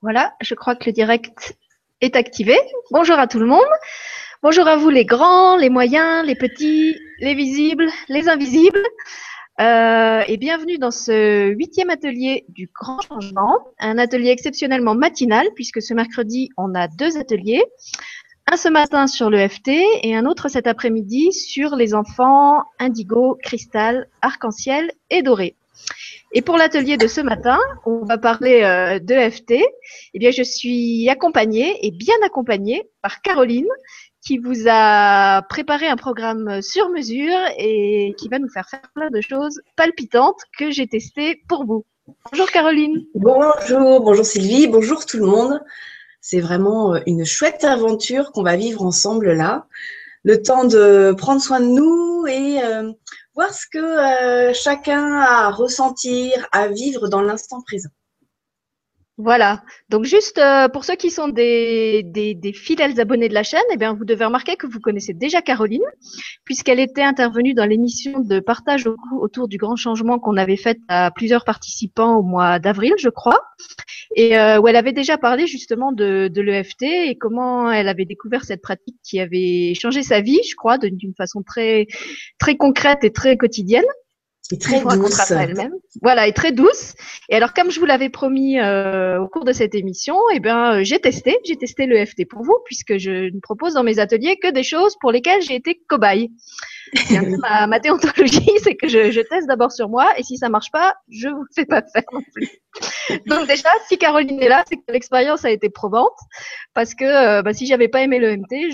Voilà, je crois que le direct est activé. Bonjour à tout le monde. Bonjour à vous les grands, les moyens, les petits, les visibles, les invisibles. Et bienvenue dans ce 8e atelier du Grand Changement, un atelier exceptionnellement matinal puisque ce mercredi, on a 2 ateliers. Un ce matin sur l'EFT et un autre cet après-midi sur les enfants indigo, cristal, arc-en-ciel et doré. Et pour l'atelier de ce matin, on va parler d'EFT. Eh bien, je suis accompagnée et bien accompagnée par Caroline qui vous a préparé un programme sur mesure et qui va nous faire plein de choses palpitantes que j'ai testées pour vous. Bonjour Caroline. Bonjour Sylvie, bonjour tout le monde. C'est vraiment une chouette aventure qu'on va vivre ensemble là. Le temps de prendre soin de nous et voir ce que chacun a à ressentir, à vivre dans l'instant présent. Voilà. Donc juste pour ceux qui sont des fidèles abonnés de la chaîne, eh bien vous devez remarquer que vous connaissez déjà Caroline, puisqu'elle était intervenue dans l'émission de partage autour du grand changement qu'on avait fait à plusieurs participants au mois d'avril, je crois, et où elle avait déjà parlé justement de l'EFT et comment elle avait découvert cette pratique qui avait changé sa vie, je crois, d'une façon très très concrète et très quotidienne. Et très douce. Elle-même. Voilà, et très douce. Et alors, comme je vous l'avais promis au cours de cette émission, eh bien, j'ai testé l'EFT pour vous, puisque je ne propose dans mes ateliers que des choses pour lesquelles j'ai été cobaye. C'est un peu ma déontologie, c'est que je teste d'abord sur moi, et si ça marche pas, je vous fais pas faire non plus. Donc déjà, si Caroline est là, c'est que l'expérience a été probante, parce que si j'avais pas aimé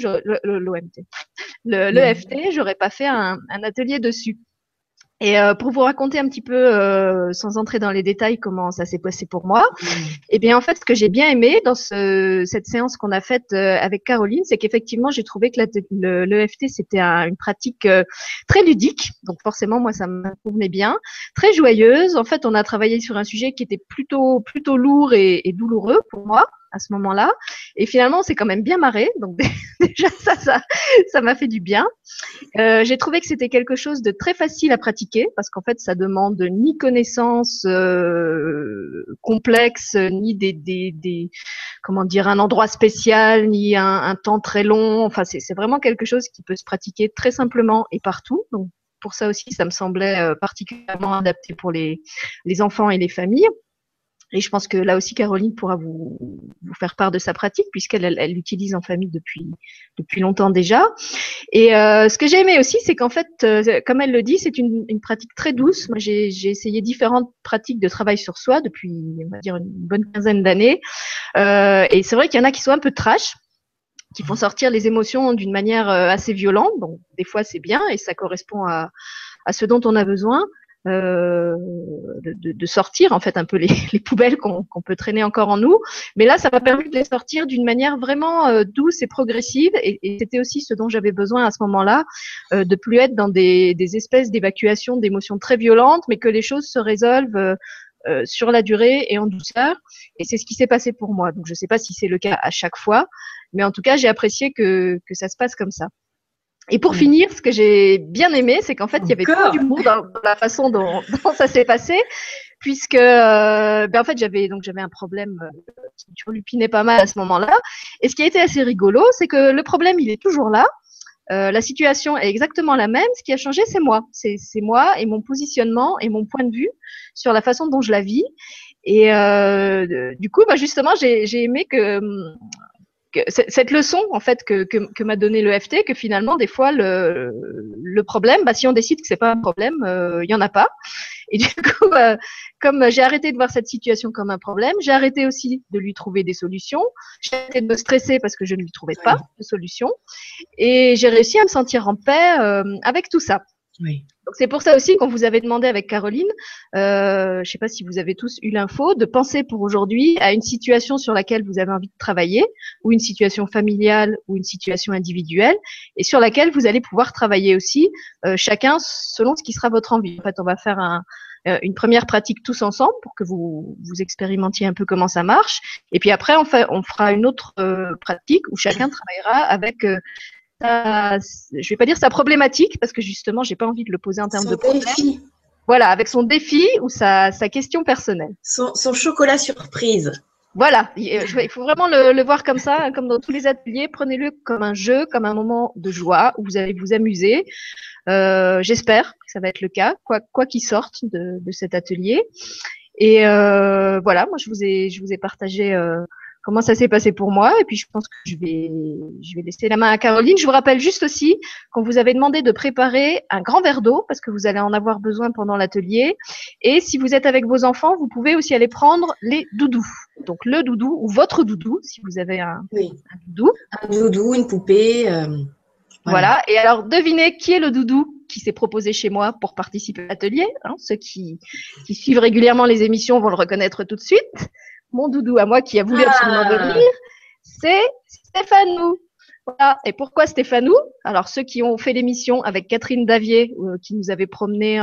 l'EFT, j'aurais pas fait un atelier dessus. Et pour vous raconter un petit peu, sans entrer dans les détails, comment ça s'est passé pour moi, eh bien en fait, ce que j'ai bien aimé dans cette séance qu'on a faite avec Caroline, c'est qu'effectivement, j'ai trouvé que l'EFT c'était une pratique très ludique, donc forcément moi ça me convenait bien, très joyeuse. En fait, on a travaillé sur un sujet qui était plutôt lourd et douloureux pour moi à ce moment-là, et finalement, c'est quand même bien marré. Donc déjà ça m'a fait du bien. J'ai trouvé que c'était quelque chose de très facile à pratiquer parce qu'en fait, ça demande ni connaissances complexes, ni comment dire, un endroit spécial, ni un temps très long. Enfin, c'est vraiment quelque chose qui peut se pratiquer très simplement et partout. Donc, pour ça aussi, ça me semblait particulièrement adapté pour les enfants et les familles. Et je pense que là aussi, Caroline pourra vous faire part de sa pratique puisqu'elle l'utilise en famille depuis longtemps déjà. Et ce que j'ai aimé aussi, c'est qu'en fait, comme elle le dit, c'est une pratique très douce. Moi, j'ai essayé différentes pratiques de travail sur soi depuis, on va dire, une bonne quinzaine d'années. Et c'est vrai qu'il y en a qui sont un peu trash, qui font sortir les émotions d'une manière assez violente. Donc, des fois, c'est bien et ça correspond à ce dont on a besoin. De sortir en fait un peu les poubelles qu'on peut traîner encore en nous, mais là ça m'a permis de les sortir d'une manière vraiment douce et progressive, et c'était aussi ce dont j'avais besoin à ce moment-là, de plus être dans des espèces d'évacuation d'émotions très violentes, mais que les choses se résolvent sur la durée et en douceur, et c'est ce qui s'est passé pour moi. Donc je sais pas si c'est le cas à chaque fois, mais en tout cas j'ai apprécié que ça se passe comme ça. Et pour finir, ce que j'ai bien aimé, c'est qu'en fait, il y avait trop d'humour dans la façon dont ça s'est passé, puisque en fait, j'avais un problème qui turlupinait pas mal à ce moment-là. Et ce qui a été assez rigolo, c'est que le problème, il est toujours là. La situation est exactement la même. Ce qui a changé, c'est moi. C'est moi et mon positionnement et mon point de vue sur la façon dont je la vis. Et du coup, justement, j'ai aimé que cette leçon en fait que m'a donné l'EFT, que finalement des fois le problème, si on décide que c'est pas un problème, il y en a pas. Et du coup, comme j'ai arrêté de voir cette situation comme un problème, j'ai arrêté aussi de lui trouver des solutions. J'ai arrêté de me stresser parce que je ne lui trouvais pas de solution, et j'ai réussi à me sentir en paix avec tout ça. Oui. Donc c'est pour ça aussi qu'on vous avait demandé avec Caroline, je ne sais pas si vous avez tous eu l'info, de penser pour aujourd'hui à une situation sur laquelle vous avez envie de travailler, ou une situation familiale, ou une situation individuelle, et sur laquelle vous allez pouvoir travailler aussi, chacun selon ce qui sera votre envie. En fait, on va faire une première pratique tous ensemble pour que vous expérimentiez un peu comment ça marche, et puis après on fera une autre pratique où chacun travaillera avec je vais pas dire sa problématique, parce que justement, j'ai pas envie de le poser en termes de problème. Voilà, avec son défi ou sa question personnelle. Son chocolat surprise. Voilà, il faut vraiment le voir comme ça, hein, comme dans tous les ateliers. Prenez-le comme un jeu, comme un moment de joie où vous allez vous amuser. J'espère que ça va être le cas, quoi qu'il sorte de cet atelier. Et voilà, moi je vous ai partagé comment ça s'est passé pour moi. Et puis je pense que je vais laisser la main à Caroline. Je vous rappelle juste aussi qu'on vous avait demandé de préparer un grand verre d'eau parce que vous allez en avoir besoin pendant l'atelier. Et si vous êtes avec vos enfants, vous pouvez aussi aller prendre les doudous. Donc le doudou ou votre doudou, si vous avez Oui, un doudou. un doudou, une poupée, voilà. Voilà. Et alors, devinez qui est le doudou qui s'est proposé chez moi pour participer à l'atelier. Hein, ceux qui suivent régulièrement les émissions vont le reconnaître tout de suite. Mon doudou à moi qui a voulu absolument venir, Ah, c'est Stéphanou. Voilà. Et pourquoi Stéphanou? Alors, ceux qui ont fait l'émission avec Catherine Davier, qui nous avait promené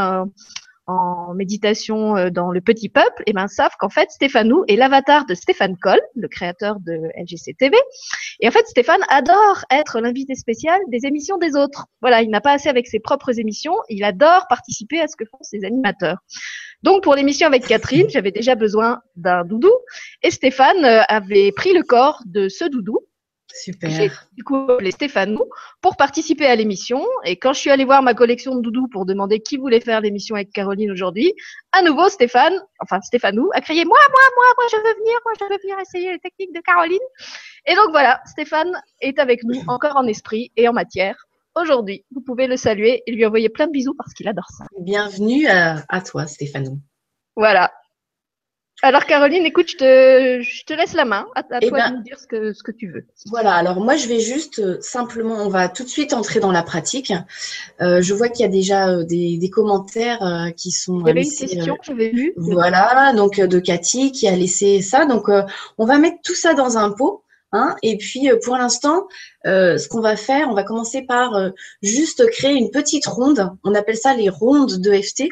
en méditation dans le petit peuple, et ben savent qu'en fait Stéphanou est l'avatar de Stéphane Coll, le créateur de LGC TV. Et en fait Stéphane adore être l'invité spécial des émissions des autres. Voilà, il n'a pas assez avec ses propres émissions, il adore participer à ce que font ses animateurs. Donc pour l'émission avec Catherine, j'avais déjà besoin d'un doudou et Stéphane avait pris le corps de ce doudou. J'ai super. du coup appelé Stéphanou pour participer à l'émission. Et quand je suis allée voir ma collection de doudous pour demander qui voulait faire l'émission avec Caroline aujourd'hui, à nouveau Stéphanou, a crié moi, je veux venir essayer les techniques de Caroline. Et donc voilà, Stéphane est avec nous encore en esprit et en matière. Aujourd'hui, vous pouvez le saluer et lui envoyer plein de bisous parce qu'il adore ça. Bienvenue à toi, Stéphane. Voilà. Alors Caroline, écoute, je te laisse la main. À Eh toi de bien, nous dire ce que tu veux. voilà. Alors moi, je vais juste simplement, on va tout de suite entrer dans la pratique. Je vois qu'il y a déjà des commentaires qui sont Il y avait une laissés. question, j'avais vu. Voilà, donc de Cathy qui a laissé ça. Donc, on va mettre tout ça dans un pot. Hein, et puis, pour l'instant, ce qu'on va faire, on va commencer par juste créer une petite ronde. On appelle ça les rondes d'EFT.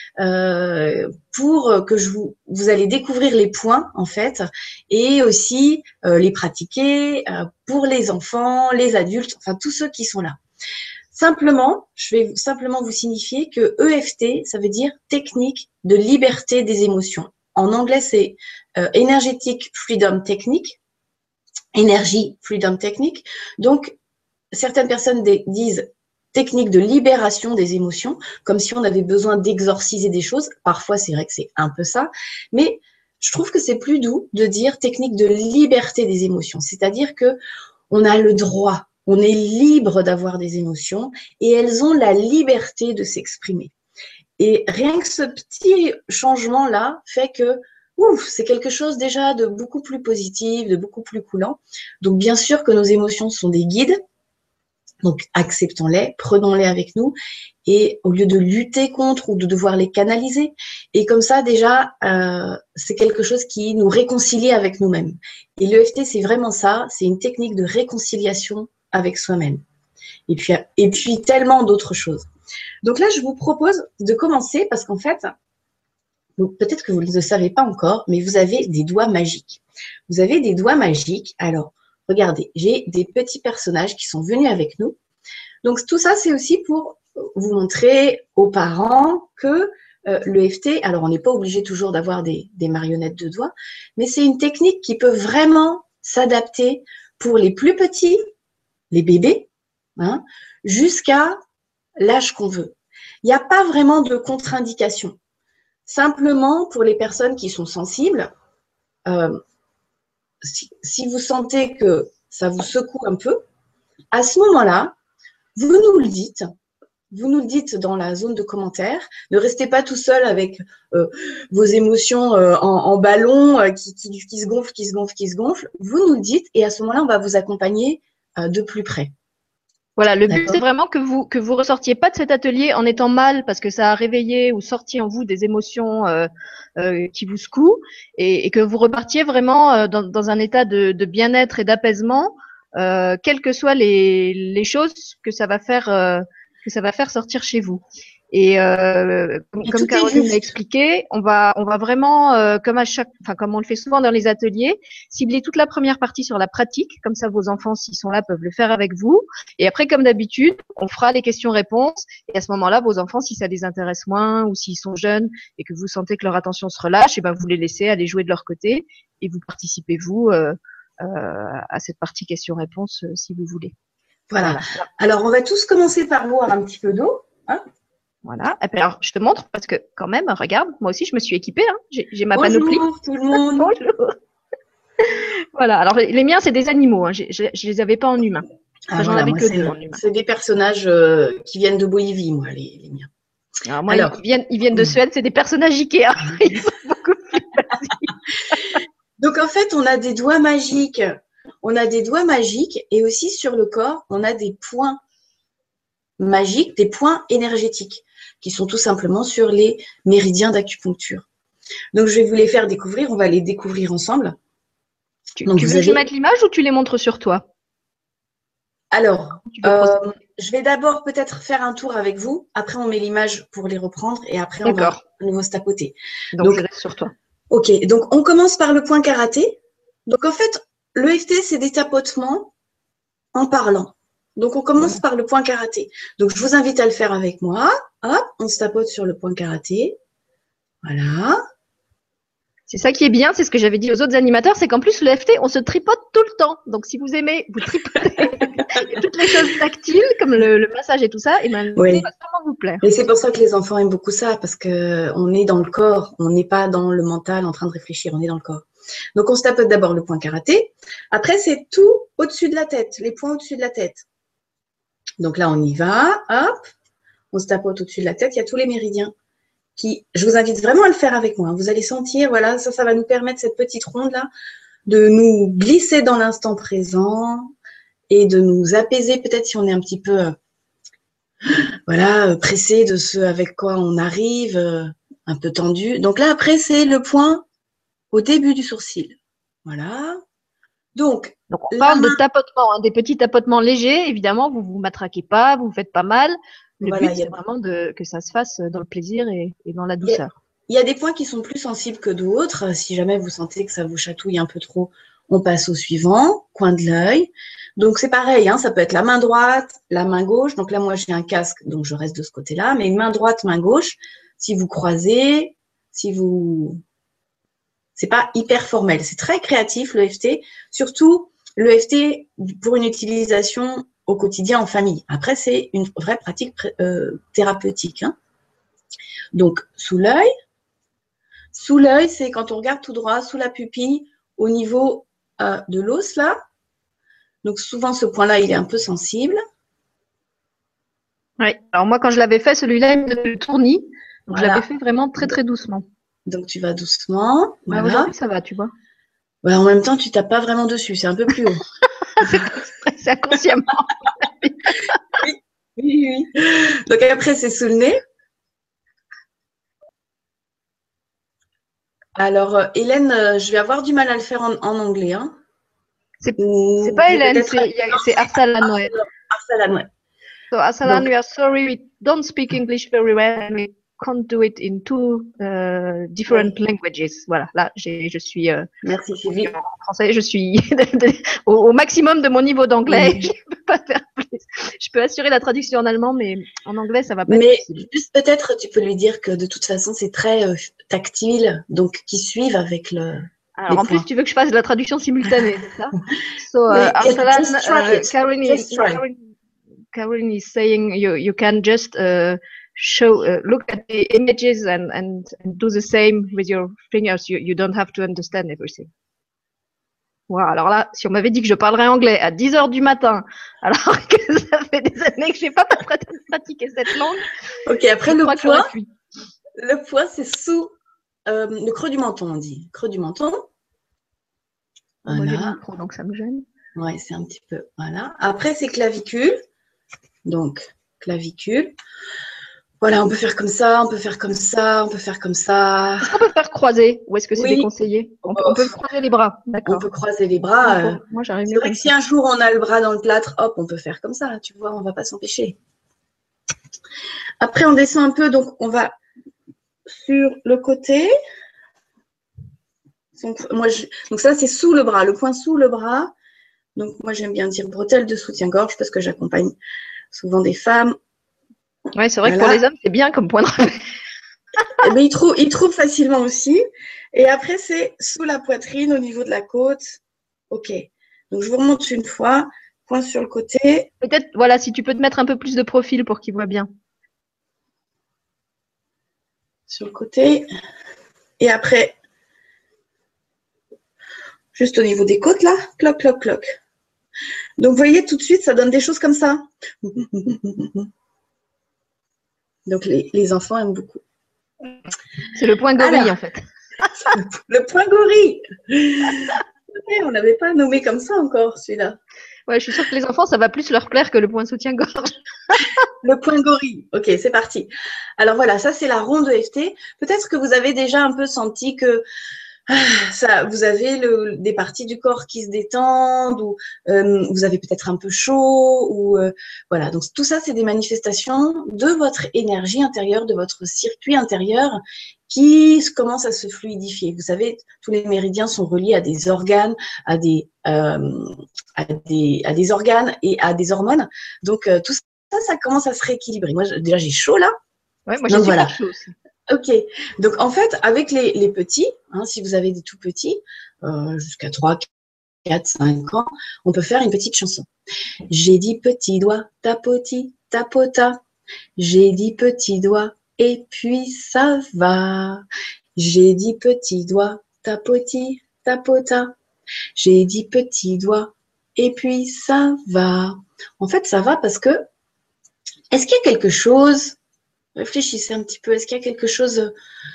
Pour que vous allez découvrir les points en fait et aussi les pratiquer pour les enfants, les adultes, enfin tous ceux qui sont là. Simplement, je vais simplement vous signifier que EFT, ça veut dire technique de liberté des émotions. En anglais, c'est Energetic Freedom Technique, Energy Freedom Technique. Donc, certaines personnes disent technique de libération des émotions, comme si on avait besoin d'exorciser des choses. Parfois, c'est vrai que c'est un peu ça, mais je trouve que c'est plus doux de dire technique de liberté des émotions, c'est-à-dire que on a le droit, on est libre d'avoir des émotions et elles ont la liberté de s'exprimer. Et rien que ce petit changement-là fait que ouf, c'est quelque chose déjà de beaucoup plus positif, de beaucoup plus coulant. Donc bien sûr que nos émotions sont des guides, donc acceptons-les, prenons-les avec nous et au lieu de lutter contre ou de devoir les canaliser. Et comme ça déjà, c'est quelque chose qui nous réconcilie avec nous-mêmes. Et l'EFT, c'est vraiment ça, c'est une technique de réconciliation avec soi-même. Et puis tellement d'autres choses. Donc là, je vous propose de commencer parce qu'en fait, peut-être que vous ne le savez pas encore, mais vous avez des doigts magiques. Vous avez des doigts magiques. Alors, regardez, j'ai des petits personnages qui sont venus avec nous. Donc, tout ça, c'est aussi pour vous montrer aux parents que l'EFT, alors on n'est pas obligé toujours d'avoir des marionnettes de doigts, mais c'est une technique qui peut vraiment s'adapter pour les plus petits, les bébés, hein, jusqu'à l'âge qu'on veut. Il n'y a pas vraiment de contre-indication. Simplement, pour les personnes qui sont sensibles, si vous sentez que ça vous secoue un peu, à ce moment-là, vous nous le dites. Vous nous le dites dans la zone de commentaires. Ne restez pas tout seul avec vos émotions en ballon qui se gonflent, qui se gonflent, qui se gonflent. Vous nous le dites et à ce moment-là, on va vous accompagner de plus près. Voilà, le but c'est vraiment que vous ressortiez pas de cet atelier en étant mal parce que ça a réveillé ou sorti en vous des émotions qui vous secouent et que vous repartiez vraiment dans un état de bien-être et d'apaisement, quelles que soient les choses que ça va faire sortir chez vous. Et Et comme tout est Caroline l'a juste. expliqué, on va vraiment, comme on le fait souvent dans les ateliers, cibler toute la première partie sur la pratique. Comme ça, vos enfants, s'ils sont là, peuvent le faire avec vous. Et après, comme d'habitude, on fera les questions-réponses. Et à ce moment-là, vos enfants, si ça les intéresse moins ou s'ils sont jeunes et que vous sentez que leur attention se relâche, et ben vous les laissez aller jouer de leur côté et vous participez vous à cette partie questions-réponses si vous voulez. Voilà. Voilà. Alors, on va tous commencer par boire un petit peu d'eau. Hein. Voilà. Et puis alors, je te montre parce que quand même, regarde, moi aussi, je me suis équipée. Hein. J'ai ma panoplie. Bonjour tout le monde. Bonjour. Voilà. Alors, les miens, c'est des animaux. Hein. Je les avais pas en humain. Ah Enfin, j'en voilà, avais moi que deux en humain. c'est des personnages qui viennent de Bolivie, moi, les miens. Alors moi, Alors, ils viennent de Suède. C'est des personnages Ikea. Ils sont beaucoup plus faciles. donc en fait, on a des doigts magiques. On a des doigts magiques et aussi sur le corps, on a des points magiques, des points énergétiques qui sont tout simplement sur les méridiens d'acupuncture. Donc, je vais vous les faire découvrir. On va les découvrir ensemble. Donc, Tu vous veux que je avez. mette l'image ou tu les montres sur toi? Alors, Tu veux procéder? je vais d'abord peut-être faire un tour avec vous. Après, on met l'image pour les reprendre et après, on va D'accord. à nouveau se tapoter. Donc, je reste sur toi. Ok. Donc, on commence par le point karaté. Donc, en fait, l'EFT, c'est des tapotements en parlant. Donc, on commence par le point karaté. Donc, je vous invite à le faire avec moi. Hop, on se tapote sur le point karaté. Voilà. C'est ça qui est bien, c'est ce que j'avais dit aux autres animateurs, c'est qu'en plus, le FT, on se tripote tout le temps. Donc, si vous aimez vous tripoter toutes les choses tactiles, comme le massage et tout ça, et ben, Oui. ça va sûrement vous plaire. Et c'est pour ça que les enfants aiment beaucoup ça, parce que on est dans le corps, on n'est pas dans le mental en train de réfléchir, on est dans le corps. Donc, on se tapote d'abord le point karaté. Après, c'est tout au-dessus de la tête, les points au-dessus de la tête. Donc là, on y va. Hop, on se tapote au-dessus de la tête. Il y a tous les méridiens. Je vous invite vraiment à le faire avec moi. Vous allez sentir, voilà, ça va nous permettre cette petite ronde là de nous glisser dans l'instant présent et de nous apaiser peut-être si on est un petit peu, voilà, pressé de ce avec quoi on arrive, un peu tendu. Donc là, après, c'est le point au début du sourcil. Voilà. Donc, on parle de tapotement, hein, des petits tapotements légers. Évidemment, vous vous matraquez pas, vous faites pas mal. Le voilà, but, c'est vraiment que ça se fasse dans le plaisir et dans la il douceur. y a des points qui sont plus sensibles que d'autres. Si jamais vous sentez que ça vous chatouille un peu trop, on passe au suivant, coin de l'œil. Donc c'est pareil, hein, ça peut être la main droite, la main gauche. Donc là, moi, j'ai un casque, donc je reste de ce côté-là. Mais main droite, main gauche, si vous croisez, c'est pas hyper formel. C'est très créatif, l'EFT. Surtout, l'EFT pour une utilisation au quotidien en famille. Après, c'est une vraie pratique thérapeutique. Hein. Donc, sous l'œil. Sous l'œil, c'est quand on regarde tout droit, sous la pupille, au niveau de l'os, là. Donc, souvent, ce point-là, il est un peu sensible. Oui. Alors, moi, quand je l'avais fait, celui-là, il me donnait le tournis. Donc, je l'avais fait vraiment très, très doucement. Donc, tu vas doucement. Voilà. Aujourd'hui, ça va, tu vois. Ouais, en même temps, tu tapes pas vraiment dessus, c'est un peu plus haut. C'est inconsciemment. Oui. Donc, après, c'est sous le nez. Alors, Hélène, je vais avoir du mal à le faire en anglais. Hein. C'est pas Hélène, c'est Arsalan. Ouais. Arsalan, ouais. So, Arsalan, we are sorry, we don't speak English very well and we can't do it in two different languages. Voilà, là, je suis. Merci, Sylvie. En français, je suis au maximum de mon niveau d'anglais. Je peux pas faire plus. Je peux assurer la traduction en allemand, mais en anglais, ça va pas être possible. Mais juste peut-être, tu peux lui dire que de toute façon, c'est très tactile, donc qu'ils suivent avec le. Alors, en plus, tu veux que je fasse de la traduction simultanée, c'est ça? So, Arsalan, Karen is saying you can just look at the images and do the same with your fingers. You don't have to understand everything. Voilà, alors là, si on m'avait dit que je parlerais anglais à 10h du matin, alors que ça fait des années que je n'ai pas pratiqué cette langue. Ok, après le poids, c'est sous le creux du menton, on dit. Creux du menton. Voilà. Moi, j'ai le micro, donc ça me gêne. Ouais, c'est un petit peu. Voilà. Après, c'est clavicule. Donc, clavicule. Voilà, on peut faire comme ça, on peut faire comme ça, on peut faire comme ça. Est-ce qu'on peut faire croiser ou est-ce que c'est déconseillé? On peut croiser les bras, d'accord. On peut croiser les bras. Moi, j'arrive mieux. C'est vrai que si un jour on a le bras dans le plâtre, hop, on peut faire comme ça, tu vois, on ne va pas s'empêcher. Après, on descend un peu, donc on va sur le côté. Donc, donc ça, c'est sous le bras, le point sous le bras. Donc, moi, j'aime bien dire bretelles de soutien-gorge parce que j'accompagne souvent des femmes. Ouais, c'est vrai que pour les hommes, c'est bien comme point de repère. Eh bien, ils trouvent facilement aussi. Et après, c'est sous la poitrine, au niveau de la côte. OK. Donc, je vous remonte une fois. Point sur le côté. Peut-être, voilà, si tu peux te mettre un peu plus de profil pour qu'il voit bien. Sur le côté. Et après, juste au niveau des côtes, là. Cloc, cloc, cloc. Donc, vous voyez, tout de suite, ça donne des choses comme ça. Donc, les enfants aiment beaucoup. C'est le point gorille, Alors, en fait. le point gorille. On n'avait pas nommé comme ça encore, celui-là. Ouais, je suis sûre que les enfants, ça va plus leur plaire que le point soutien-gorge. Le point gorille. OK, c'est parti. Alors voilà, ça c'est la ronde EFT. Peut-être que vous avez déjà un peu senti que ça, vous avez des parties du corps qui se détendent ou vous avez peut-être un peu chaud ou voilà. Donc tout ça, c'est des manifestations de votre énergie intérieure, de votre circuit intérieur qui commence à se fluidifier. Vous savez, tous les méridiens sont reliés à des organes, à des organes et à des hormones. Donc tout ça commence à se rééquilibrer. Moi, déjà, j'ai chaud là. Ouais, moi, j'ai Donc super voilà. chaud aussi. Ok. Donc en fait, avec les petits, si vous avez des tout petits, jusqu'à 3, 4, 5 ans, on peut faire une petite chanson. J'ai dit petit doigt, tapoti, tapota. J'ai dit petit doigt, et puis ça va. J'ai dit petit doigt, tapoti, tapota. J'ai dit petit doigt, et puis ça va. En fait, ça va parce que, est-ce qu'il y a quelque chose, réfléchissez un petit peu, est-ce qu'il y a quelque chose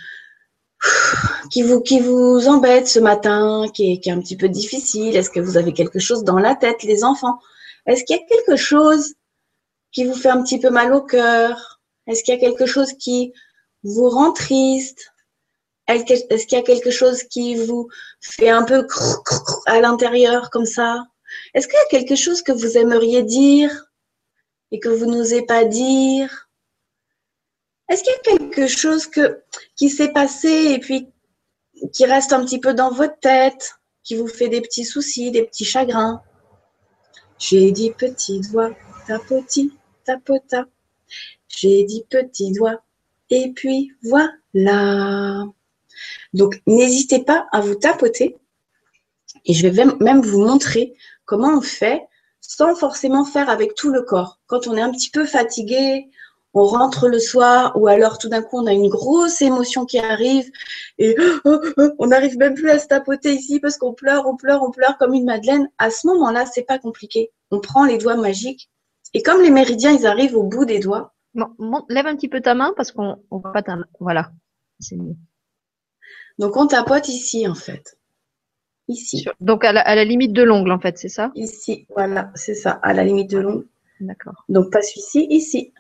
qui vous embête ce matin, qui est un petit peu difficile? Est-ce que vous avez quelque chose dans la tête, les enfants? Est-ce qu'il y a quelque chose qui vous fait un petit peu mal au cœur? Est-ce qu'il y a quelque chose qui vous rend triste? Est-ce qu'il y a quelque chose qui vous fait un peu à l'intérieur comme ça? Est-ce qu'il y a quelque chose que vous aimeriez dire et que vous n'osez pas dire? Est-ce qu'il y a quelque chose qui s'est passé et puis qui reste un petit peu dans votre tête, qui vous fait des petits soucis, des petits chagrins? J'ai dit petit doigt, tapoti, tapota. J'ai dit petit doigt, et puis voilà. Donc, n'hésitez pas à vous tapoter. Et je vais même vous montrer comment on fait sans forcément faire avec tout le corps. Quand on est un petit peu fatigué, on rentre le soir ou alors tout d'un coup on a une grosse émotion qui arrive et on n'arrive même plus à se tapoter ici parce qu'on pleure, on pleure, on pleure comme une madeleine. À ce moment-là, c'est pas compliqué. On prend les doigts magiques et comme les méridiens, ils arrivent au bout des doigts. Bon, lève un petit peu ta main parce qu'on voit pas ta main. Voilà, c'est mieux. Donc on tapote ici en fait. Ici. Donc à la limite de l'ongle en fait, c'est ça? Ici, voilà, c'est ça, à la limite de l'ongle. D'accord. Donc pas celui-ci, ici.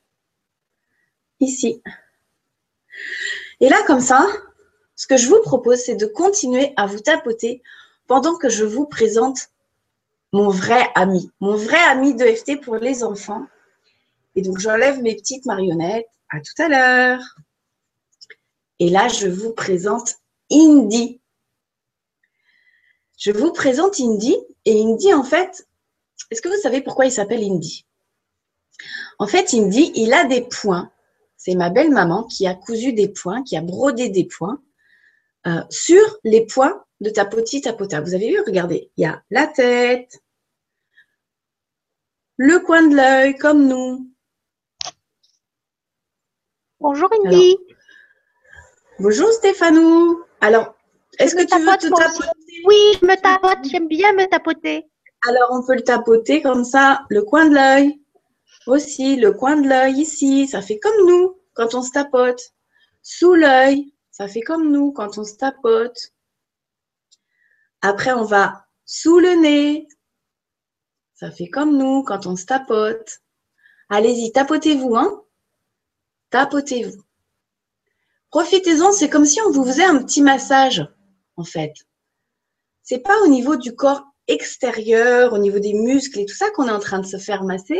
Ici. Et là, comme ça, ce que je vous propose, c'est de continuer à vous tapoter pendant que je vous présente mon vrai ami de FT pour les enfants. Et donc, j'enlève mes petites marionnettes. À tout à l'heure. Et là, je vous présente Indy. Je vous présente Indy. Et Indy, en fait, est-ce que vous savez pourquoi il s'appelle Indy? En fait, Indy, il a des points. C'est ma belle-maman qui a cousu des points, qui a brodé des points sur les points de tapoti tapota. Vous avez vu, regardez, il y a la tête, le coin de l'œil, comme nous. Bonjour Indy. Bonjour Stéphanou. Alors, est-ce que tu veux te tapoter? Oui, je me tapote, j'aime bien me tapoter. Alors, on peut le tapoter comme ça, le coin de l'œil. Aussi, le coin de l'œil ici, ça fait comme nous quand on se tapote. Sous l'œil, ça fait comme nous quand on se tapote. Après, on va sous le nez. Ça fait comme nous quand on se tapote. Allez-y, tapotez-vous, hein. Tapotez-vous. Profitez-en, c'est comme si on vous faisait un petit massage, en fait. C'est pas au niveau du corps extérieur, au niveau des muscles et tout ça qu'on est en train de se faire masser.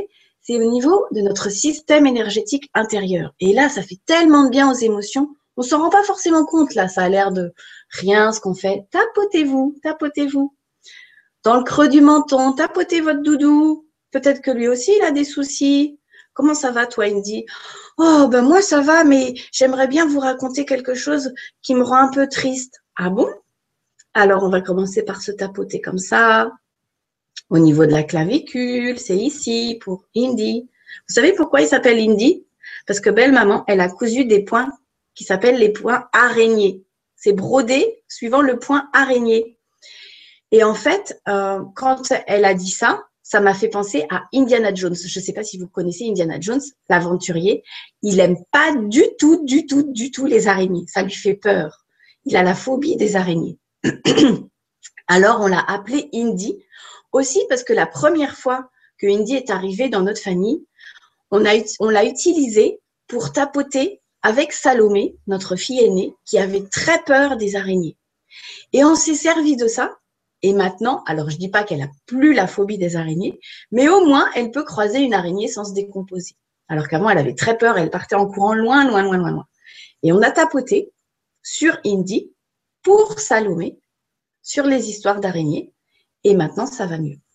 c'est au niveau de notre système énergétique intérieur. Et là, ça fait tellement de bien aux émotions. On ne s'en rend pas forcément compte, là. Ça a l'air de rien, ce qu'on fait. Tapotez-vous, tapotez-vous. Dans le creux du menton, tapotez votre doudou. Peut-être que lui aussi, il a des soucis. Comment ça va, toi, Indy? Oh, ben moi, ça va, mais j'aimerais bien vous raconter quelque chose qui me rend un peu triste. Ah bon? Alors, on va commencer par se tapoter comme ça. Au niveau de la clavicule, c'est ici pour Indy. Vous savez pourquoi il s'appelle Indy? Parce que belle maman, elle a cousu des points qui s'appellent les points araignées. C'est brodé suivant le point araignée. Et en fait, quand elle a dit ça, ça m'a fait penser à Indiana Jones. Je ne sais pas si vous connaissez Indiana Jones, l'aventurier. Il n'aime pas du tout les araignées. Ça lui fait peur. Il a la phobie des araignées. Alors, on l'a appelé Indy. Aussi parce que la première fois que Indy est arrivé dans notre famille, on l'a utilisé pour tapoter avec Salomé, notre fille aînée, qui avait très peur des araignées. Et on s'est servi de ça. Et maintenant, alors je ne dis pas qu'elle n'a plus la phobie des araignées, mais au moins, elle peut croiser une araignée sans se décomposer. Alors qu'avant, elle avait très peur, elle partait en courant loin. Et on a tapoté sur Indy pour Salomé, sur les histoires d'araignées. Et maintenant, ça va mieux.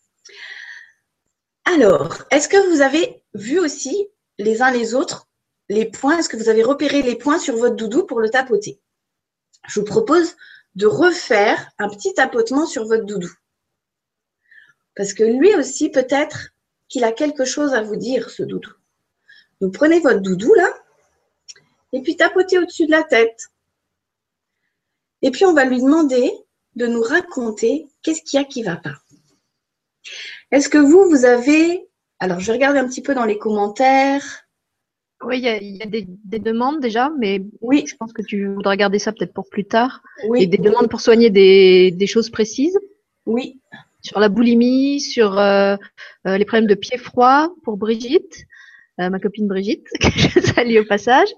Alors, est-ce que vous avez vu aussi les uns les autres les points? Est-ce que vous avez repéré les points sur votre doudou pour le tapoter? Je vous propose de refaire un petit tapotement sur votre doudou. Parce que lui aussi, peut-être qu'il a quelque chose à vous dire, ce doudou. Donc, prenez votre doudou, là, et puis tapotez au-dessus de la tête. Et puis, on va lui demander de nous raconter qu'est-ce qu'il y a qui ne va pas. Est-ce que vous avez… Alors, je regarde un petit peu dans les commentaires. Oui, il y a des demandes déjà, mais oui, je pense que tu voudras garder ça peut-être pour plus tard. Oui. Et des demandes pour soigner des choses précises. Oui. Sur la boulimie, sur les problèmes de pied froid pour Brigitte, ma copine Brigitte, que je salue au passage.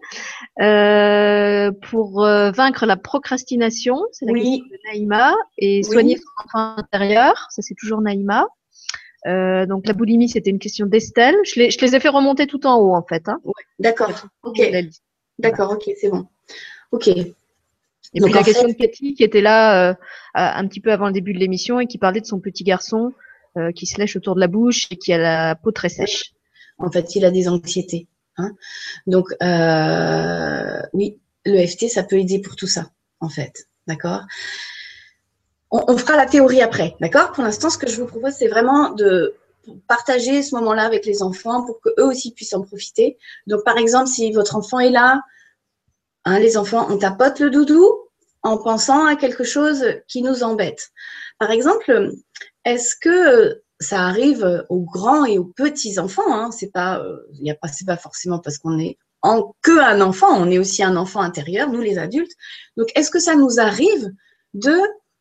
Pour vaincre la procrastination, c'est la question de Naïma, et soigner son enfant intérieur, ça c'est toujours Naïma. Donc la boulimie, c'était une question d'Estelle. Je les ai fait remonter tout en haut en fait. Hein. Ouais, d'accord. Ok. D'accord. Ok, c'est bon. Ok. Et donc, puis la question de Cathy qui était là un petit peu avant le début de l'émission et qui parlait de son petit garçon qui se lèche autour de la bouche et qui a la peau très sèche. En fait, il a des anxiétés. Hein. Donc oui, l'EFT, ça peut aider pour tout ça, en fait. D'accord. On fera la théorie après, d'accord? Pour l'instant, ce que je vous propose, c'est vraiment de partager ce moment-là avec les enfants pour qu'eux aussi puissent en profiter. Donc, par exemple, si votre enfant est là, hein, les enfants, on tapote le doudou en pensant à quelque chose qui nous embête. Par exemple, est-ce que ça arrive aux grands et aux petits enfants, hein, c'est pas forcément parce qu'on est un enfant, on est aussi un enfant intérieur, nous les adultes. Donc, est-ce que ça nous arrive de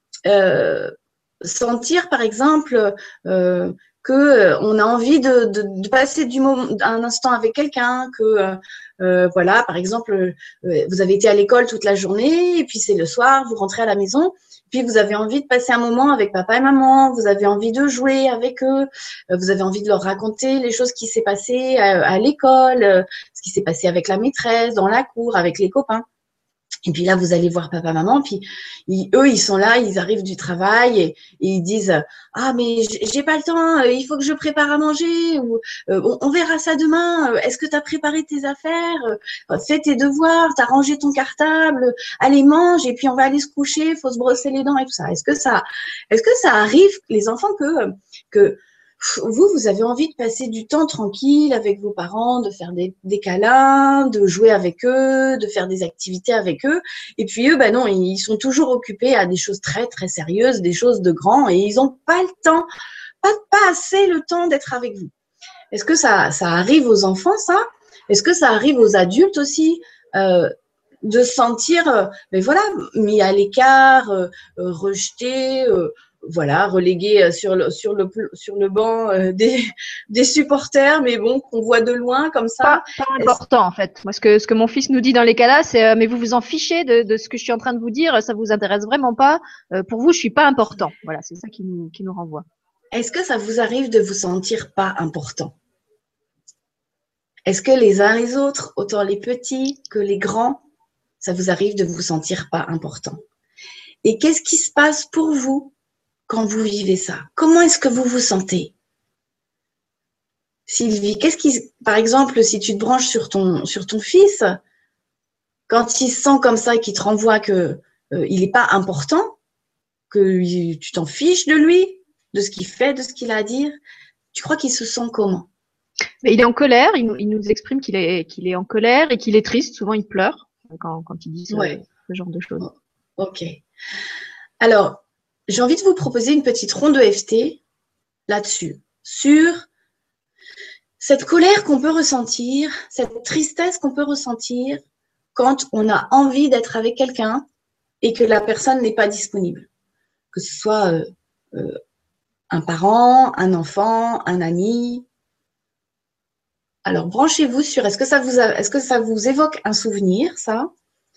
sentir, par exemple, qu'on a envie de passer un instant avec quelqu'un, que voilà, par exemple, vous avez été à l'école toute la journée et puis c'est le soir, vous rentrez à la maison, puis vous avez envie de passer un moment avec papa et maman, vous avez envie de jouer avec eux, vous avez envie de leur raconter les choses qui s'est passées à l'école, ce qui s'est passé avec la maîtresse, dans la cour, avec les copains. Et puis là, vous allez voir papa, maman, puis eux, ils sont là, ils arrivent du travail et ils disent « Ah, mais j'ai pas le temps, il faut que je prépare à manger, ou on verra ça demain, est-ce que tu as préparé tes affaires, fais tes devoirs, tu as rangé ton cartable, allez, mange, et puis on va aller se coucher, il faut se brosser les dents et tout ça. » Est-ce que ça arrive, les enfants, que vous avez envie de passer du temps tranquille avec vos parents, de faire des câlins, de jouer avec eux, de faire des activités avec eux. Et puis eux, ben non, ils sont toujours occupés à des choses très, très sérieuses, des choses de grands, et ils n'ont pas le temps, pas assez le temps d'être avec vous. Est-ce que ça arrive aux enfants, ça? Est-ce que ça arrive aux adultes aussi de se sentir, mais voilà, mis à l'écart, rejeté, voilà, relégué sur le banc des supporters, mais bon, qu'on voit de loin comme ça. Pas important en fait. Moi, ce que mon fils nous dit dans les cas-là, c'est mais vous vous en fichez de ce que je suis en train de vous dire, ça vous intéresse vraiment pas. Pour vous, je suis pas important. Voilà, c'est ça qui nous renvoie. Est-ce que ça vous arrive de vous sentir pas important? Est-ce que les uns les autres, autant les petits que les grands, ça vous arrive de vous sentir pas important? Et qu'est-ce qui se passe pour vous quand vous vivez ça? Comment est-ce que vous vous sentez? Sylvie, par exemple, si tu te branches sur ton fils, quand il se sent comme ça et qu'il te renvoie que il n'est pas important, que tu t'en fiches de lui, de ce qu'il fait, de ce qu'il a à dire, tu crois qu'il se sent comment? Mais il est en colère, il nous exprime qu'il est en colère et qu'il est triste. Souvent, il pleure quand il dit ce genre de choses. Ok. Alors, j'ai envie de vous proposer une petite ronde EFT là-dessus, sur cette colère qu'on peut ressentir, cette tristesse qu'on peut ressentir quand on a envie d'être avec quelqu'un et que la personne n'est pas disponible. Que ce soit un parent, un enfant, un ami. Alors, branchez-vous sur, est-ce que ça vous évoque un souvenir, ça?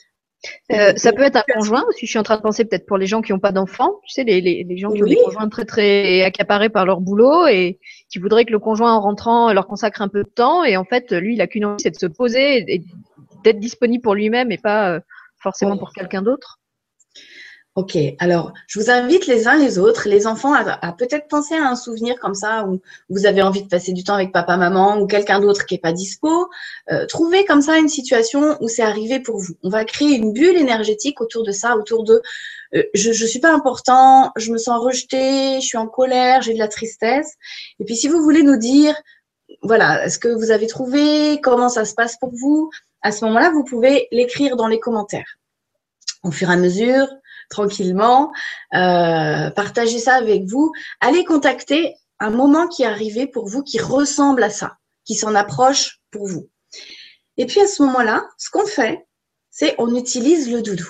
Ça peut être un conjoint aussi. Je suis en train de penser peut-être pour les gens qui n'ont pas d'enfants. Tu sais, les gens qui ont des conjoints très, très accaparés par leur boulot et qui voudraient que le conjoint, en rentrant, leur consacre un peu de temps. Et en fait, lui, il a qu'une envie, c'est de se poser et d'être disponible pour lui-même et pas forcément pour quelqu'un d'autre. Ok, alors je vous invite les uns les autres, les enfants, à peut-être penser à un souvenir comme ça où vous avez envie de passer du temps avec papa, maman ou quelqu'un d'autre qui n'est pas dispo. Trouvez comme ça une situation où c'est arrivé pour vous. On va créer une bulle énergétique autour de ça, autour de je ne suis pas important, je me sens rejetée, je suis en colère, j'ai de la tristesse. Et puis si vous voulez nous dire, voilà, est-ce que vous avez trouvé, comment ça se passe pour vous, à ce moment-là, vous pouvez l'écrire dans les commentaires. Au fur et à mesure, tranquillement, partagez ça avec vous. Allez contacter un moment qui est arrivé pour vous qui ressemble à ça, qui s'en approche pour vous. Et puis à ce moment-là, ce qu'on fait, c'est on utilise le doudou.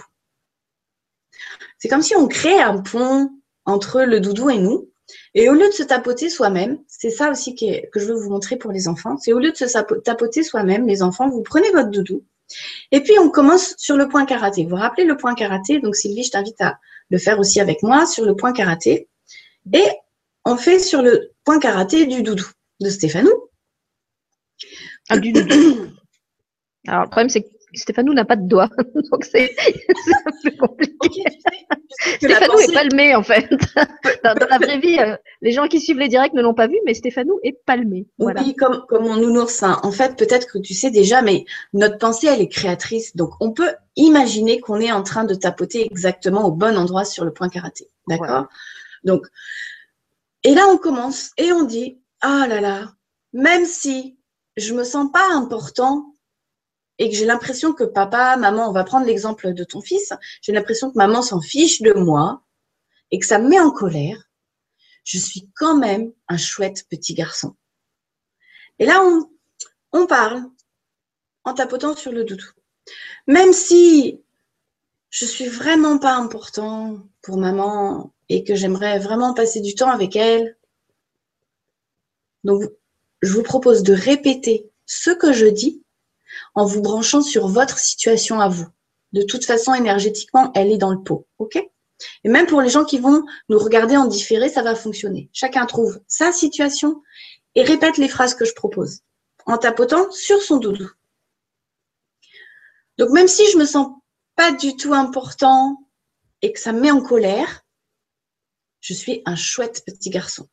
C'est comme si on crée un pont entre le doudou et nous. Et au lieu de se tapoter soi-même, c'est ça aussi que je veux vous montrer pour les enfants, c'est au lieu de se tapoter soi-même, les enfants, vous prenez votre doudou. Et puis, on commence sur le point karaté. Vous vous rappelez le point karaté? Donc, Sylvie, je t'invite à le faire aussi avec moi sur le point karaté. Et on fait sur le point karaté du doudou de Stéphanou. Ah, du doudou. Alors, le problème, c'est que Stéphanou n'a pas de doigts. Donc, c'est un peu compliqué. Okay, Stéphanou est palmé, en fait. Dans la vraie vie, les gens qui suivent les directs ne l'ont pas vu, mais Stéphanou est palmé. Voilà. Oui, comme mon nounours. En fait, peut-être que tu sais déjà, mais notre pensée, elle est créatrice. Donc, on peut imaginer qu'on est en train de tapoter exactement au bon endroit sur le point karaté. D'accord? Voilà. Donc, et là, on commence et on dit, ah là là, même si je me sens pas important et que j'ai l'impression que papa, maman, on va prendre l'exemple de ton fils, j'ai l'impression que maman s'en fiche de moi et que ça me met en colère, je suis quand même un chouette petit garçon. Et là, on parle en tapotant sur le doudou. Même si je suis vraiment pas important pour maman et que j'aimerais vraiment passer du temps avec elle, donc je vous propose de répéter ce que je dis en vous branchant sur votre situation à vous. De toute façon, énergétiquement, elle est dans le pot. OK? Et même pour les gens qui vont nous regarder en différé, ça va fonctionner. Chacun trouve sa situation et répète les phrases que je propose en tapotant sur son doudou. Donc, même si je me sens pas du tout important et que ça me met en colère, je suis un chouette petit garçon.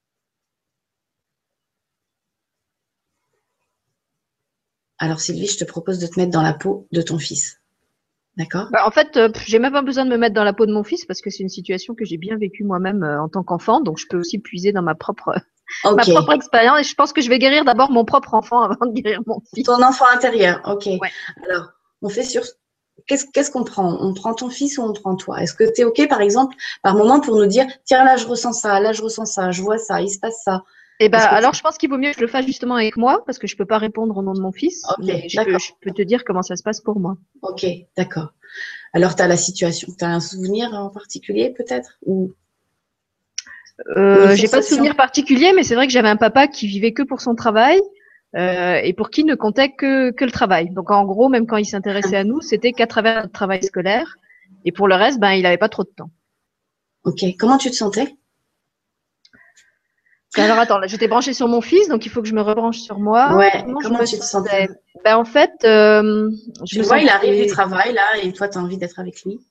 Alors, Sylvie, je te propose de te mettre dans la peau de ton fils. D'accord? En fait, j'ai même pas besoin de me mettre dans la peau de mon fils parce que c'est une situation que j'ai bien vécue moi-même en tant qu'enfant. Donc, je peux aussi puiser dans ma propre expérience. Et je pense que je vais guérir d'abord mon propre enfant avant de guérir mon fils. Ton enfant intérieur, ok. Ouais. Alors, on fait sur… Qu'est-ce qu'on prend? On prend ton fils ou on prend toi? Est-ce que tu es ok, par exemple, par moment pour nous dire, tiens, là, je ressens ça, là, je ressens ça, je vois ça, il se passe ça. Eh ben, alors, je pense qu'il vaut mieux que je le fasse justement avec moi parce que je peux pas répondre au nom de mon fils. Okay, mais je peux te dire comment ça se passe pour moi. Ok, d'accord. Alors, tu as la situation. Tu as un souvenir en particulier, peut-être ou j'ai pas de souvenir particulier, mais c'est vrai que j'avais un papa qui vivait que pour son travail et pour qui ne comptait que le travail. Donc, en gros, même quand il s'intéressait à nous, c'était qu'à travers notre travail scolaire. Et pour le reste, il avait pas trop de temps. Ok. Comment tu te sentais? Alors attends, là, j'étais branchée sur mon fils, donc il faut que je me rebranche sur moi. Ouais, Comment je comment me tu te sentais? sentais? Ben, en fait, je Tu me vois, il arrive du sentais. travail là et toi, tu as envie d'être avec lui.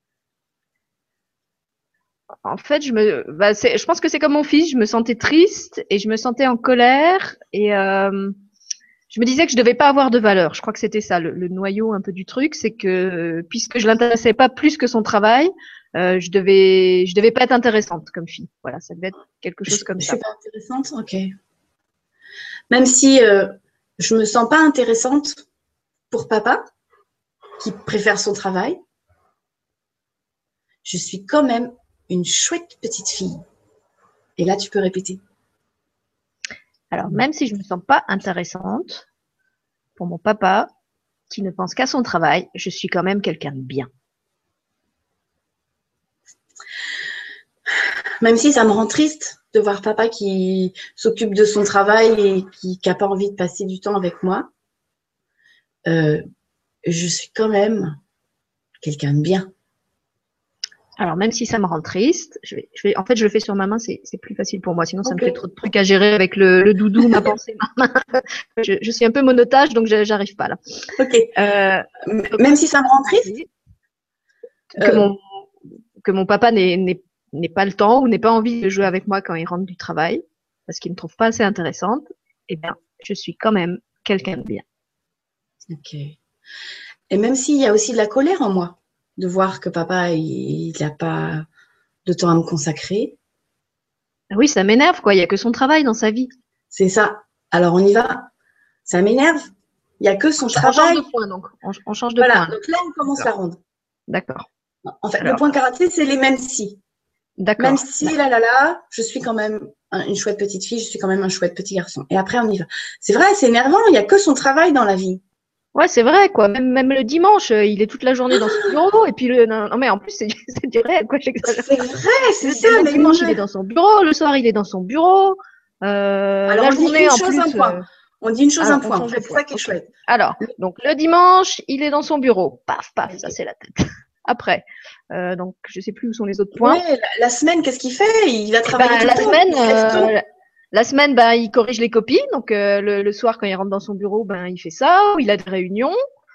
En fait, je pense que c'est comme mon fils. Je me sentais triste et je me sentais en colère et je me disais que je devais pas avoir de valeur. Je crois que c'était ça, le noyau un peu du truc, c'est que puisque je l'intéressais pas plus que son travail, je devais pas être intéressante comme fille. Voilà, ça devait être quelque chose comme Je ça. suis pas intéressante? Ok. Même si je me sens pas intéressante pour papa, qui préfère son travail, je suis quand même une chouette petite fille. Et là, tu peux répéter. Alors, même si je me sens pas intéressante pour mon papa, qui ne pense qu'à son travail, je suis quand même quelqu'un de bien. Même si ça me rend triste de voir papa qui s'occupe de son travail et qui n'a pas envie de passer du temps avec moi, euh, je suis quand même quelqu'un de bien. Alors, même si ça me rend triste, en fait, je le fais sur ma main, c'est plus facile pour moi. Sinon, ça me Ok. fait trop de trucs à gérer avec le doudou, ma pensée, ma main. Je suis un peu monotage, donc j'arrive pas là. Ok. Donc, Même si ça me rend triste, que euh, mon, que mon papa n'ait pas le temps ou n'ait pas envie de jouer avec moi quand il rentre du travail, parce qu'il me trouve pas assez intéressante, eh bien, je suis quand même quelqu'un de bien. ok. Et même s'il y a aussi de la colère en moi, de voir que papa, il n'a pas de temps à me consacrer, Oui, ça m'énerve, quoi. Il y a que son travail dans sa vie. c'est ça. Alors on y va. Ça m'énerve. Il n'y a que son On change travail. de point, donc. On change de Voilà. point, là. Donc là, on commence D'accord. la ronde. D'accord. En fait, le Alors, point karaté, c'est les mêmes si. Même d'accord. si, là, je suis quand même une chouette petite fille, je suis quand même un chouette petit garçon. Et après, on y va. C'est vrai, c'est énervant. Il n'y a que son travail dans la vie. Ouais, c'est vrai, quoi. Même le dimanche, il est toute la journée dans son bureau. Et puis, non, non, mais en plus, c'est du réel, quoi. J'exagère C'est pas. vrai, c'est ça. Le Mais dimanche, il est dans son bureau. Le soir, il est dans son bureau. alors, La on dit journée, une en chose, un plus, point. On dit une chose, un on point. En change de fait, c'est point. ça qui est Ok. chouette. Alors, donc, le dimanche, il est dans son bureau. Paf, paf, ça, Ok. c'est la tête. Après, donc, je sais plus où sont les autres points. Ouais, la semaine, qu'est-ce qu'il fait? Il va Et ben, travailler tout le temps. Il se lève tôt. la semaine, ben, il corrige les copies. Donc, le soir, quand il rentre dans son bureau, ben, il fait ça. Ou il a des réunions.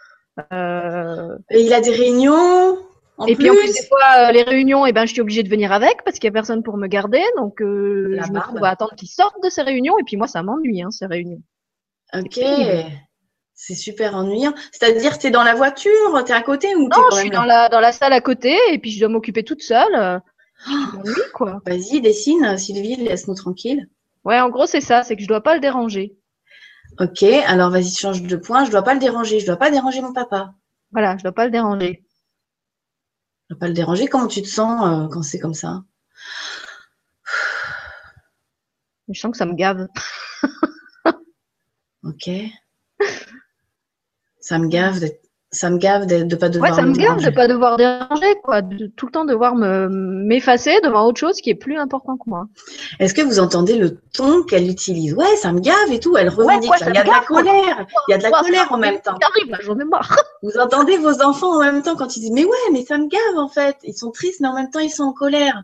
Euh, Et il a des réunions en et puis, en plus, des plus. fois, les réunions, eh ben, je suis obligée de venir avec parce qu'il y a personne pour me garder. Donc, La je me trouve barbe. à attendre qu'il sorte de ces réunions. Et puis, moi, ça m'ennuie, hein, ces réunions. C'est Ok. pénible. C'est super ennuyant. C'est-à-dire, tu es dans la voiture, tu es à côté ou Non, tu es quand je suis même là? dans la salle à côté et puis je dois m'occuper toute seule. Et puis, je m'ennuie, quoi. Vas-y, dessine, Sylvie, laisse-nous tranquille. Ouais, en gros, c'est ça. C'est que je dois pas le déranger. Ok, alors vas-y, change de point. Je dois pas le déranger. Je dois pas déranger mon papa. Voilà, je dois pas le déranger. Je dois pas le déranger. Comment tu te sens quand c'est comme ça? Je sens que ça me gave. Ok. Ça me gave de pas Ouais, devoir ça le me gave de déranger. pas devoir déranger, quoi. De tout le temps devoir m'effacer devant autre chose qui est plus important que moi. Est-ce que vous entendez le ton qu'elle utilise? Ouais, ça me gave et tout. Elle Ouais, quoi, revendique là. ça Il y me a de la gave, quoi. colère. Il y a de la Ouah, c'est la colère en même pandémie temps. qui arrive, là, j'en ai marre. Vous entendez vos enfants en même temps quand ils disent mais ouais, mais ça me gave en fait. Ils sont tristes, mais en même temps ils sont en colère.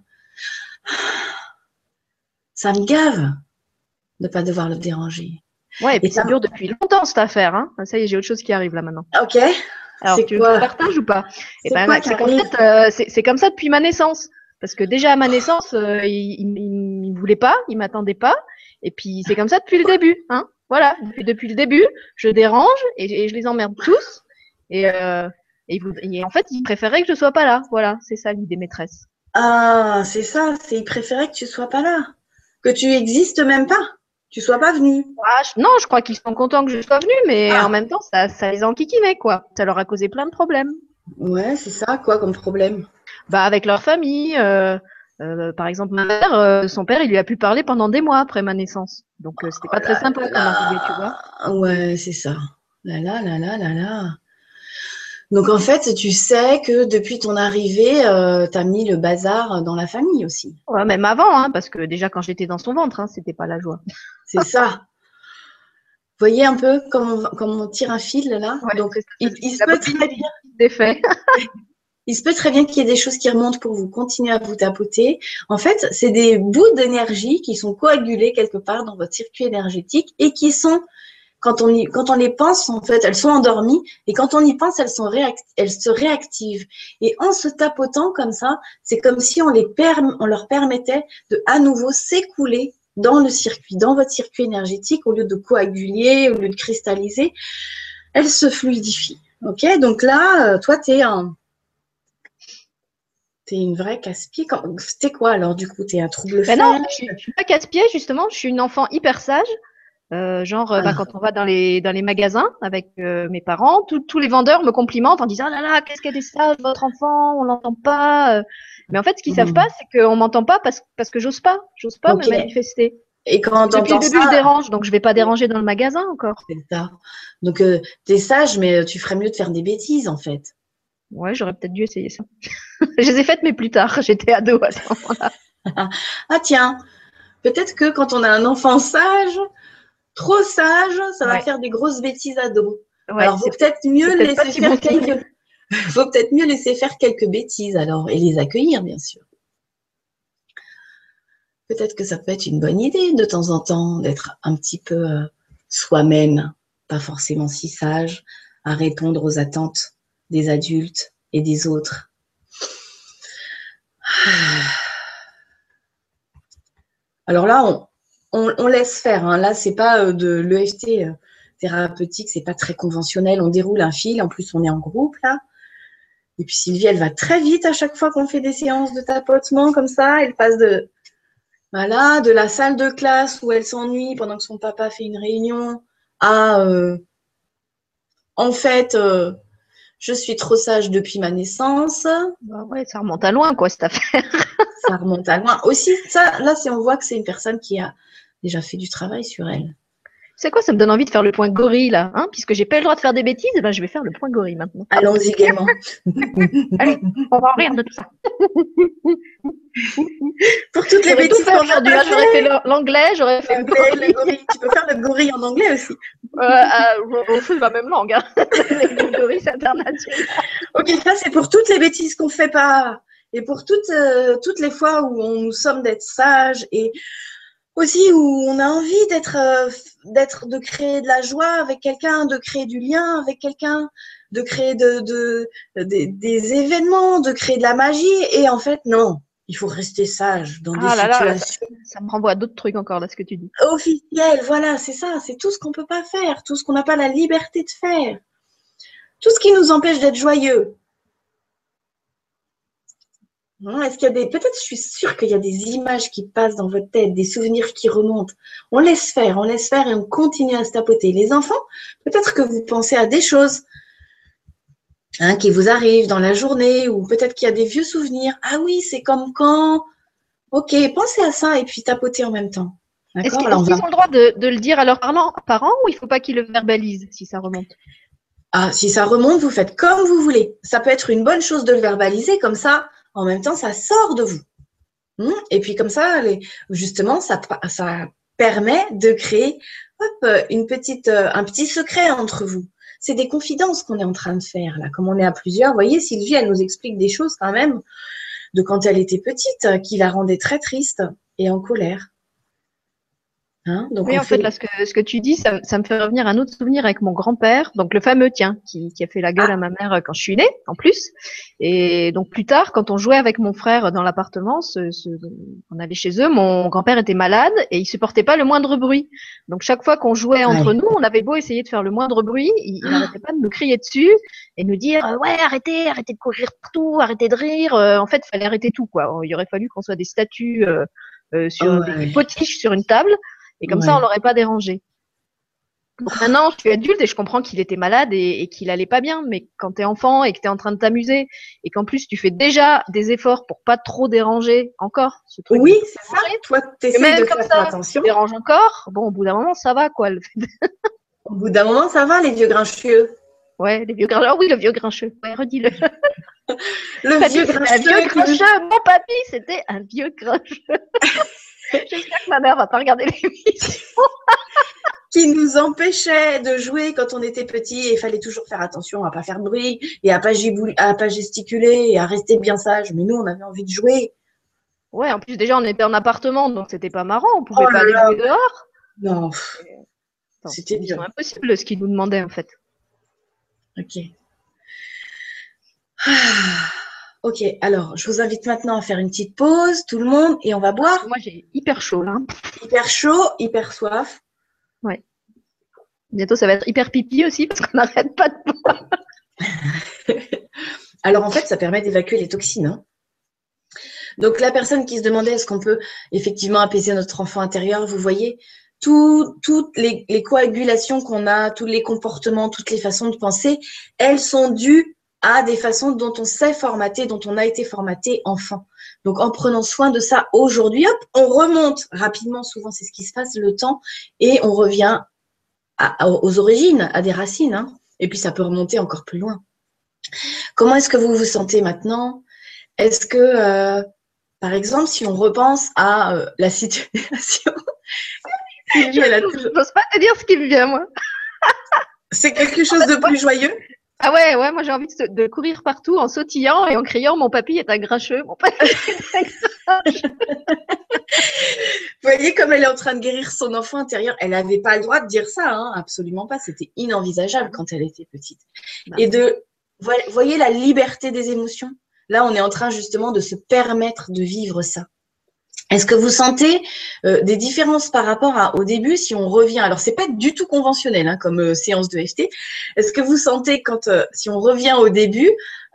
Ça me gave de pas devoir le déranger. Ouais, et Et puis ça ça, dure depuis longtemps, cette affaire, hein. Ça y est, j'ai autre chose qui arrive là maintenant. ok. Alors, C'est tu veux que je te quoi? partage ou pas? Eh C'est ben, quoi qui c'est qu'en arrive? fait, c'est comme ça depuis ma naissance. Parce que déjà à ma naissance, il me voulait pas, il m'attendait pas. Et puis c'est comme ça depuis le début, hein. Voilà, depuis le début, je dérange et je les emmerde tous. Et, et en fait, ils préféraient que je sois pas là. Voilà, c'est ça l'idée maîtresse. Ah, c'est ça. C'est ils préféraient que tu sois pas là, que tu existes même pas, tu sois pas venu. Ah, non, je crois qu'ils sont contents que je sois venue, mais en Ah, même temps, ça les enquiquinait, quoi. Ça leur a causé plein de problèmes. ouais, c'est ça. Quoi comme problème? Bah, avec leur famille. Par exemple, ma mère, son père, il lui a pu parler pendant des mois après ma naissance. Donc, c'était Oh pas très là sympa comme arrivée, tu vois. là. Ouais, c'est ça. Là là là là là là. Donc en fait, tu sais que depuis ton arrivée, tu as mis le bazar dans la famille aussi. Ouais, même avant, hein, parce que déjà quand j'étais dans son ventre, hein, c'était pas la joie. C'est ça. Vous voyez un peu comme on tire un fil là? Ouais, Donc c'est ça, il se la peut bobine très bien. qui se défait. il se peut très bien qu'il y ait des choses qui remontent pour vous. Continuez à vous tapoter. En fait, c'est des bouts d'énergie qui sont coagulés quelque part dans votre circuit énergétique et qui sont, quand on les pense, en fait, elles sont endormies et quand on y pense, elles se réactivent. Et en se tapotant comme ça, c'est comme si on leur permettait de à nouveau s'écouler dans le circuit, dans votre circuit énergétique, au lieu de coaguler, au lieu de cristalliser, elles se fluidifient. Ok, donc là, toi, t'es une vraie casse-pied. T'es quoi alors du coup? T'es un trouble-fête? Non, je suis pas casse-pied justement. Je suis une enfant hyper sage. Quand on va dans les magasins avec mes parents, tous les vendeurs me complimentent en disant: «Ah là là, qu'est-ce qu'elle est sage, votre enfant, on l'entend pas.» Mais en fait, ce qu'ils savent pas, c'est qu'on m'entend pas parce que j'ose pas me Ok. manifester. Et quand Depuis le t'entends début, je ça, dérange, donc je vais pas déranger dans le magasin encore. c'est ça. Donc, t'es sage, mais tu ferais mieux de faire des bêtises en fait. Ouais, j'aurais peut-être dû essayer ça. Je les ai faites, mais plus tard. J'étais ado à ce moment-là. Ah tiens, peut-être que quand on a un enfant sage, trop sage, ça va Ouais, faire des grosses bêtises à dos. ouais, Alors, c'est peut-être pas si bon signe. faut peut-être mieux laisser faire quelques bêtises alors et les accueillir bien sûr. Peut-être que ça peut être une bonne idée de temps en temps d'être un petit peu soi-même, pas forcément si sage, à répondre aux attentes des adultes et des autres. Alors là, on laisse faire. Hein. Là, c'est pas de l'EFT thérapeutique, c'est pas très conventionnel. On déroule un fil. En plus, on est en groupe là. Et puis Sylvie, elle va très vite à chaque fois qu'on fait des séances de tapotement comme ça. Elle passe de la salle de classe où elle s'ennuie pendant que son papa fait une réunion à en fait, je suis trop sage depuis ma naissance. Bah ouais, ça remonte à loin, quoi, cette affaire. Ça remonte à loin. Aussi, ça, là, on voit que c'est une personne qui a déjà fait du travail sur elle. C'est quoi, ça me donne envie de faire le point gorille, là, hein, puisque j'ai pas eu le droit de faire des bêtises, ben, je vais faire le point gorille maintenant. Allons-y gaiement. Allez, on va en rire de tout ça. Pour toutes les J'aurais tout bêtises fait qu'on a aujourd'hui, hein. J'aurais fait l'anglais, j'aurais fait le gorille. le gorille. Tu peux faire le gorille en anglais aussi. C'est la même langue, hein. Le gorille, c'est international. Ok, ça c'est pour toutes les bêtises qu'on fait pas. Et pour toutes les fois où nous sommes d'être sages et aussi où on a envie de créer de la joie avec quelqu'un, de créer du lien avec quelqu'un, de créer des événements, de créer de la magie. Et en fait, non, il faut rester sage dans des Ah là là, situations ça me renvoie à d'autres trucs encore, là, ce que tu dis. officielles. Voilà, c'est ça, c'est tout ce qu'on peut pas faire, tout ce qu'on n'a pas la liberté de faire, tout ce qui nous empêche d'être joyeux. Est-ce qu'il y a peut-être, je suis sûre qu'il y a des images qui passent dans votre tête, des souvenirs qui remontent. On laisse faire et on continue à se tapoter. Les enfants, peut-être que vous pensez à des choses qui vous arrivent dans la journée ou peut-être qu'il y a des vieux souvenirs. Ah oui, c'est comme quand. Ok, pensez à ça et puis tapotez en même temps. Est-ce D'accord? qu'ils ont le droit de le dire à leurs parents ou il faut pas qu'ils le verbalisent si ça remonte? Ah, si ça remonte, vous faites comme vous voulez. Ça peut être une bonne chose de le verbaliser, comme ça, en même temps, ça sort de vous. Et puis comme ça, justement, ça permet de créer un petit secret entre vous. C'est des confidences qu'on est en train de faire là, comme on est à plusieurs. Vous voyez, Sylvie, elle nous explique des choses quand même de quand elle était petite qui la rendaient très triste et en colère. Donc Oui, en fait, là, ce que tu dis, ça me fait revenir à un autre souvenir avec mon grand-père, donc le fameux, tiens, qui a fait la gueule à ma mère quand je suis née, en plus. Et donc, plus tard, quand on jouait avec mon frère dans l'appartement, on allait chez eux, mon grand-père était malade et il supportait pas le moindre bruit. Donc, chaque fois qu'on jouait entre nous, on avait beau essayer de faire le moindre bruit, il n'arrêtait pas de nous crier dessus et nous dire, ouais, arrêtez de courir partout, arrêtez de rire. En fait, il fallait arrêter tout, quoi. Il aurait fallu qu'on soit des statues sur des potiches sur une table. Et comme ça, on l'aurait pas dérangé. Donc maintenant, je suis adulte et je comprends qu'il était malade et qu'il allait pas bien. Mais quand t'es enfant et que t'es en train de t'amuser et qu'en plus tu fais déjà des efforts pour pas trop déranger encore ce truc. Oui, c'est ça. Toi, t'essayes de faire attention. Tu déranges encore. Bon, au bout d'un moment, ça va, quoi. Au bout d'un moment, ça va, les vieux grincheux. Ouais, les vieux grincheux. Ah oui, le vieux grincheux. Ouais, redis-le. Le vieux grincheux. Un vieux grincheux. Mon papy, c'était un vieux grincheux. J'espère que ma mère va pas regarder l'émission. qui nous empêchait de jouer quand on était petit et il fallait toujours faire attention à pas faire de bruit et à pas gesticuler et à rester bien sage. Mais nous, on avait envie de jouer. Ouais, en plus, déjà, on était en appartement, donc c'était pas marrant. On Oh pouvait pas là aller là, jouer dehors. non, Attends, c'était c'était dur. mission impossible ce qu'ils nous demandaient, en fait. Ok. Ah, ok, alors je vous invite maintenant à faire une petite pause, tout le monde, et on va boire. Moi, j'ai hyper chaud, là. Hyper chaud, hyper soif. Ouais. Bientôt, ça va être hyper pipi aussi, parce qu'on n'arrête pas de boire. Alors en fait, ça permet d'évacuer les toxines, hein. Donc la personne qui se demandait est-ce qu'on peut effectivement apaiser notre enfant intérieur, vous voyez, toutes les coagulations qu'on a, tous les comportements, toutes les façons de penser, elles sont dues à des façons dont on s'est formaté, dont on a été formaté enfant. Donc en prenant soin de ça aujourd'hui, hop, on remonte rapidement, souvent c'est ce qui se passe, le temps, et on revient aux origines, à des racines, hein. Et puis ça peut remonter encore plus loin. Comment est-ce que vous vous sentez maintenant? Est-ce que, par exemple, si on repense à la situation, Sylvie, elle a toujours... J'ose pas te dire ce qui me vient, moi. C'est quelque chose de plus joyeux? Ah ouais, ouais, moi j'ai envie de courir partout en sautillant et en criant mon papy est un grincheux. Mon papy est un grincheux. Vous voyez comme elle est en train de guérir son enfant intérieur. Elle n'avait pas le droit de dire ça, hein, absolument pas. C'était inenvisageable quand elle était petite. Et voyez la liberté des émotions. Là, on est en train justement de se permettre de vivre ça. Est-ce que vous sentez des différences par rapport au début si on revient? Alors, c'est pas du tout conventionnel hein, comme séance de FT. Est-ce que vous sentez quand si on revient au début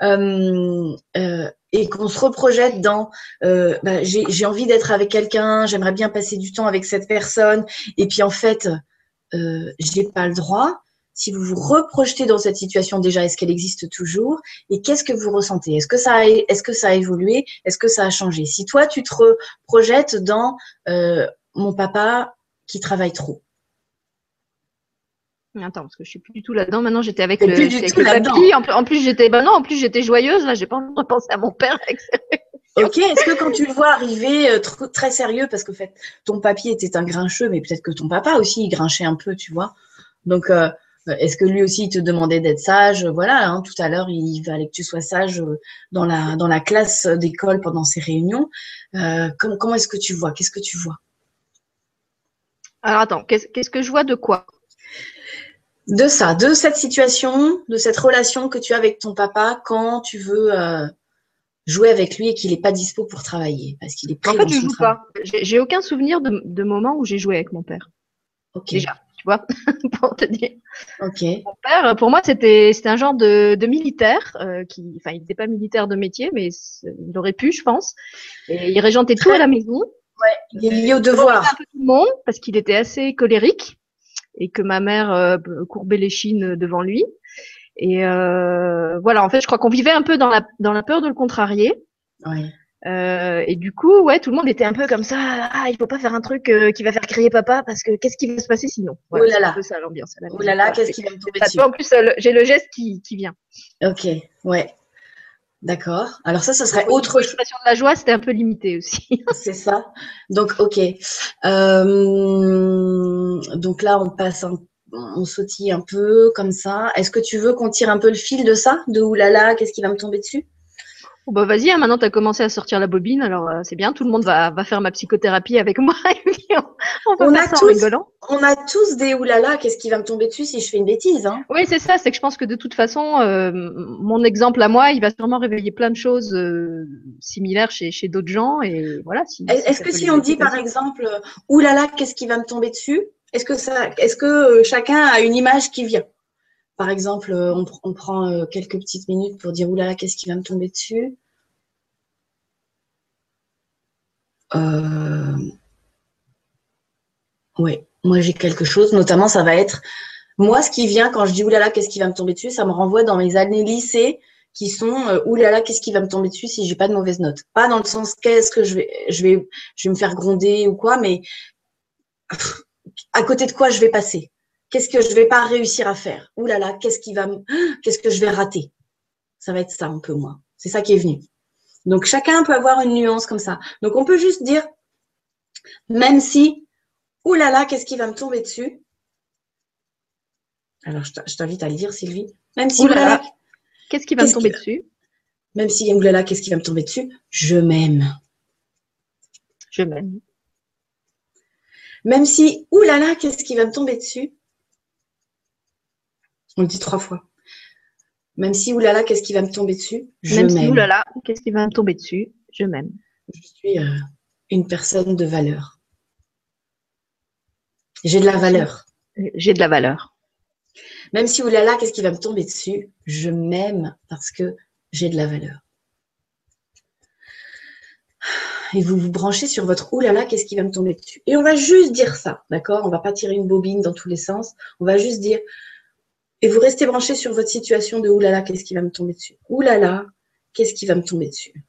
et qu'on se reprojette dans j'ai envie d'être avec quelqu'un, j'aimerais bien passer du temps avec cette personne, et puis en fait, j'ai pas le droit. Si vous vous reprojetez dans cette situation déjà, est-ce qu'elle existe toujours? Et qu'est-ce que vous ressentez? Est-ce que ça a évolué? Est-ce que ça a changé? Si toi, tu te projettes dans mon papa qui travaille trop. Attends, parce que je suis plus du tout là-dedans. Maintenant, j'étais avec T'es le, plus du j'étais avec tout le là-dedans. papy. En plus, j'étais, non, en plus, j'étais joyeuse. Là, j'ai pas envie de repenser à mon père. Ok, est-ce que quand tu le vois arriver très sérieux, parce que en fait, ton papy était un grincheux, mais peut-être que ton papa aussi, il grinchait un peu, tu vois. Donc, est-ce que lui aussi, il te demandait d'être sage? Voilà, hein, tout à l'heure, il fallait que tu sois sage dans la classe d'école pendant ces réunions. Comment est-ce que tu vois? Qu'est-ce que tu vois? Alors, attends, qu'est-ce que je vois de quoi? De ça, de cette situation, de cette relation que tu as avec ton papa quand tu veux jouer avec lui et qu'il n'est pas dispo pour travailler, parce qu'il est En pris fait, dans je son joue travail. pas. J'ai aucun souvenir de moments où j'ai joué avec mon père. Ok, Déjà, tu vois, pour te dire. ok. Mon père, pour moi, c'était un genre de militaire enfin, il n'était pas militaire de métier, mais il aurait pu, je pense. Et il régentait tout à la maison. Il est lié au Il terrorisait devoir. un peu tout le monde parce qu'il était assez colérique et que ma mère courbait les chines devant lui. Et voilà, en fait, je crois qu'on vivait un peu dans la peur de le contrarier. Ouais. Et du coup, ouais, tout le monde était un peu comme ça. Ah, il faut pas faire un truc qui va faire crier papa parce que qu'est-ce qui va se passer sinon? Oh Voilà, là c'est un là, peu ça l'ambiance à la oh là maison. là, Voilà, qu'est-ce qui va me tomber tu dessus? vois, en plus, j'ai le geste qui vient. Ok, ouais, d'accord. Alors ça Donc, serait au niveau autre chose. expression de la joie, c'était un peu limité aussi. C'est ça. Donc, ok. Donc là, on sautille un peu comme ça. Est-ce que tu veux qu'on tire un peu le fil de ça? De oulala, qu'est-ce qui va me tomber dessus? Bon, bah, vas-y, hein, maintenant, tu as commencé à sortir la bobine, alors c'est bien, tout le monde va faire ma psychothérapie avec moi et puis on va On faire a ça en tous, rigolant. on a tous des oulala, qu'est-ce qui va me tomber dessus si je fais une bêtise, hein? Oui, c'est ça, c'est que je pense que de toute façon, mon exemple à moi, il va sûrement réveiller plein de choses similaires chez d'autres gens et voilà, si Est-ce ça que peut si les on aider dit comme par ça. exemple, oulala, qu'est-ce qui va me tomber dessus? Est-ce que chacun a une image qui vient? Par exemple, on prend quelques petites minutes pour dire oulala, qu'est-ce qui va me tomber dessus? Ouais, moi j'ai quelque chose, notamment ça va être, moi ce qui vient quand je dis oulala, qu'est-ce qui va me tomber dessus, ça me renvoie dans mes années lycée qui sont oulala, qu'est-ce qui va me tomber dessus si j'ai pas de mauvaise note. Pas dans le sens qu'est-ce que je vais me faire gronder ou quoi, mais à côté de quoi je vais passer. Qu'est-ce que je vais pas réussir à faire? Oulala, qu'est-ce que je vais rater? Ça va être ça un peu moi. C'est ça qui est venu. Donc chacun peut avoir une nuance comme ça. Donc on peut juste dire, même si, oulala, qu'est-ce qui va me tomber dessus? Alors, je t'invite à le dire, Sylvie. Même si, Ouh là oulala, là, qu'est-ce qui va me qu'est-ce qui, tomber dessus? même si, oulala, qu'est-ce qui va me tomber dessus? Je m'aime. Je m'aime. Même si, oulala, qu'est-ce qui va me tomber dessus? On le dit 3 fois. Même si, oulala, qu'est-ce qui va me tomber dessus? Je Même si, ouh là m'aime. là, qu'est-ce qui va me tomber dessus? Je m'aime. Je suis une personne de valeur. J'ai de la valeur. J'ai de la valeur. Même si, oulala, qu'est-ce qui va me tomber dessus? Je m'aime parce que j'ai de la valeur. Et vous vous branchez sur votre oulala, qu'est-ce qui va me tomber dessus? Et on va juste dire ça, d'accord? On ne va pas tirer une bobine dans tous les sens. On va juste dire, et vous restez branché sur votre situation de oulala, qu'est-ce qui va me tomber dessus? Oulala, qu'est-ce qui va me tomber dessus?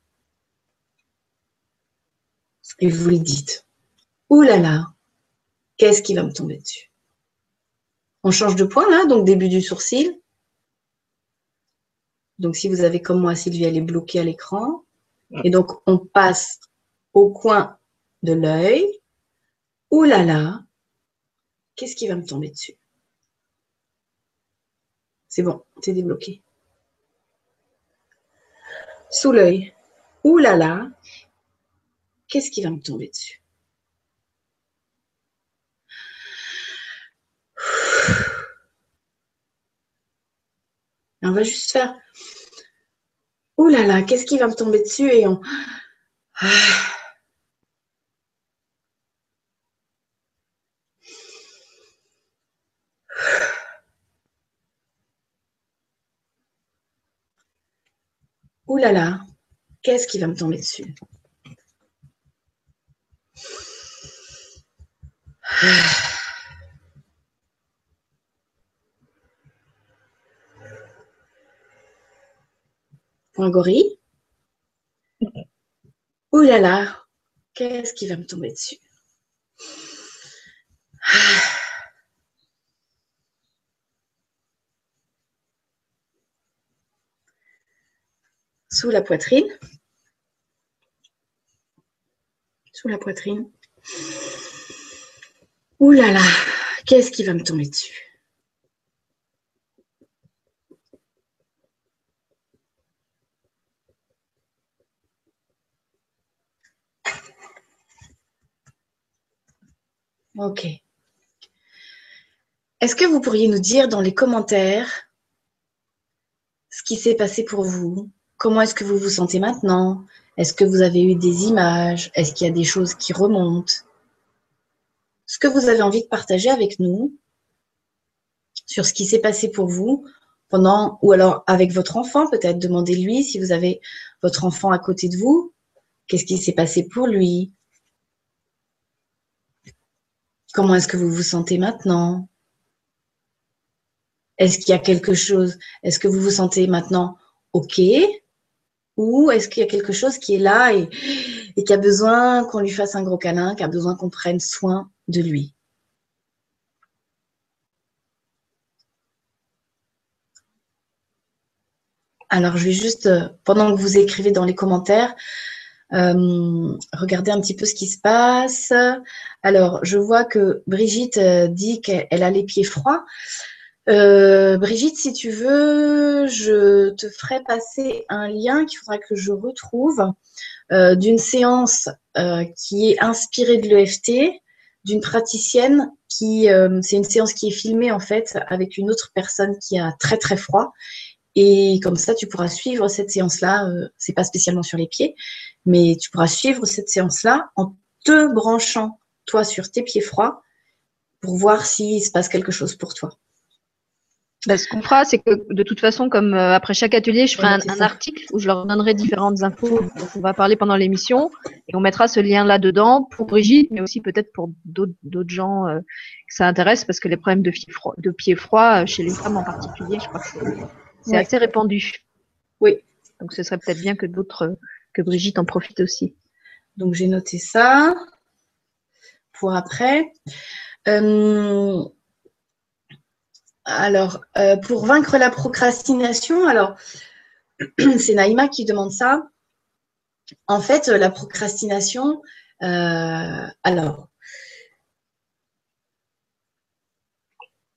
Et vous le dites. Oulala, qu'est-ce qui va me tomber dessus? On change de point là, donc début du sourcil. Donc si vous avez comme moi, Sylvie, elle est bloquée à l'écran. Et donc on passe au coin de l'œil. Oulala, qu'est-ce qui va me tomber dessus? C'est bon, t'es débloqué. Sous l'œil. Oulala, qu'est-ce qui va me tomber dessus? Et on va juste faire oulala, qu'est-ce qui va me tomber dessus? Et on. Oulala, qu'est-ce qui va me tomber dessus? Point gorille. Oulala, qu'est-ce qui va me tomber dessus? Sous la poitrine. Sous la poitrine. Oulala, qu'est-ce qui va me tomber dessus? Ok. Est-ce que vous pourriez nous dire dans les commentaires ce qui s'est passé pour vous? Comment est-ce que vous vous sentez maintenant? Est-ce que vous avez eu des images? Est-ce qu'il y a des choses qui remontent? Ce que vous avez envie de partager avec nous sur ce qui s'est passé pour vous pendant, ou alors avec votre enfant, peut-être demandez-lui si vous avez votre enfant à côté de vous, qu'est-ce qui s'est passé pour lui? Comment est-ce que vous vous sentez maintenant? Est-ce qu'il y a quelque chose? Est-ce que vous vous sentez maintenant OK? Ou est-ce qu'il y a quelque chose qui est là et qui a besoin qu'on lui fasse un gros câlin, qui a besoin qu'on prenne soin de lui? Alors, je vais juste, pendant que vous écrivez dans les commentaires, regarder un petit peu ce qui se passe. Alors, je vois que Brigitte dit qu'elle a les pieds froids. Brigitte, si tu veux, je te ferai passer un lien qu'il faudra que je retrouve d'une séance qui est inspirée de l'EFT, d'une praticienne qui, c'est une séance qui est filmée en fait avec une autre personne qui a très très froid. Et comme ça, tu pourras suivre cette séance-là. C'est pas spécialement sur les pieds, mais tu pourras suivre cette séance-là en te branchant toi sur tes pieds froids pour voir s'il se passe quelque chose pour toi. Ben, ce qu'on fera, c'est que de toute façon, comme après chaque atelier, je ferai un ça. article où je leur donnerai différentes infos dont on va parler pendant l'émission et on mettra ce lien-là dedans pour Brigitte, mais aussi peut-être pour d'autres gens que ça intéresse parce que les problèmes de pieds froids chez les femmes en particulier, je crois que c'est assez répandu. Oui. Donc ce serait peut-être bien que que Brigitte en profite aussi. Donc j'ai noté ça pour après. Alors, pour vaincre la procrastination, alors c'est Naïma qui demande ça. En fait, la procrastination, alors,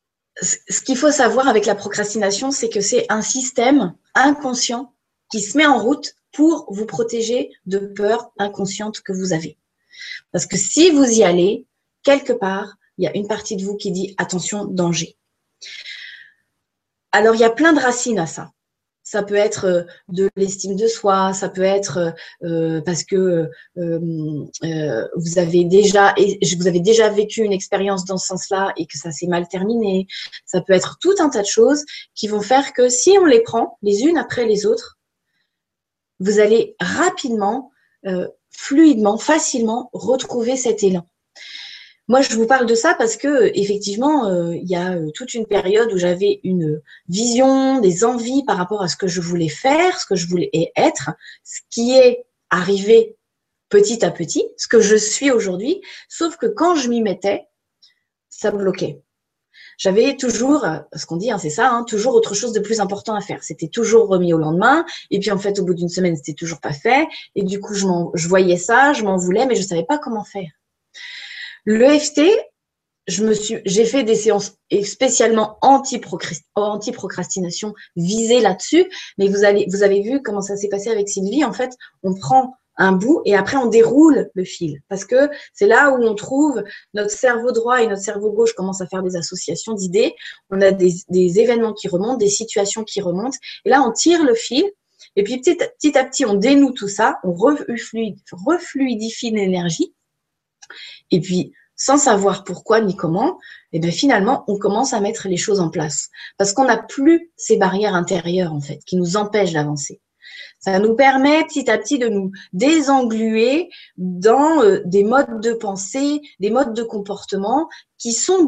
ce qu'il faut savoir avec la procrastination, c'est que c'est un système inconscient qui se met en route pour vous protéger de peurs inconscientes que vous avez. Parce que si vous y allez, quelque part, il y a une partie de vous qui dit attention, danger. Alors, il y a plein de racines à ça. Ça peut être de l'estime de soi, ça peut être parce que vous avez déjà vécu une expérience dans ce sens-là et que ça s'est mal terminé. Ça peut être tout un tas de choses qui vont faire que si on les prend les unes après les autres, vous allez rapidement, fluidement, facilement retrouver cet élan. Moi, je vous parle de ça parce que effectivement, il y a toute une période où j'avais une vision, des envies par rapport à ce que je voulais faire, ce que je voulais être, ce qui est arrivé petit à petit, ce que je suis aujourd'hui, sauf que quand je m'y mettais, ça bloquait. J'avais toujours, ce qu'on dit, hein, c'est ça, hein, toujours autre chose de plus important à faire. C'était toujours remis au lendemain, et puis en fait, au bout d'une semaine, c'était toujours pas fait, et du coup, je voyais ça, je m'en voulais, mais je savais pas comment faire. L'EFT, j'ai fait des séances spécialement anti-procrastination visées là-dessus, mais vous avez vu comment ça s'est passé avec Sylvie. En fait, on prend un bout et après on déroule le fil parce que c'est là où on trouve notre cerveau droit et notre cerveau gauche commencent à faire des associations d'idées. On a des événements qui remontent, des situations qui remontent et là on tire le fil et puis petit à petit on dénoue tout ça, on refluidifie l'énergie. Et puis, sans savoir pourquoi ni comment, et bien finalement, on commence à mettre les choses en place. Parce qu'on n'a plus ces barrières intérieures, en fait, qui nous empêchent d'avancer. Ça nous permet petit à petit de nous désengluer dans des modes de pensée, des modes de comportement qui sont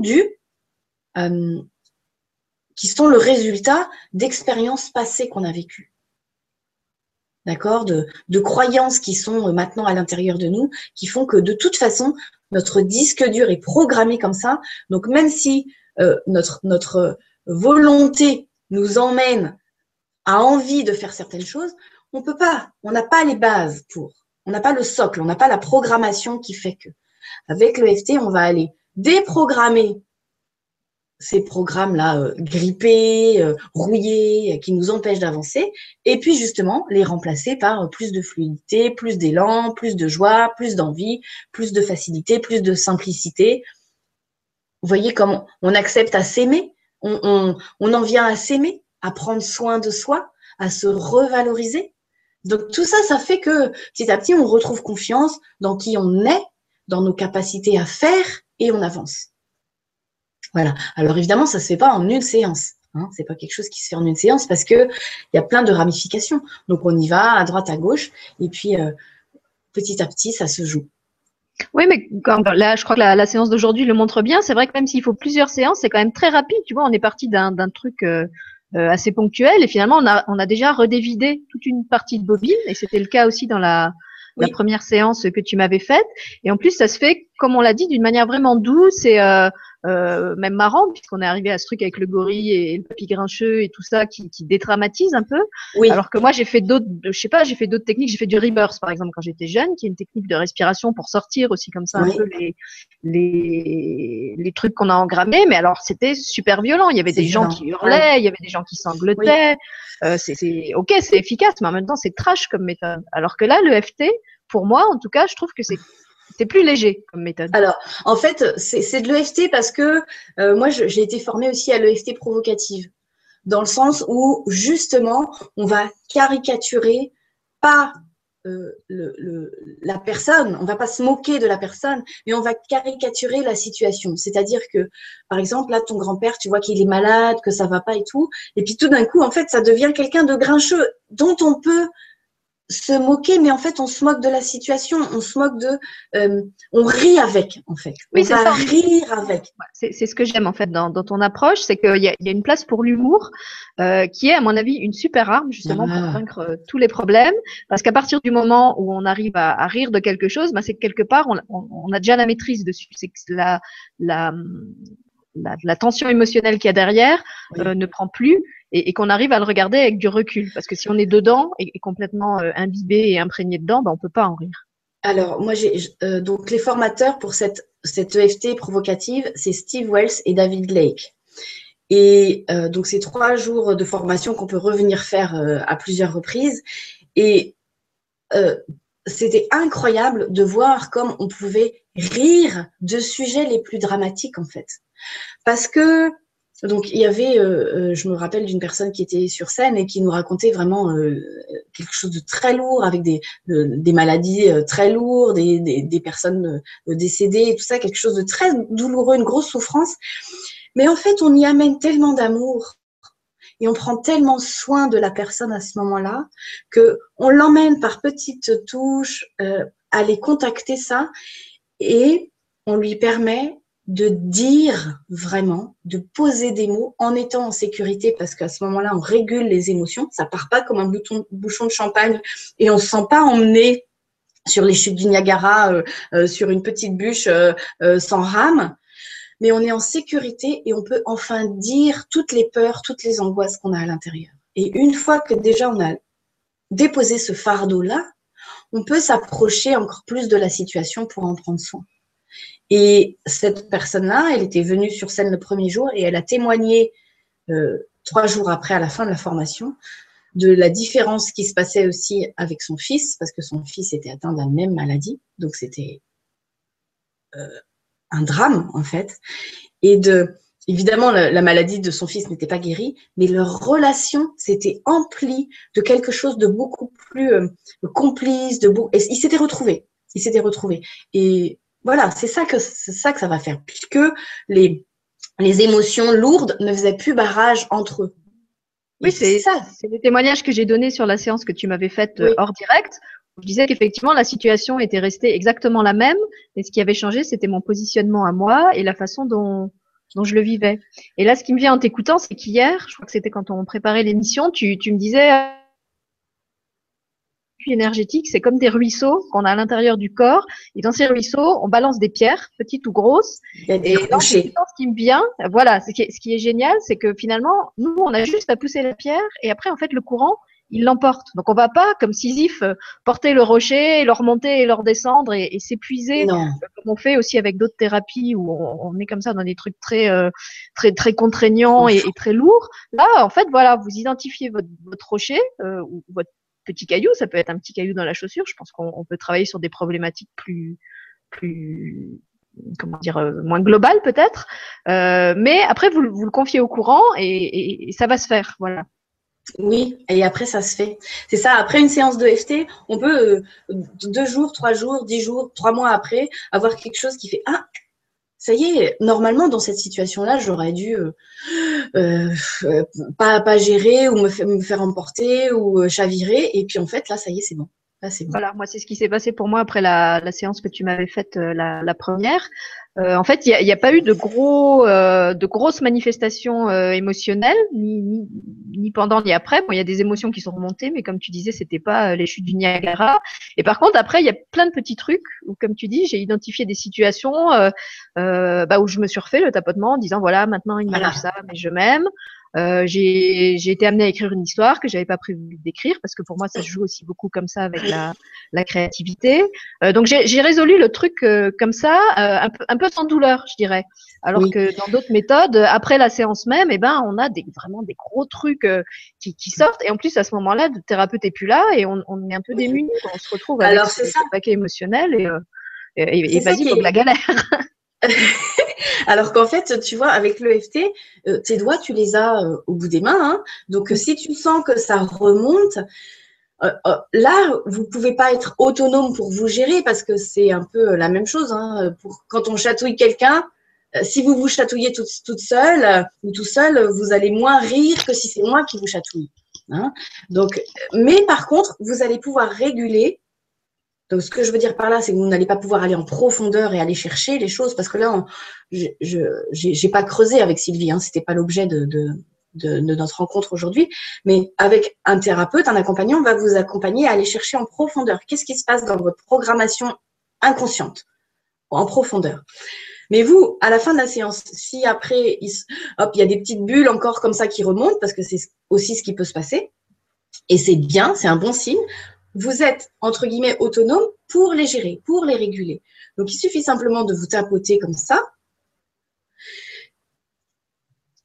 qui sont le résultat d'expériences passées qu'on a vécues. D'accord, de croyances qui sont maintenant à l'intérieur de nous, qui font que de toute façon, notre disque dur est programmé comme ça. Donc, même si notre volonté nous emmène à envie de faire certaines choses, on peut pas, on n'a pas les bases pour, on n'a pas le socle, on n'a pas la programmation qui fait que. Avec l'EFT, on va aller déprogrammer ces programmes-là grippés, rouillés, qui nous empêchent d'avancer, et puis justement les remplacer par plus de fluidité, plus d'élan, plus de joie, plus d'envie, plus de facilité, plus de simplicité. Vous voyez comment on accepte à s'aimer, on en vient à s'aimer, à prendre soin de soi, à se revaloriser. Donc tout ça, ça fait que petit à petit, on retrouve confiance dans qui on est, dans nos capacités à faire, et on avance. Voilà. Alors évidemment, ça se fait pas en une séance. Hein. C'est pas quelque chose qui se fait en une séance parce que il y a plein de ramifications. Donc on y va à droite, à gauche, et puis petit à petit, ça se joue. Oui, mais là, je crois que la séance d'aujourd'hui le montre bien. C'est vrai que même s'il faut plusieurs séances, c'est quand même très rapide. Tu vois, on est parti d'un truc assez ponctuel et finalement, on a déjà redévidé toute une partie de bobine et c'était le cas aussi dans la première séance que tu m'avais faite. Et en plus, ça se fait, comme on l'a dit, d'une manière vraiment douce et même marrant, puisqu'on est arrivé à ce truc avec le gorille et le papy grincheux et tout ça qui dédramatise un peu. Oui. Alors que moi, j'ai fait d'autres techniques. J'ai fait du rebirth, par exemple, quand j'étais jeune, qui est une technique de respiration pour sortir aussi comme ça un peu les trucs qu'on a engrammés. Mais alors, c'était super violent. Il y avait des gens qui hurlaient, il y avait des gens qui sanglotaient. Ok, c'est efficace, mais en même temps, c'est trash comme méthode. Alors que là, l'EFT, pour moi, en tout cas, je trouve que c'est plus léger comme méthode. Alors, en fait, c'est de l'EFT parce que moi, j'ai été formée aussi à l'EFT provocative, dans le sens où, justement, on va caricaturer pas la personne, on va pas se moquer de la personne, mais on va caricaturer la situation. C'est-à-dire que, par exemple, là, ton grand-père, tu vois qu'il est malade, que ça va pas et tout, et puis tout d'un coup, en fait, ça devient quelqu'un de grincheux, dont on peut se moquer, mais en fait, on se moque de la situation, on se moque on rit avec, en fait. Oui, on va rire avec. C'est ce que j'aime, en fait, dans ton approche, c'est qu'il y a une place pour l'humour, qui est, à mon avis, une super arme, justement, pour vaincre tous les problèmes. Parce qu'à partir du moment où on arrive à rire de quelque chose, c'est que quelque part, on a déjà la maîtrise dessus. C'est que la tension émotionnelle qu'il y a derrière ne prend plus et qu'on arrive à le regarder avec du recul. Parce que si on est dedans et complètement imbibé et imprégné dedans, on peut pas en rire. Alors, moi, donc les formateurs pour cette EFT provocative, c'est Steve Wells et David Lake. Et donc, c'est 3 jours de formation qu'on peut revenir faire à plusieurs reprises. Et c'était incroyable de voir comme on pouvait rire de sujets les plus dramatiques, en fait. Parce que, donc, il y avait, je me rappelle d'une personne qui était sur scène et qui nous racontait vraiment quelque chose de très lourd, avec des maladies très lourdes, des personnes décédées, et tout ça, quelque chose de très douloureux, une grosse souffrance. Mais en fait, on y amène tellement d'amour et on prend tellement soin de la personne à ce moment-là qu'on l'emmène par petites touches aller contacter ça et on lui permet de dire vraiment, de poser des mots en étant en sécurité parce qu'à ce moment-là, on régule les émotions. Ça part pas comme un bouchon de champagne et on ne se sent pas emmené sur les chutes du Niagara, sur une petite bûche sans rame. Mais on est en sécurité et on peut enfin dire toutes les peurs, toutes les angoisses qu'on a à l'intérieur. Et une fois que déjà on a déposé ce fardeau-là, on peut s'approcher encore plus de la situation pour en prendre soin. Et cette personne-là, elle était venue sur scène le premier jour et elle a témoigné 3 jours après, à la fin de la formation, de la différence qui se passait aussi avec son fils, parce que son fils était atteint de la même maladie. Donc, c'était un drame, en fait. Et évidemment, la maladie de son fils n'était pas guérie, mais leur relation s'était emplie de quelque chose de beaucoup plus complice, et ils s'étaient retrouvés. Ils s'étaient retrouvés. Et voilà, c'est ça que ça va faire, puisque les émotions lourdes ne faisaient plus barrage entre eux. Oui, c'est les témoignages que j'ai donnés sur la séance que tu m'avais faite Oui. hors direct. Je disais qu'effectivement, la situation était restée exactement la même, mais ce qui avait changé, c'était mon positionnement à moi et la façon dont je le vivais. Et là, ce qui me vient en t'écoutant, c'est qu'hier, je crois que c'était quand on préparait l'émission, tu me disais énergétique, c'est comme des ruisseaux qu'on a à l'intérieur du corps. Et dans ces ruisseaux, on balance des pierres, petites ou grosses. Il y a des rochers. Ce qui me vient, voilà, ce qui est génial, c'est que finalement, nous, on a juste à pousser la pierre et après, en fait, le courant, il l'emporte. Donc, on va pas, comme Sisyphe, porter le rocher, le remonter et le redescendre et s'épuiser, comme on fait aussi avec d'autres thérapies où on est comme ça dans des trucs très contraignants et très lourds. Là, en fait, voilà, vous identifiez votre rocher ou votre petit caillou, ça peut être un petit caillou dans la chaussure. Je pense qu'on peut travailler sur des problématiques plus comment dire, moins globales peut-être. Mais après, vous le confiez au courant et ça va se faire. Voilà. Oui, et après, ça se fait. C'est ça, après une séance de FT, on peut 2 jours, 3 jours, 10 jours, 3 mois après, avoir quelque chose qui fait « Ah, ça y est, normalement, dans cette situation-là, j'aurais dû pas gérer ou me faire emporter ou chavirer. Et puis, en fait, là, ça y est, c'est bon. Là, c'est bon. Voilà, moi, c'est ce qui s'est passé pour moi après la séance que tu m'avais faite, la première. En fait, il y a pas eu de grosses manifestations émotionnelles, ni pendant ni après. Bon, il y a des émotions qui sont remontées, mais comme tu disais, c'était pas les chutes du Niagara. Et par contre, après, il y a plein de petits trucs où, comme tu dis, j'ai identifié des situations où je me suis refait le tapotement en disant voilà, maintenant il m'arrive ça, mais je m'aime. J'ai été amenée à écrire une histoire que j'avais pas prévu d'écrire parce que pour moi ça se joue aussi beaucoup comme ça avec la créativité. Donc j'ai résolu le truc comme ça, un peu sans douleur, je dirais. Alors que dans d'autres méthodes, après la séance même, on a vraiment des gros trucs qui sortent. Et en plus à ce moment-là, le thérapeute est plus là et on est un peu démunis. On se retrouve avec ce paquet émotionnel et vas-y, faut de la galère. Alors qu'en fait, tu vois, avec l'EFT, tes doigts, tu les as au bout des mains. Hein. Donc, si tu sens que ça remonte, là, vous ne pouvez pas être autonome pour vous gérer parce que c'est un peu la même chose. Hein. Quand on chatouille quelqu'un, si vous vous chatouillez toute seule ou tout seul, vous allez moins rire que si c'est moi qui vous chatouille. Hein. Donc, mais par contre, vous allez pouvoir réguler. Donc, ce que je veux dire par là, c'est que vous n'allez pas pouvoir aller en profondeur et aller chercher les choses parce que là, je n'ai pas creusé avec Sylvie. Hein, c'était pas l'objet de notre rencontre aujourd'hui. Mais avec un thérapeute, un accompagnant, on va vous accompagner à aller chercher en profondeur. Qu'est-ce qui se passe dans votre programmation inconsciente en profondeur? Mais vous, à la fin de la séance, si après, il y a des petites bulles encore comme ça qui remontent parce que c'est aussi ce qui peut se passer. Et c'est bien, c'est un bon signe. Vous êtes, entre guillemets, autonome pour les gérer, pour les réguler. Donc, il suffit simplement de vous tapoter comme ça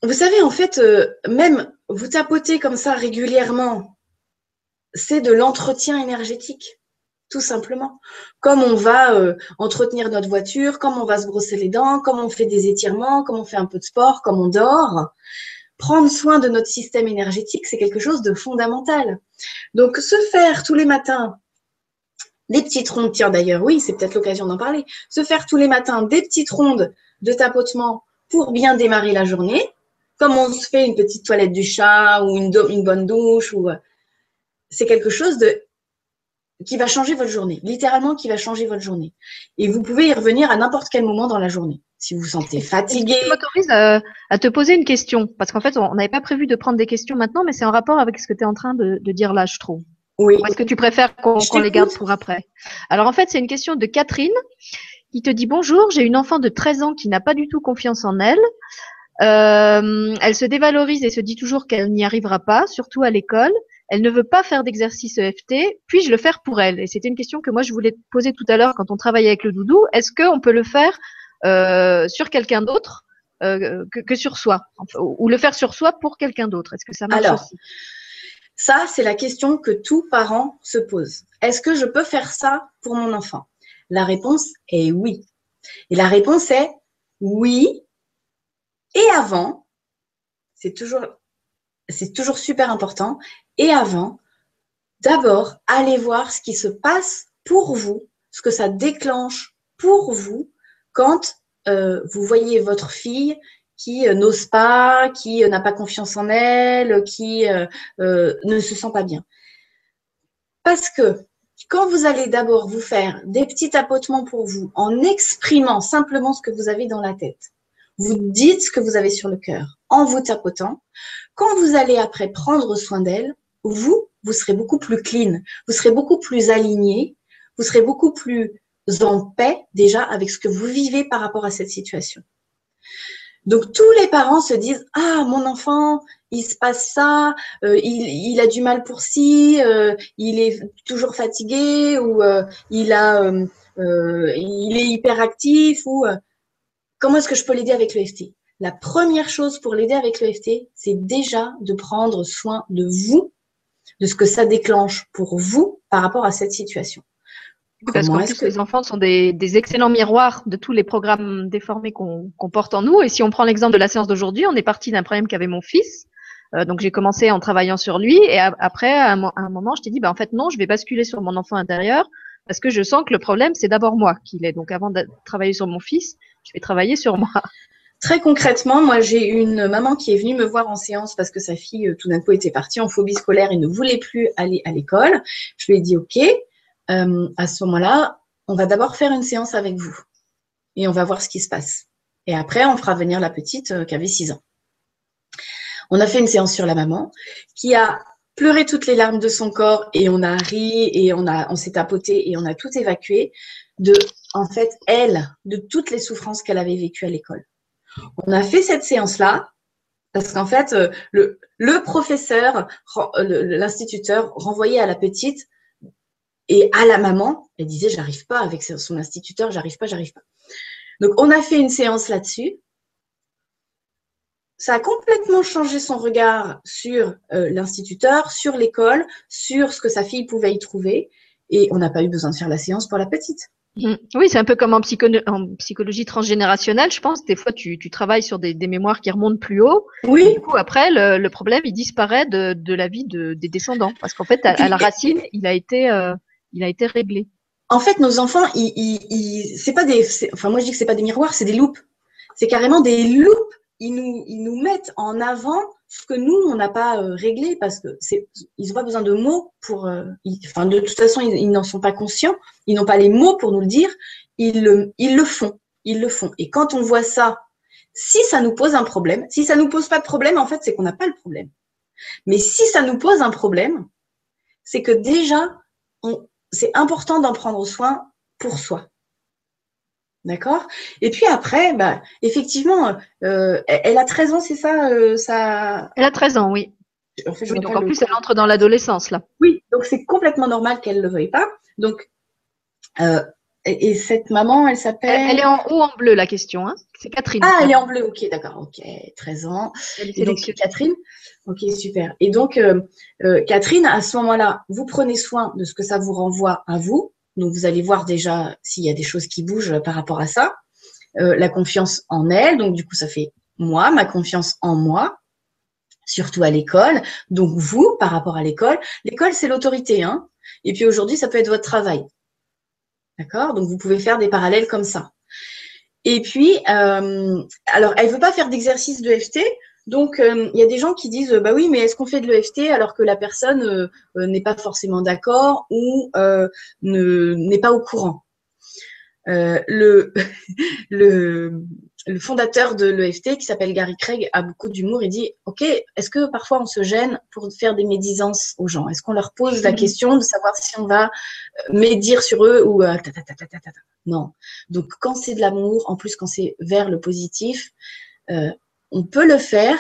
vous savez, en fait, même vous tapoter comme ça régulièrement, c'est de l'entretien énergétique, tout simplement. Comme on va entretenir notre voiture, comme on va se brosser les dents, comme on fait des étirements, comme on fait un peu de sport, comme on dort. Prendre soin de notre système énergétique, c'est quelque chose de fondamental. Donc, se faire tous les matins des petites rondes, tiens d'ailleurs, oui, c'est peut-être l'occasion d'en parler, se faire tous les matins des petites rondes de tapotement pour bien démarrer la journée, comme on se fait une petite toilette du chat ou une bonne douche, ou c'est quelque chose qui va changer votre journée, littéralement qui va changer votre journée. Et vous pouvez y revenir à n'importe quel moment dans la journée. Si vous vous sentez fatigué. Je m'autorise à te poser une question, parce qu'en fait, on n'avait pas prévu de prendre des questions maintenant, mais c'est en rapport avec ce que tu es en train de dire là, je trouve. Oui. Ou est-ce que tu préfères qu'on les garde pour après? Alors en fait, c'est une question de Catherine qui te dit: bonjour, j'ai une enfant de 13 ans qui n'a pas du tout confiance en elle. Elle se dévalorise et se dit toujours qu'elle n'y arrivera pas, surtout à l'école. Elle ne veut pas faire d'exercice EFT. Puis-je le faire pour elle? Et c'était une question que moi je voulais te poser tout à l'heure quand on travaillait avec le doudou. Est-ce qu'on peut le faire sur quelqu'un d'autre que sur soi, ou le faire sur soi pour quelqu'un d'autre? Est-ce que ça marche aussi? Ça, c'est la question que tout parent se pose. Est-ce que je peux faire ça pour mon enfant? La réponse est oui. Et la réponse est oui. Et avant, c'est toujours super important. Et avant, d'abord, allez voir ce qui se passe pour vous, ce que ça déclenche pour vous quand vous voyez votre fille qui n'ose pas, qui n'a pas confiance en elle, qui ne se sent pas bien. Parce que quand vous allez d'abord vous faire des petits tapotements pour vous, en exprimant simplement ce que vous avez dans la tête, vous dites ce que vous avez sur le cœur en vous tapotant, quand vous allez après prendre soin d'elle, vous serez beaucoup plus clean, vous serez beaucoup plus aligné, vous serez beaucoup plus en paix déjà avec ce que vous vivez par rapport à cette situation. Donc, tous les parents se disent « Ah, mon enfant, il se passe ça, il a du mal pour ci, il est toujours fatigué ou il est hyperactif ou comment est-ce que je peux l'aider avec l'EFT ?» La première chose pour l'aider avec l'EFT, c'est déjà de prendre soin de vous, de ce que ça déclenche pour vous par rapport à cette situation. Parce qu'en plus, les enfants sont des excellents miroirs de tous les programmes déformés qu'on porte en nous. Et si on prend l'exemple de la séance d'aujourd'hui, on est parti d'un problème qu'avait mon fils. Donc, j'ai commencé en travaillant sur lui. Et après, à un moment, je t'ai dit, en fait, non, je vais basculer sur mon enfant intérieur parce que je sens que le problème, c'est d'abord moi qu'il est. Donc, avant de travailler sur mon fils, je vais travailler sur moi. Très concrètement, moi, j'ai une maman qui est venue me voir en séance parce que sa fille, tout d'un coup, était partie en phobie scolaire et ne voulait plus aller à l'école. Je lui ai dit, OK, à ce moment-là, on va d'abord faire une séance avec vous et on va voir ce qui se passe. Et après, on fera venir la petite qui avait 6 ans. On a fait une séance sur la maman qui a pleuré toutes les larmes de son corps et on a ri et on s'est tapoté et on a tout évacué en fait, de toutes les souffrances qu'elle avait vécues à l'école. On a fait cette séance-là parce qu'en fait, le professeur, l'instituteur renvoyait à la petite et à la maman, elle disait « j'arrive pas avec son instituteur, j'arrive pas ». Donc, on a fait une séance là-dessus. Ça a complètement changé son regard sur l'instituteur, sur l'école, sur ce que sa fille pouvait y trouver. Et on n'a pas eu besoin de faire la séance pour la petite. Oui, c'est un peu comme en psychologie transgénérationnelle, je pense. Des fois, tu travailles sur des mémoires qui remontent plus haut. Oui. Et du coup, après, le problème, il disparaît de la vie des descendants. Parce qu'en fait, à la racine, il a été réglé. En fait, nos enfants, c'est pas moi, je dis que c'est pas des miroirs, c'est des loupes. C'est carrément des loupes. Ils nous mettent en avant ce que nous, on n'a pas réglé parce que ils n'ont pas besoin de mots pour. De toute façon, ils n'en sont pas conscients. Ils n'ont pas les mots pour nous le dire. Ils le font. Ils le font. Et quand on voit ça, si ça nous pose un problème, si ça nous pose pas de problème, en fait, c'est qu'on n'a pas le problème. Mais si ça nous pose un problème, c'est que déjà, c'est important d'en prendre soin pour soi. D'accord. Et puis après, effectivement, elle a 13 ans, c'est ça, Elle a 13 ans, oui. En fait, donc en plus, elle entre dans l'adolescence, là. Oui, donc c'est complètement normal qu'elle ne le veuille pas. Donc, Et cette maman, elle s'appelle… Elle est en haut en bleu, la question. Hein. C'est Catherine. Ah, elle est en bleu, ok, d'accord, ok, 13 ans. Elle est Et donc, sélectionnée. Catherine, ok, super. Et donc, Catherine, à ce moment-là, vous prenez soin de ce que ça vous renvoie à vous. Donc, vous allez voir déjà s'il y a des choses qui bougent par rapport à ça. La confiance en elle, donc du coup, ça fait moi, ma confiance en moi, surtout à l'école. Donc, vous, par rapport à l'école, c'est l'autorité, hein. Et puis aujourd'hui, ça peut être votre travail. D'accord? Donc, vous pouvez faire des parallèles comme ça. Et puis, alors, elle veut pas faire d'exercice de l'EFT. Donc, il y a des gens qui disent, bah oui, mais est-ce qu'on fait de l'EFT alors que la personne n'est pas forcément d'accord ou n'est pas au courant? Le, le fondateur de l'EFT, qui s'appelle Gary Craig, a beaucoup d'humour. Il dit, OK, est-ce que parfois on se gêne pour faire des médisances aux gens? Est-ce qu'on leur pose la question de savoir si on va médire sur eux ou non. Donc, quand c'est de l'amour, en plus quand c'est vers le positif, on peut le faire.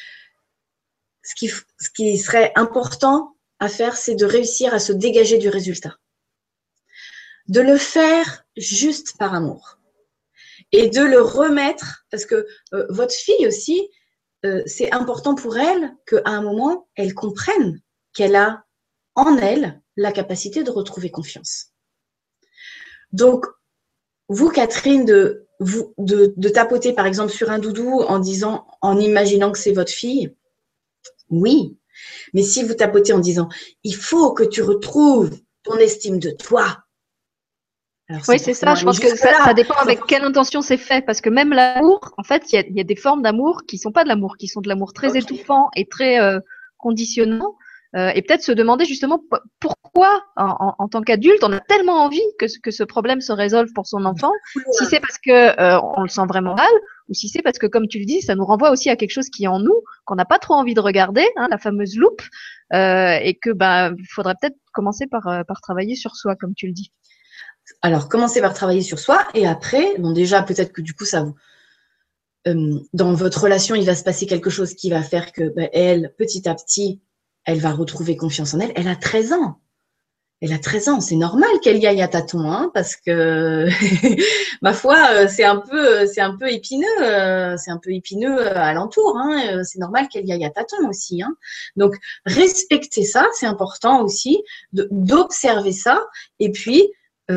Ce qui serait important à faire, c'est de réussir à se dégager du résultat. De le faire juste par amour. Et de le remettre, parce que votre fille aussi, c'est important pour elle qu'à un moment, elle comprenne qu'elle a en elle la capacité de retrouver confiance. Donc, vous, Catherine, de tapoter par exemple sur un doudou en imaginant que c'est votre fille, oui. Mais si vous tapotez en disant, il faut que tu retrouves ton estime de toi. Alors, oui, c'est ça. Je pense que ça dépend avec quelle intention c'est fait. Parce que même l'amour, en fait, il y a des formes d'amour qui sont pas de l'amour, qui sont de l'amour très étouffant et très conditionnant. Et peut-être se demander justement pourquoi, en tant qu'adulte, on a tellement envie que ce problème se résolve pour son enfant. Si c'est parce que on le sent vraiment mal, ou si c'est parce que, comme tu le dis, ça nous renvoie aussi à quelque chose qui est en nous, qu'on n'a pas trop envie de regarder, hein, la fameuse loupe, et que faudrait peut-être commencer par travailler sur soi, comme tu le dis. Alors, commencez par travailler sur soi et après, bon déjà, peut-être que du coup, ça vous… dans votre relation, il va se passer quelque chose qui va faire que elle, petit à petit, elle va retrouver confiance en elle. Elle a 13 ans. Elle a 13 ans. C'est normal qu'elle y aille à tâtons, hein, parce que, ma foi, c'est un peu épineux. C'est un peu épineux alentour. Hein, c'est normal qu'elle y aille à tâtons aussi. Hein. Donc, respecter ça, c'est important aussi, d'observer ça. Et puis,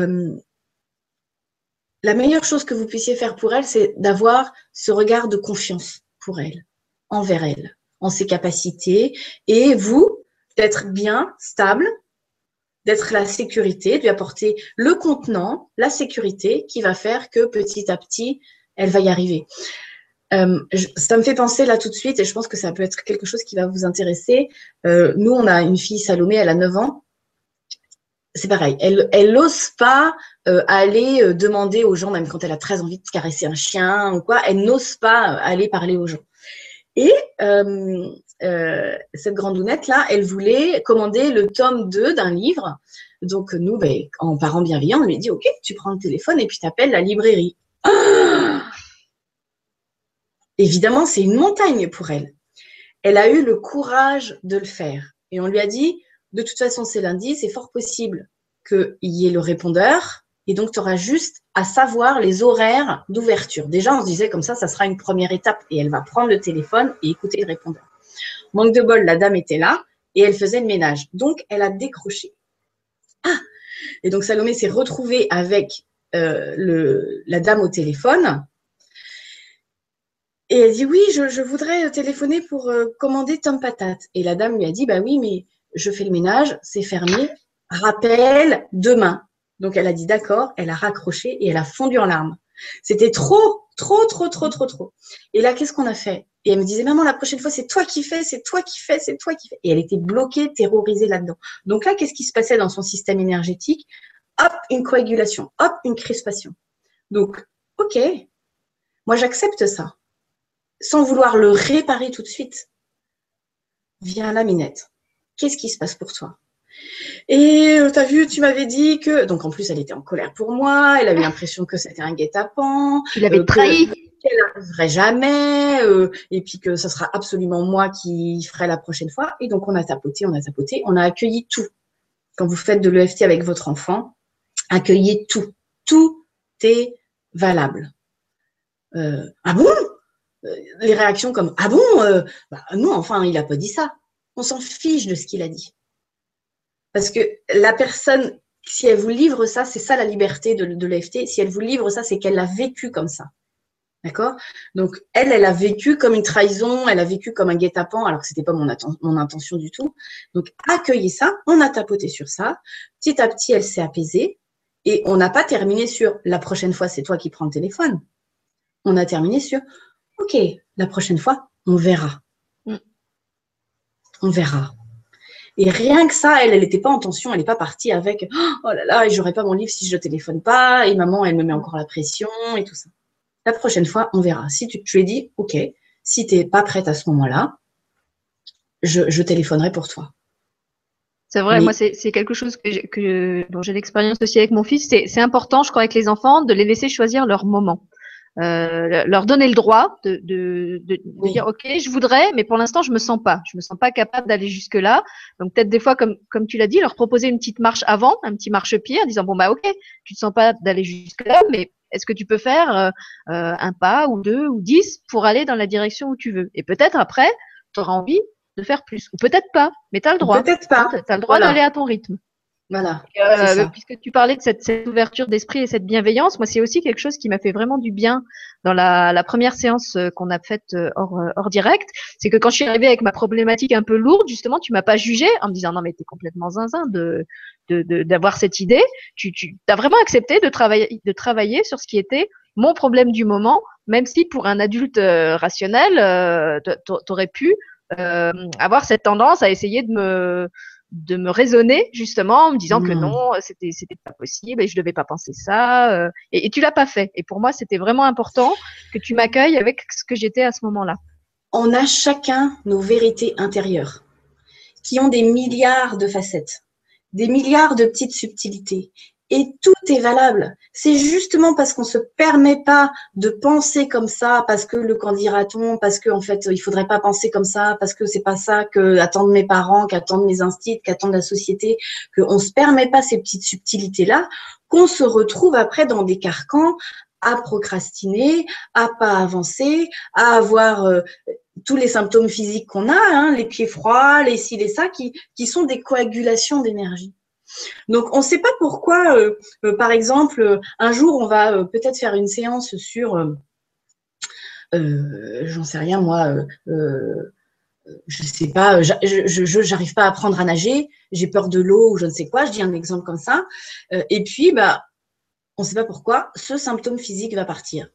la meilleure chose que vous puissiez faire pour elle, c'est d'avoir ce regard de confiance pour elle, envers elle, en ses capacités, et vous, d'être bien, stable, d'être la sécurité, de lui apporter le contenant, la sécurité, qui va faire que petit à petit, elle va y arriver. Ça me fait penser là tout de suite, et je pense que ça peut être quelque chose qui va vous intéresser. Nous, on a une fille, Salomé, elle a 9 ans. C'est pareil, elle n'ose pas aller demander aux gens, même quand elle a très envie de caresser un chien ou quoi, elle n'ose pas aller parler aux gens. Et cette grandounette là, elle voulait commander le tome 2 d'un livre. Donc nous, en parents bienveillants, on lui a dit, ok, tu prends le téléphone et puis tu appelles la librairie. Évidemment, c'est une montagne pour elle. Elle a eu le courage de le faire. Et on lui a dit, de toute façon, c'est lundi, c'est fort possible qu'il y ait le répondeur. Et donc, tu auras juste à savoir les horaires d'ouverture. Déjà, on se disait comme ça sera une première étape. Et elle va prendre le téléphone et écouter le répondeur. Manque de bol, la dame était là et elle faisait le ménage. Donc, elle a décroché. Ah! Et donc, Salomé s'est retrouvée avec la dame au téléphone. Et elle dit, oui, je voudrais téléphoner pour commander Tom Patate. Et la dame lui a dit, bah oui, mais je fais le ménage, c'est fermé. Rappel demain. Donc, elle a dit d'accord, elle a raccroché et elle a fondu en larmes. C'était trop. Et là, qu'est-ce qu'on a fait? Et elle me disait, maman, la prochaine fois, c'est toi qui fais, c'est toi qui fais, c'est toi qui fais. Et elle était bloquée, terrorisée là-dedans. Donc là, qu'est-ce qui se passait dans son système énergétique? Hop, une coagulation. Hop, une crispation. Donc, ok, moi, j'accepte ça. Sans vouloir le réparer tout de suite. Viens là, Minette. Qu'est-ce qui se passe pour toi? Et t'as vu, tu m'avais dit que… Donc, en plus, elle était en colère pour moi. Elle a eu l'impression que c'était un guet-apens. Tu l'avais trahi. Qu'elle n'arriverait jamais. Et puis que ce sera absolument moi qui ferai la prochaine fois. Et donc, on a tapoté. On a accueilli tout. Quand vous faites de l'EFT avec votre enfant, accueillez tout. tout est valable. Ah bon? Les réactions comme ah bon? Non, enfin, il n'a pas dit ça. On s'en fiche de ce qu'il a dit. Parce que la personne, si elle vous livre ça, c'est ça la liberté de l'EFT. Si elle vous livre ça, c'est qu'elle l'a vécu comme ça. D'accord? Donc, elle a vécu comme une trahison, elle a vécu comme un guet-apens, alors que ce n'était pas mon intention du tout. Donc, accueillez ça, on a tapoté sur ça. Petit à petit, elle s'est apaisée. Et on n'a pas terminé sur la prochaine fois, c'est toi qui prends le téléphone. On a terminé sur OK, la prochaine fois, on verra. On verra. Et rien que ça, elle n'était pas en tension, elle n'est pas partie avec oh là là, et j'aurais pas mon livre si je ne téléphone pas, et maman, elle me met encore la pression et tout ça. La prochaine fois, on verra. Si tu lui dis, OK, si tu n'es pas prête à ce moment-là, je téléphonerai pour toi. C'est vrai, moi, c'est quelque chose dont j'ai l'expérience aussi avec mon fils. C'est important, je crois, avec les enfants, de les laisser choisir leur moment. Leur donner le droit de dire OK, je voudrais, mais pour l'instant je me sens pas capable d'aller jusque là. Donc peut-être des fois comme tu l'as dit, leur proposer une petite marche avant, un petit marchepied, en disant bon bah OK, tu te sens pas d'aller jusque là, mais est-ce que tu peux faire un pas ou 2 ou 10 pour aller dans la direction où tu veux? Et peut-être après, tu auras envie de faire plus, ou peut-être pas, mais tu as le droit. Peut-être pas. Tu as le droit d'aller à ton rythme. Voilà. Puisque tu parlais de cette ouverture d'esprit et cette bienveillance, moi c'est aussi quelque chose qui m'a fait vraiment du bien dans la première séance qu'on a faite hors direct. C'est que quand je suis arrivée avec ma problématique un peu lourde, justement, tu m'as pas jugée en me disant non mais t'es complètement zinzin d'avoir cette idée. Tu as vraiment accepté de travailler sur ce qui était mon problème du moment, même si pour un adulte rationnel, t'aurais pu avoir cette tendance à essayer de me raisonner justement en me disant que non, c'était pas possible et je devais pas penser ça et tu l'as pas fait. Et pour moi, c'était vraiment important que tu m'accueilles avec ce que j'étais à ce moment-là. On a chacun nos vérités intérieures qui ont des milliards de facettes, des milliards de petites subtilités. Et tout est valable. C'est justement parce qu'on se permet pas de penser comme ça, parce que le qu'en dira-t-on, parce qu'en fait, il faudrait pas penser comme ça, parce que c'est pas ça que attendent mes parents, qu'attendent mes instits, qu'attendent la société, qu'on se permet pas ces petites subtilités-là, qu'on se retrouve après dans des carcans à procrastiner, à pas avancer, à avoir tous les symptômes physiques qu'on a, les pieds froids, les ci, les ça, qui sont des coagulations d'énergie. Donc, on ne sait pas pourquoi, par exemple, un jour, on va peut-être faire une séance sur, j'en sais rien, moi, je ne sais pas, j'arrive pas à apprendre à nager, j'ai peur de l'eau ou je ne sais quoi, je dis un exemple comme ça, et puis, on ne sait pas pourquoi, ce symptôme physique va partir.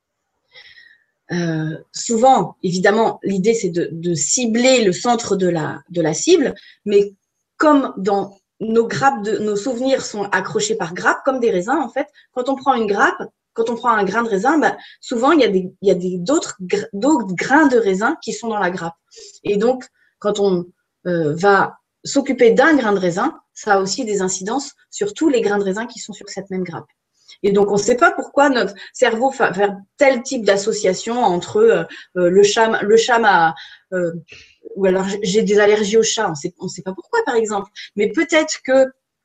Souvent, évidemment, l'idée, c'est de cibler le centre de la cible, mais comme dans nos souvenirs sont accrochés par grappes, comme des raisins, en fait. Quand on prend une grappe, quand on prend un grain de raisin, souvent, il y a d'autres grains de raisin qui sont dans la grappe. Et donc, quand on va s'occuper d'un grain de raisin, ça a aussi des incidences sur tous les grains de raisin qui sont sur cette même grappe. Et donc, on ne sait pas pourquoi notre cerveau va faire tel type d'association entre le chat ou alors j'ai des allergies au chat, on ne sait pas pourquoi, par exemple. Mais peut-être que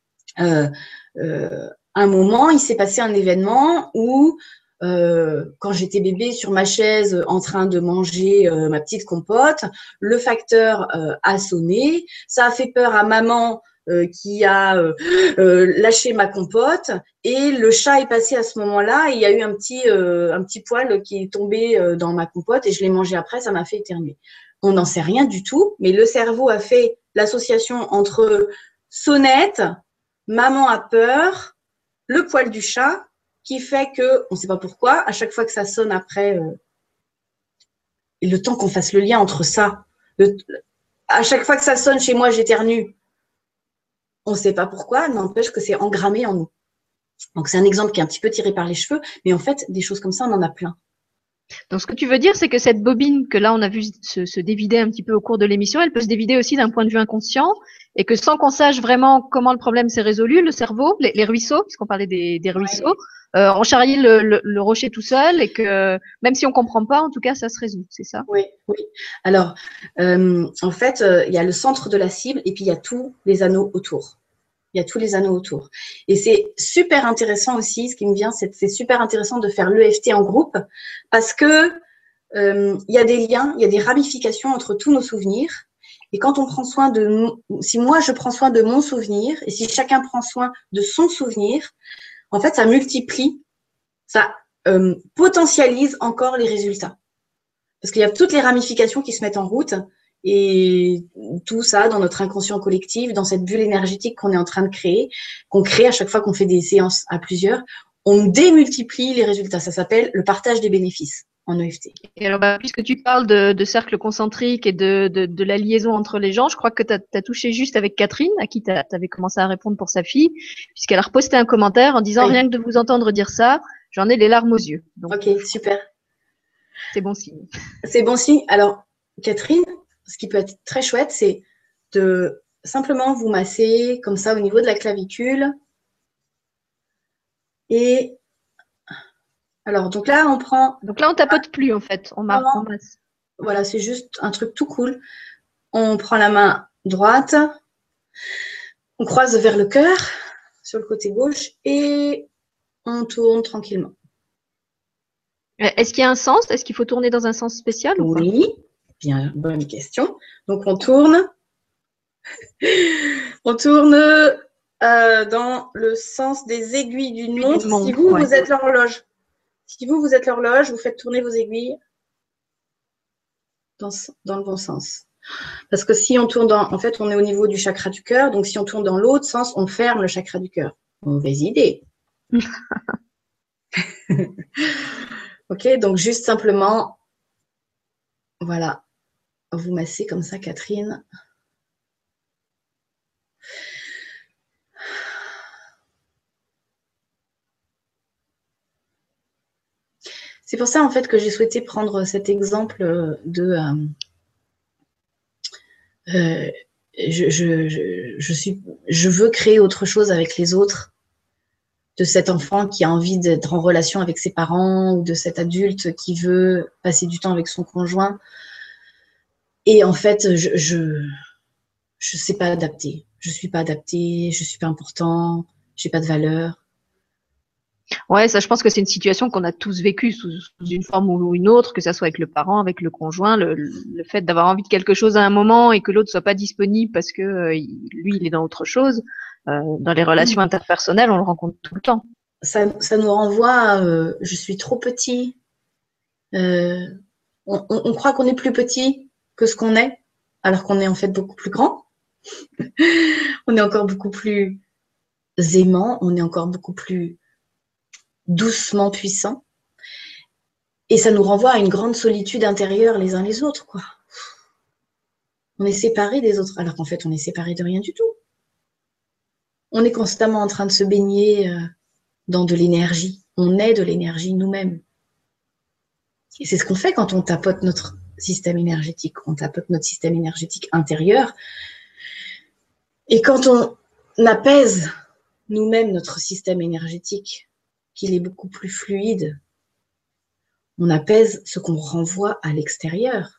un moment, il s'est passé un événement où, quand j'étais bébé sur ma chaise en train de manger ma petite compote, le facteur a sonné, ça a fait peur à maman qui a lâché ma compote et le chat est passé à ce moment-là et il y a eu un petit poil qui est tombé dans ma compote et je l'ai mangé après, ça m'a fait éternuer. On n'en sait rien du tout, mais le cerveau a fait l'association entre sonnette, maman a peur, le poil du chat, qui fait que, on ne sait pas pourquoi, à chaque fois que ça sonne après, et le temps qu'on fasse le lien entre ça, à chaque fois que ça sonne chez moi, j'éternue. On ne sait pas pourquoi, n'empêche que c'est engrammé en nous. Donc, c'est un exemple qui est un petit peu tiré par les cheveux, mais en fait, des choses comme ça, on en a plein. Donc, ce que tu veux dire, c'est que cette bobine que là, on a vu se dévider un petit peu au cours de l'émission, elle peut se dévider aussi d'un point de vue inconscient et que sans qu'on sache vraiment comment le problème s'est résolu, le cerveau, les ruisseaux, puisqu'on parlait des ruisseaux, on charrie le rocher tout seul et que même si on comprend pas, en tout cas, ça se résout, c'est ça? Oui, oui. Alors, en fait, il y a le centre de la cible et puis il y a tous les anneaux autour. Il y a tous les anneaux autour. Et c'est super intéressant aussi, ce qui me vient, c'est super intéressant de faire l'EFT en groupe parce que il y a des liens, il y a des ramifications entre tous nos souvenirs. Et quand on prend soin si moi je prends soin de mon souvenir et si chacun prend soin de son souvenir, en fait, ça multiplie, ça potentialise encore les résultats. Parce qu'il y a toutes les ramifications qui se mettent en route et tout ça dans notre inconscient collectif, dans cette bulle énergétique qu'on est en train de créer, qu'on crée à chaque fois qu'on fait des séances à plusieurs, on démultiplie les résultats. Ça s'appelle le partage des bénéfices en EFT. Et alors, puisque tu parles de cercle concentrique et de la liaison entre les gens, je crois que tu as touché juste avec Catherine, à qui tu avais commencé à répondre pour sa fille, puisqu'elle a reposté un commentaire en disant Oui. rien que de vous entendre dire ça, j'en ai les larmes aux yeux. Donc, ok, super. c'est bon signe. C'est bon signe. Alors, Catherine, ce qui peut être très chouette, c'est de simplement vous masser comme ça au niveau de la clavicule. Et alors, donc là, on prend. Donc là, on tapote plus en fait, on masse. Voilà, c'est juste un truc tout cool. On prend la main droite, on croise vers le cœur sur le côté gauche et on tourne tranquillement. Est-ce qu'il y a un sens? Est-ce qu'il faut tourner dans un sens spécial ou pas? Oui, bien, bonne question. Donc, on tourne. On tourne dans le sens des aiguilles d'une montre. Si vous, ouais. vous êtes l'horloge. Si vous, vous êtes l'horloge, vous faites tourner vos aiguilles dans le bon sens. Parce que si on tourne en fait, on est au niveau du chakra du cœur. Donc, si on tourne dans l'autre sens, on ferme le chakra du cœur. Mauvaise idée. Ok, donc juste simplement, voilà, vous massez comme ça, Catherine. C'est pour ça, en fait, que j'ai souhaité prendre cet exemple de... je veux créer autre chose avec les autres, de cet enfant qui a envie d'être en relation avec ses parents ou de cet adulte qui veut passer du temps avec son conjoint. Et en fait, je sais pas adapter. Je suis pas adaptée, je suis pas important, j'ai pas de valeur. Ouais, ça, je pense que c'est une situation qu'on a tous vécue sous une forme ou une autre, que ça soit avec le parent, avec le conjoint, le fait d'avoir envie de quelque chose à un moment et que l'autre soit pas disponible parce que lui, il est dans autre chose. Dans les relations interpersonnelles, on le rencontre tout le temps. Ça nous renvoie à je suis trop petit. On croit qu'on est plus petit que ce qu'on est, alors qu'on est en fait beaucoup plus grand. On est encore beaucoup plus aimant, on est encore beaucoup plus doucement puissant. Et ça nous renvoie à une grande solitude intérieure les uns les autres, quoi. On est séparés des autres, alors qu'en fait, on est séparés de rien du tout. On est constamment en train de se baigner dans de l'énergie. On est de l'énergie nous-mêmes. Et c'est ce qu'on fait quand on tapote notre système énergétique. On tapote notre système énergétique intérieur. Et quand on apaise nous-mêmes notre système énergétique, qu'il est beaucoup plus fluide, on apaise ce qu'on renvoie à l'extérieur.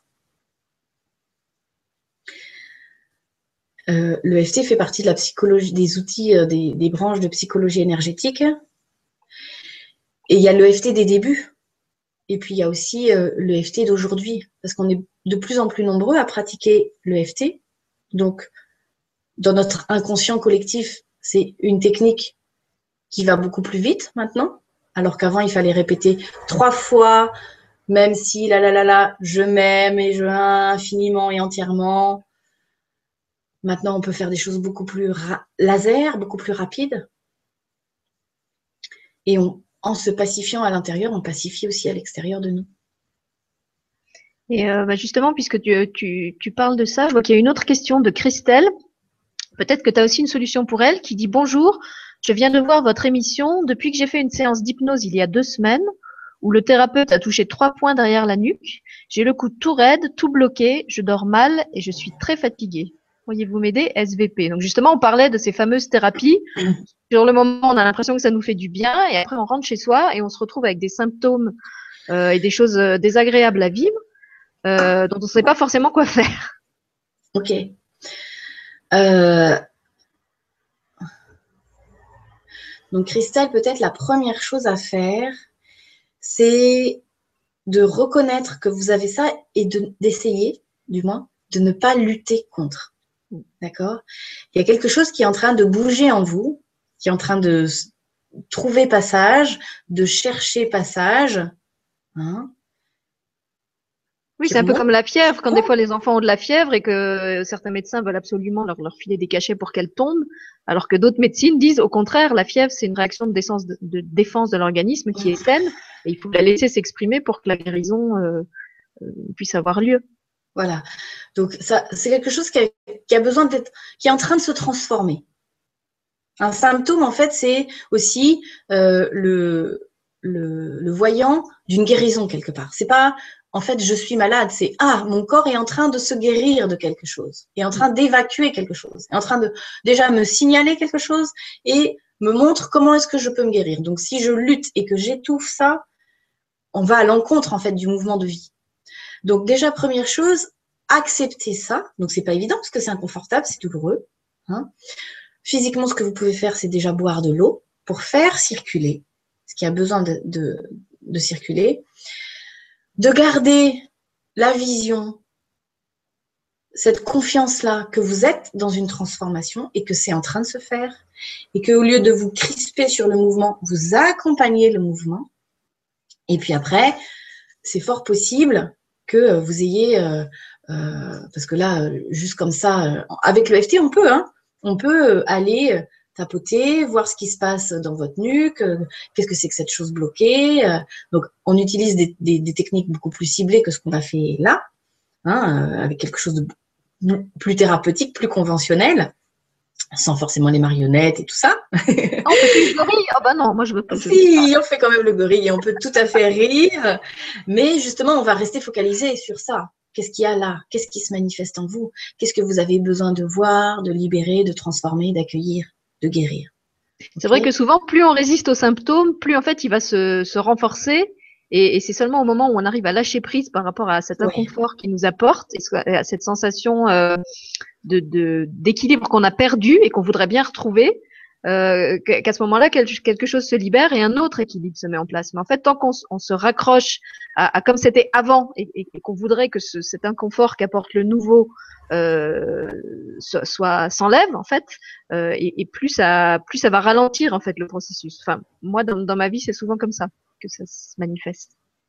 L'EFT fait partie de la psychologie, des outils, des branches de psychologie énergétique. Et il y a l'EFT des débuts. Et puis il y a aussi l'EFT d'aujourd'hui, parce qu'on est de plus en plus nombreux à pratiquer l'EFT. Donc, dans notre inconscient collectif, c'est une technique qui va beaucoup plus vite maintenant, alors qu'avant, il fallait répéter 3 fois, même si je m'aime et je infiniment et entièrement. Maintenant, on peut faire des choses beaucoup plus laser, beaucoup plus rapides. Et en se pacifiant à l'intérieur, on pacifie aussi à l'extérieur de nous. Et justement, puisque tu parles de ça, je vois qu'il y a une autre question de Christelle. Peut-être que tu as aussi une solution pour elle qui dit: bonjour, je viens de voir votre émission depuis que j'ai fait une séance d'hypnose il y a 2 semaines où le thérapeute a touché 3 points derrière la nuque. J'ai le cou tout raide, tout bloqué, je dors mal et je suis très fatiguée. Pourriez-vous m'aider? SVP. Donc justement, on parlait de ces fameuses thérapies. Sur le moment, on a l'impression que ça nous fait du bien et après on rentre chez soi et on se retrouve avec des symptômes et des choses désagréables à vivre dont on ne sait pas forcément quoi faire. Ok. Donc, Christelle, peut-être la première chose à faire, c'est de reconnaître que vous avez ça et d'essayer, du moins, de ne pas lutter contre. D'accord? Il y a quelque chose qui est en train de bouger en vous, qui est en train de trouver passage, de chercher passage. Hein, Oui, c'est un peu comme la fièvre, quand des fois les enfants ont de la fièvre et que certains médecins veulent absolument leur filer des cachets pour qu'elle tombe, alors que d'autres médecines disent au contraire, la fièvre, c'est une réaction de défense de l'organisme qui est saine et il faut la laisser s'exprimer pour que la guérison puisse avoir lieu. Voilà. Donc, ça, c'est quelque chose qui a besoin d'être, qui est en train de se transformer. Un symptôme, en fait, c'est aussi le voyant d'une guérison quelque part. C'est pas, en fait, je suis malade, c'est mon corps est en train de se guérir de quelque chose, est en train d'évacuer quelque chose, est en train de déjà me signaler quelque chose et me montre comment est-ce que je peux me guérir. Donc, si je lutte et que j'étouffe ça, on va à l'encontre, en fait, du mouvement de vie. Donc, déjà, première chose, accepter ça. Donc, c'est pas évident parce que c'est inconfortable, c'est douloureux. Hein. Physiquement, ce que vous pouvez faire, c'est déjà boire de l'eau pour faire circuler ce qui a besoin de circuler, de garder la vision, cette confiance-là que vous êtes dans une transformation et que c'est en train de se faire et qu'au lieu de vous crisper sur le mouvement, vous accompagnez le mouvement. Et puis après, c'est fort possible que vous ayez, parce que là, juste comme ça, avec le FT, on peut aller tapoter, voir ce qui se passe dans votre nuque, qu'est-ce que c'est que cette chose bloquée. Donc, on utilise des techniques beaucoup plus ciblées que ce qu'on a fait là, avec quelque chose de plus thérapeutique, plus conventionnel, sans forcément les marionnettes et tout ça. On fait plus le gorille. Ah bah non, moi je veux pas. Si, on fait quand même le gorille et on peut tout à fait rire, mais justement, on va rester focalisé sur ça. Qu'est-ce qu'il y a là? Qu'est-ce qui se manifeste en vous? Qu'est-ce que vous avez besoin de voir, de libérer, de transformer, d'accueillir, de guérir? C'est vrai que souvent, plus on résiste aux symptômes, plus en fait il va se renforcer. Et c'est seulement au moment où on arrive à lâcher prise par rapport à cet inconfort qui nous apporte et à cette sensation d'équilibre qu'on a perdu et qu'on voudrait bien retrouver, qu'à ce moment-là, quelque chose se libère et un autre équilibre se met en place. Mais en fait, tant qu'on se raccroche à comme c'était avant et qu'on voudrait que cet inconfort qu'apporte le nouveau s'enlève en fait, et plus ça va ralentir en fait le processus. Enfin, moi dans ma vie, c'est souvent comme ça que ça se manifeste.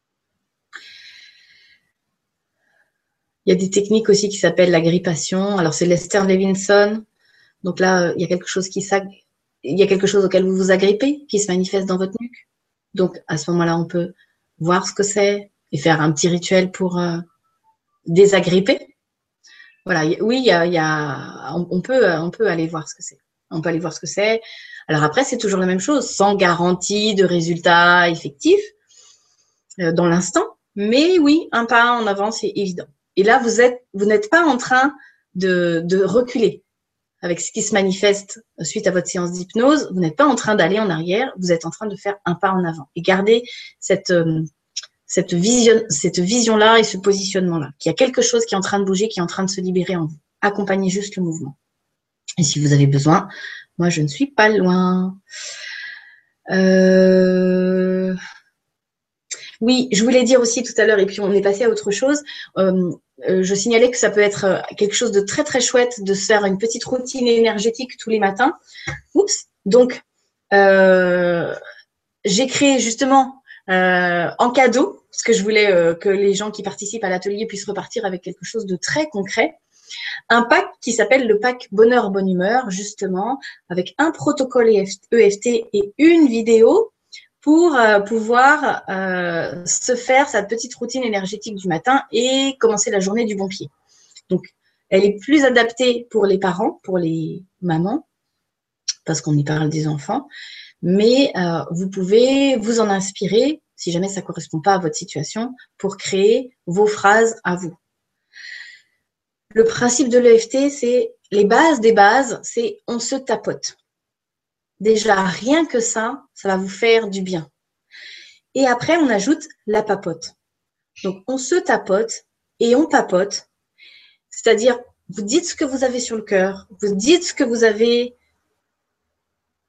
Il y a des techniques aussi qui s'appellent l'agrippation. Alors, c'est Lester Levinson. Donc là, il y a quelque chose auquel vous vous agrippez, qui se manifeste dans votre nuque. Donc, à ce moment-là, on peut voir ce que c'est et faire un petit rituel pour désagripper. Voilà. Oui, on peut aller voir ce que c'est. On peut aller voir ce que c'est. Alors après, c'est toujours la même chose, sans garantie de résultat effectif dans l'instant. Mais oui, un pas en avant, c'est évident. Et là, vous n'êtes pas en train de reculer avec ce qui se manifeste suite à votre séance d'hypnose. Vous n'êtes pas en train d'aller en arrière, vous êtes en train de faire un pas en avant. Et gardez cette vision-là et ce positionnement-là, qu'il y a quelque chose qui est en train de bouger, qui est en train de se libérer en vous. Accompagnez juste le mouvement. Et si vous avez besoin, moi, je ne suis pas loin. Oui, je voulais dire aussi tout à l'heure, et puis on est passé à autre chose, je signalais que ça peut être quelque chose de très très chouette de se faire une petite routine énergétique tous les matins. Oups. Donc, j'ai créé justement en cadeau, parce que je voulais que les gens qui participent à l'atelier puissent repartir avec quelque chose de très concret, un pack qui s'appelle le pack Bonheur Bonne Humeur, justement, avec un protocole EFT et une vidéo pour pouvoir se faire sa petite routine énergétique du matin et commencer la journée du bon pied. Donc, elle est plus adaptée pour les parents, pour les mamans, parce qu'on y parle des enfants, mais vous pouvez vous en inspirer, si jamais ça ne correspond pas à votre situation, pour créer vos phrases à vous. Le principe de l'EFT, c'est les bases des bases, c'est on se tapote. Déjà, rien que ça va vous faire du bien. Et après, on ajoute la papote. Donc, on se tapote et on papote. C'est-à-dire, vous dites ce que vous avez sur le cœur, vous dites ce que vous avez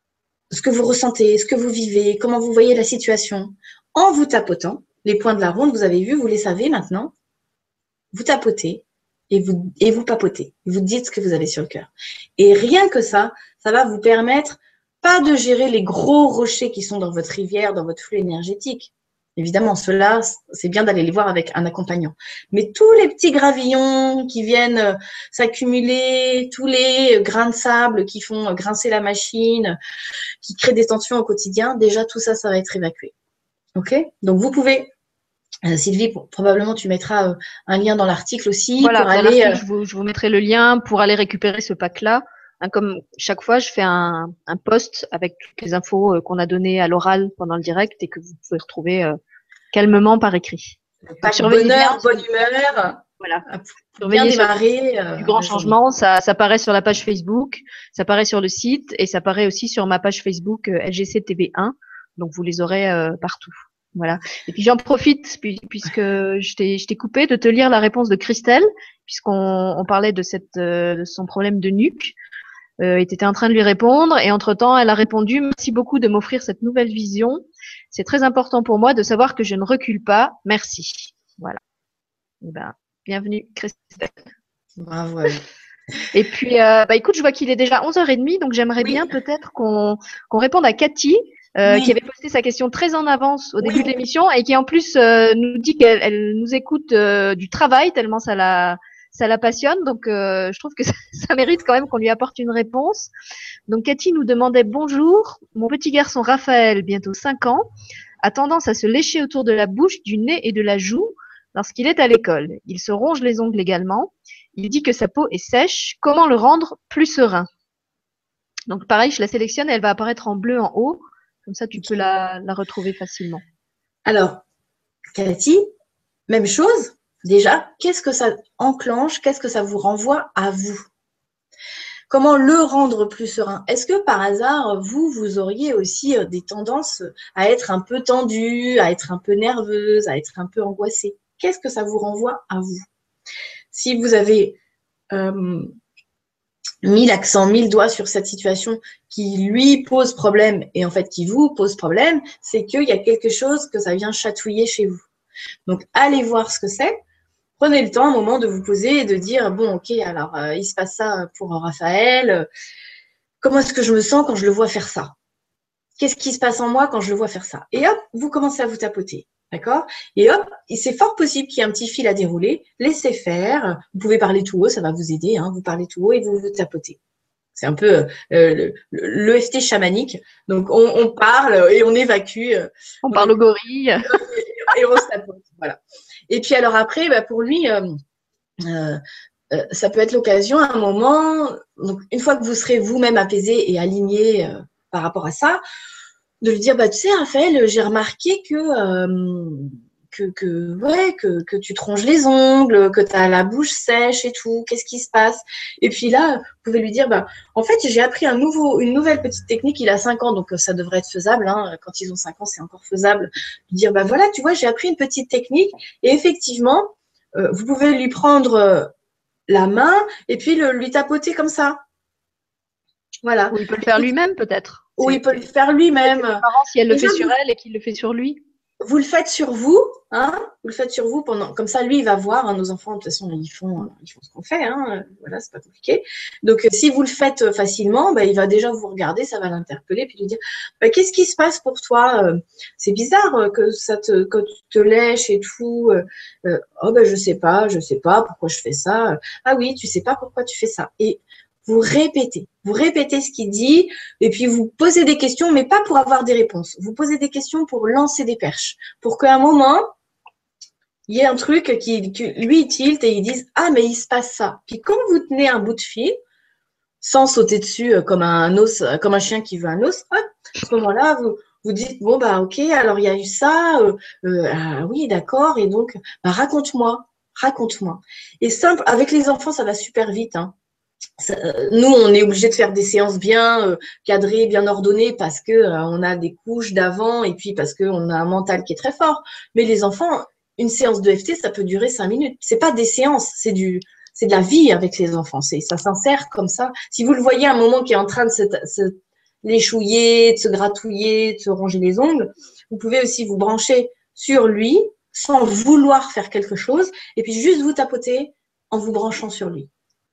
ce que vous ressentez, ce que vous vivez, comment vous voyez la situation, en vous tapotant. Les points de la ronde, vous avez vu, vous les savez maintenant. Vous tapotez et vous papotez. Vous dites ce que vous avez sur le cœur. Et rien que ça va vous permettre pas de gérer les gros rochers qui sont dans votre rivière, dans votre flux énergétique. Évidemment, ceux-là, c'est bien d'aller les voir avec un accompagnant. Mais tous les petits gravillons qui viennent s'accumuler, tous les grains de sable qui font grincer la machine, qui créent des tensions au quotidien, déjà tout ça, ça va être évacué. OK? Donc, vous pouvez, Sylvie, probablement tu mettras un lien dans l'article aussi Voilà, pour dans aller… l'article, je vous mettrai le lien pour aller récupérer ce pack-là. Hein, comme chaque fois, je fais un post avec toutes les infos qu'on a données à l'oral pendant le direct et que vous pouvez retrouver calmement par écrit. Pack Surveillez bien, bonheur, bonne humeur, voilà. pour bien Surveillez démarrer du grand la journée. changement, ça paraît sur la page Facebook, ça paraît sur le site et ça paraît aussi sur ma page Facebook LGC TV1. Donc vous les aurez partout. Voilà. Et puis j'en profite puisque je t'ai coupé de te lire la réponse de Christelle puisqu'on parlait de de son problème de nuque. Et tu étais en train de lui répondre et entre-temps elle a répondu: merci beaucoup de m'offrir cette nouvelle vision. C'est très important pour moi de savoir que je ne recule pas. Merci. Voilà. Et ben, bienvenue Christelle. Bravo. Et puis, écoute, je vois qu'il est déjà 11h30, donc j'aimerais bien peut-être qu'on réponde à Cathy, qui avait posé sa question très en avance au début de l'émission et qui en plus nous dit qu'elle nous écoute du travail tellement ça la passionne. Donc, je trouve que ça mérite quand même qu'on lui apporte une réponse. Donc, Cathy nous demandait: bonjour, mon petit garçon Raphaël, bientôt 5 ans, a tendance à se lécher autour de la bouche, du nez et de la joue lorsqu'il est à l'école. Il se ronge les ongles également. Il dit que sa peau est sèche. Comment le rendre plus serein? Donc pareil, je la sélectionne et elle va apparaître en bleu en haut. Comme ça, tu peux la retrouver facilement. Alors, Cathy, même chose. Déjà, qu'est-ce que ça enclenche? Qu'est-ce que ça vous renvoie à vous? Comment le rendre plus serein? Est-ce que par hasard, vous auriez aussi des tendances à être un peu tendue, à être un peu nerveuse, à être un peu angoissée? Qu'est-ce que ça vous renvoie à vous? Si vous avez mis l'accent, mis le doigt sur cette situation qui lui pose problème et en fait qui vous pose problème, c'est qu'il y a quelque chose que ça vient chatouiller chez vous. Donc, allez voir ce que c'est. Prenez le temps, un moment, de vous poser et de dire, bon, ok, alors, il se passe ça pour Raphaël. Comment est-ce que je me sens quand je le vois faire ça? Qu'est-ce qui se passe en moi quand je le vois faire ça? Et hop, vous commencez à vous tapoter. D'accord? Et hop, c'est fort possible qu'il y ait un petit fil à dérouler. Laissez faire. Vous pouvez parler tout haut, ça va vous aider. Hein. Vous parlez tout haut et vous tapotez. C'est un peu l'EFT chamanique. Donc, on parle et on évacue. On parle au gorille. Et on se tapote. Voilà. Et puis, alors après, pour lui, ça peut être l'occasion à un moment, donc une fois que vous serez vous-même apaisé et aligné par rapport à ça, de lui dire, tu sais, Raphaël, j'ai remarqué que tu te ronges les ongles, que tu as la bouche sèche et tout, qu'est-ce qui se passe? Et puis là, vous pouvez lui dire, en fait, j'ai appris une nouvelle petite technique, il a 5 ans, donc ça devrait être faisable, hein, quand ils ont 5 ans, c'est encore faisable, de dire, voilà, tu vois, j'ai appris une petite technique, et effectivement, vous pouvez lui prendre la main et puis lui tapoter comme ça. Voilà. Ou il peut le faire lui-même peut-être. Ou il peut le faire lui-même. C'est marrant si elle le fait sur elle et qu'il le fait sur lui. Vous le faites sur vous, hein. Vous le faites sur vous pendant. Comme ça, lui, il va voir. Hein, nos enfants, de toute façon, ils font ce qu'on fait. Hein, voilà, c'est pas compliqué. Donc, si vous le faites facilement, il va déjà vous regarder, ça va l'interpeller, puis lui dire qu'est-ce qui se passe pour toi? C'est bizarre que tu te lèches et tout. Je sais pas pourquoi je fais ça. Ah oui, tu sais pas pourquoi tu fais ça. Et vous répétez ce qu'il dit, et puis vous posez des questions, mais pas pour avoir des réponses. Vous posez des questions pour lancer des perches, pour qu'à un moment, il y ait un truc qui lui, il tilte et il dise « Ah, mais il se passe ça ». Puis quand vous tenez un bout de fil, sans sauter dessus comme un chien qui veut un os, hop, à ce moment-là, vous dites « Bon, ok, alors il y a eu ça, ah oui, d'accord, et donc, raconte-moi. » Et simple, avec les enfants, ça va super vite, hein. Nous, on est obligé de faire des séances bien cadrées, bien ordonnées parce que on a des couches d'avant et puis parce qu'on a un mental qui est très fort. Mais les enfants, une séance de FT, ça peut durer 5 minutes. C'est pas des séances, c'est de la vie avec les enfants. Ça s'insère comme ça. Si vous le voyez à un moment qui est en train de l'échouiller, de se gratouiller, de se ronger les ongles. Vous pouvez aussi vous brancher sur lui sans vouloir faire quelque chose et puis juste vous tapoter en vous branchant sur lui.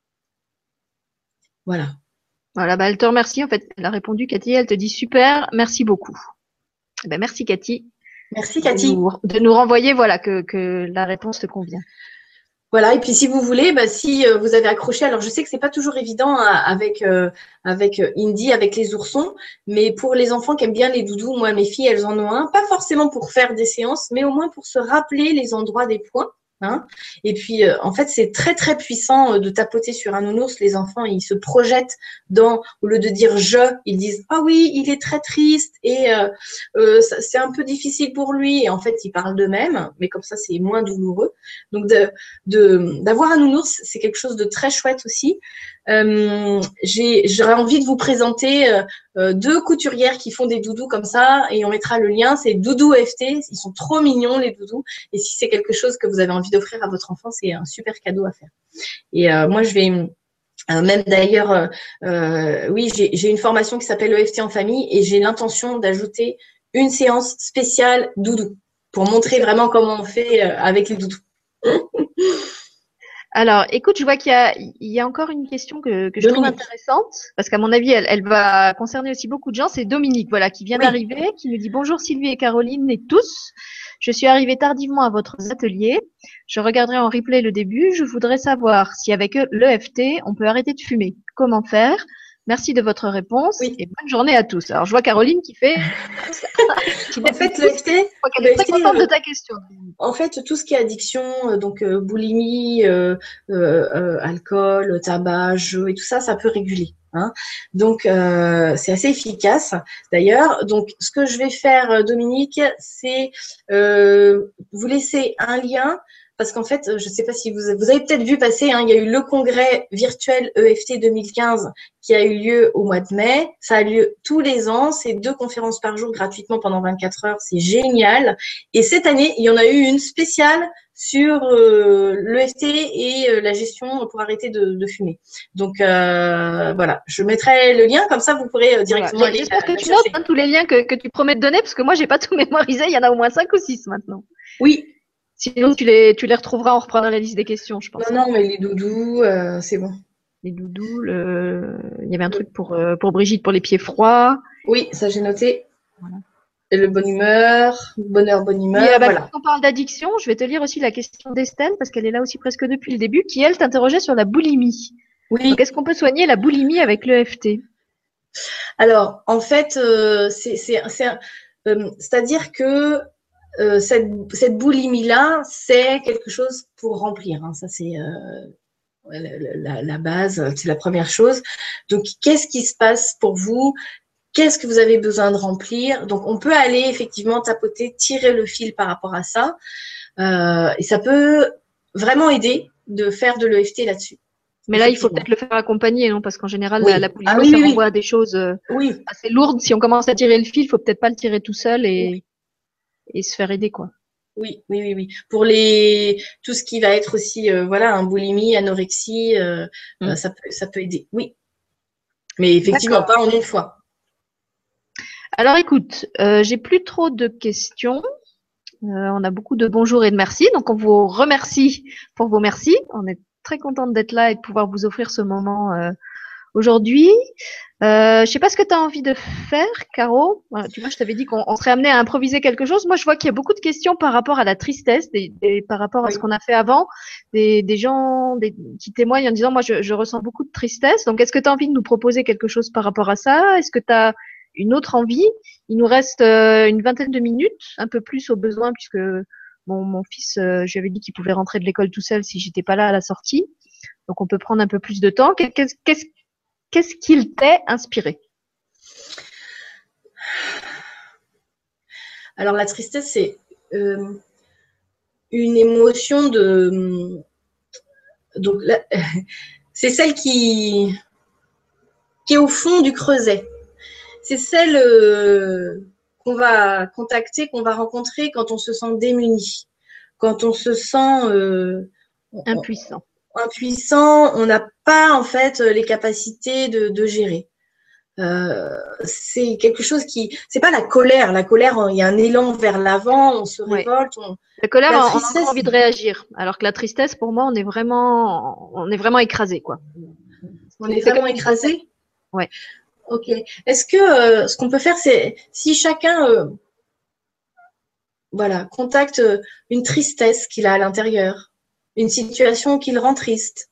Voilà. Voilà, bah, elle te remercie. En fait, elle a répondu, Cathy. Elle te dit super, merci beaucoup. Eh ben, merci, Cathy. Merci, Cathy. De nous renvoyer, voilà, que la réponse te convient. Voilà, et puis si vous voulez, bah, si vous avez accroché, alors je sais que c'est pas toujours évident avec Indy, avec les oursons, mais pour les enfants qui aiment bien les doudous, moi mes filles elles en ont un, pas forcément pour faire des séances, mais au moins pour se rappeler les endroits des points. Hein. Et puis en fait c'est très très puissant de tapoter sur un nounours. Les enfants ils se projettent dans, au lieu de dire je, ils disent ah oui il est très triste et c'est un peu difficile pour lui. Et en fait ils parlent d'eux-mêmes, mais comme ça c'est moins douloureux. Donc d'avoir un nounours, c'est quelque chose de très chouette aussi. J'aurais envie de vous présenter deux couturières qui font des doudous comme ça et on mettra le lien, c'est Doudou EFT, ils sont trop mignons les doudous et si c'est quelque chose que vous avez envie d'offrir à votre enfant, c'est un super cadeau à faire. Et moi je vais même d'ailleurs, oui, j'ai une formation qui s'appelle EFT en famille et j'ai l'intention d'ajouter une séance spéciale doudou pour montrer vraiment comment on fait avec les doudous. Alors, écoute, je vois qu'il y a encore une question que je trouve intéressante, parce qu'à mon avis, elle va concerner aussi beaucoup de gens. C'est Dominique, voilà, qui vient d'arriver, qui nous dit bonjour Sylvie et Caroline et tous. Je suis arrivée tardivement à votre atelier. Je regarderai en replay le début. Je voudrais savoir si avec l'EFT, on peut arrêter de fumer. Comment faire? Merci de votre réponse et bonne journée à tous. Alors, je vois Caroline qui fait. En fait, l'EFT, elle est très contente de ta question. En fait, tout ce qui est addiction, donc boulimie, alcool, tabac, jeu et tout ça, ça peut réguler. Hein. Donc, c'est assez efficace. D'ailleurs, donc, ce que je vais faire, Dominique, c'est vous laisser un lien. Parce qu'en fait, je ne sais pas si vous avez peut-être vu passer, hein, il y a eu le congrès virtuel EFT 2015 qui a eu lieu au mois de mai. Ça a lieu tous les ans. C'est 2 conférences par jour gratuitement pendant 24 heures. C'est génial. Et cette année, il y en a eu une spéciale sur l'EFT et la gestion pour arrêter de fumer. Donc, voilà. Je mettrai le lien. Comme ça, vous pourrez directement aller. J'espère que tu notes tous les liens que tu promets de donner parce que moi, j'ai pas tout mémorisé. Il y en a au moins 5 ou 6 maintenant. Oui. Sinon, tu les retrouveras en reprenant la liste des questions, je pense. Non, mais les doudous, c'est bon. Les doudous, il y avait un truc pour Brigitte pour les pieds froids. Oui, ça j'ai noté. Voilà. Et le bonne humeur, bonheur, bonne humeur. Et, voilà. Quand on parle d'addiction, je vais te lire aussi la question d'Estelle parce qu'elle est là aussi presque depuis le début, qui elle t'interrogeait sur la boulimie. Oui. Donc, est-ce qu'on peut soigner la boulimie avec l'EFT? Alors, en fait, c'est-à-dire que cette boulimie-là, c'est quelque chose pour remplir. Hein. Ça, c'est la base, c'est la première chose. Donc, qu'est-ce qui se passe pour vous? Qu'est-ce que vous avez besoin de remplir? Donc, on peut aller effectivement tapoter, tirer le fil par rapport à ça. Et ça peut vraiment aider de faire de l'EFT là-dessus. Mais là, il faut peut-être le faire accompagner, non? Parce qu'en général, la boulimie, ça renvoie à des choses assez lourdes. Si on commence à tirer le fil, il faut peut-être pas le tirer tout seul et se faire aider, quoi. Oui. Pour tout ce qui va être aussi, voilà, un boulimie, anorexie, ça peut aider. Oui. Mais effectivement, pas en une fois. Alors, écoute, j'ai plus trop de questions. On a beaucoup de bonjours et de merci. Donc, on vous remercie pour vos merci. On est très contente d'être là et de pouvoir vous offrir ce moment aujourd'hui. Je sais pas ce que tu as envie de faire, Caro. Tu vois, je t'avais dit qu'on serait amené à improviser quelque chose. Moi, je vois qu'il y a beaucoup de questions par rapport à la tristesse, par rapport à ce qu'on a fait avant, des gens qui témoignent en disant, moi, je ressens beaucoup de tristesse. Donc, est-ce que tu as envie de nous proposer quelque chose par rapport à ça? Est-ce que tu as une autre envie? Il nous reste une vingtaine de minutes, un peu plus au besoin, puisque mon fils, je lui avais dit qu'il pouvait rentrer de l'école tout seul si j'étais pas là à la sortie. Donc, on peut prendre un peu plus de temps. Qu'est-ce qu'il t'est inspiré? Alors, la tristesse, c'est une émotion de… Donc, c'est celle qui est au fond du creuset. C'est celle qu'on va contacter, qu'on va rencontrer quand on se sent démuni, quand on se sent impuissant. On n'a pas en fait les capacités de gérer. c'est quelque chose qui, c'est pas la colère. La colère, il y a un élan vers l'avant, on se Ouais. révolte. La colère, La on a encore tristesse, envie de réagir. Alors que la tristesse, pour moi, on est vraiment écrasé, quoi. on est C'est comme vraiment une grossesse. écrasé. Ouais. Ok. Est-ce que ce qu'on peut faire, c'est si chacun, voilà, contacte une tristesse qu'il a à l'intérieur, une situation qui le rend triste.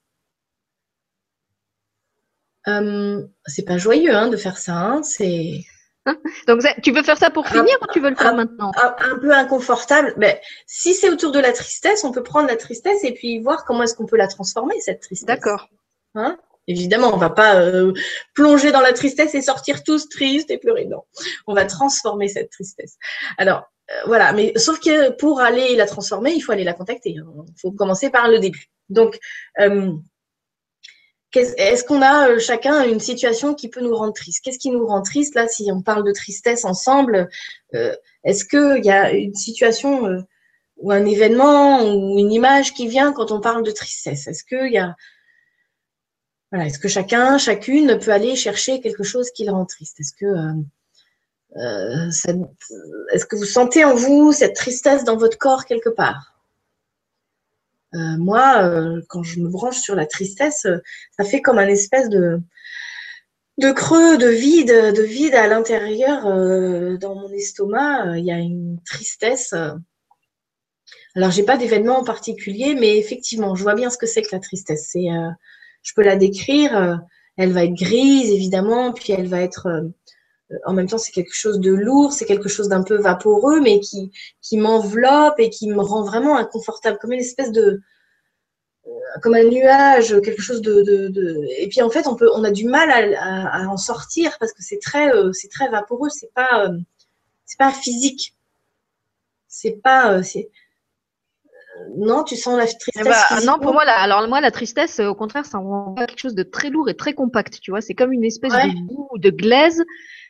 C'est pas joyeux hein, de faire ça. Hein, c'est Donc, tu veux faire ça pour un, finir ou tu veux le faire un- maintenant? un peu inconfortable. Mais si c'est autour de la tristesse, on peut prendre la tristesse et puis voir comment est-ce qu'on peut la transformer, cette tristesse. D'accord. Hein. Évidemment, on va pas plonger dans la tristesse et sortir tous tristes et pleurer. Non, on va transformer cette tristesse. Alors, voilà, mais sauf que pour aller la transformer, il faut aller la contacter. Il faut commencer par le début. Donc, est-ce qu'on a chacun une situation qui peut nous rendre triste? Qu'est-ce qui nous rend triste là, si on parle de tristesse ensemble? Est-ce qu'il y a une situation ou un événement ou une image qui vient quand on parle de tristesse? Est-ce qu'il y a voilà, est-ce que chacun, chacune peut aller chercher quelque chose qui le rend triste? Est-ce que vous sentez en vous cette tristesse dans votre corps quelque part? Moi, quand je me branche sur la tristesse, ça fait comme un espèce de creux, de vide à l'intérieur, dans mon estomac. Il y a une tristesse. Alors, j'ai pas d'événement en particulier, mais effectivement, je vois bien ce que c'est que la tristesse. Je peux la décrire. Elle va être grise, évidemment, puis elle va être en même temps, c'est quelque chose de lourd, c'est quelque chose d'un peu vaporeux, mais qui m'enveloppe et qui me rend vraiment inconfortable, comme une espèce de, comme un nuage, quelque chose Et puis en fait, on a du mal à en sortir parce que c'est très vaporeux, c'est pas physique, c'est pas, non, tu sens la Eh ben, tristesse non, pour physiquement. moi, alors moi, la tristesse, au contraire, ça renvoie à quelque chose de très lourd et très compact, tu vois. C'est comme une espèce de Ouais, boue ou de glaise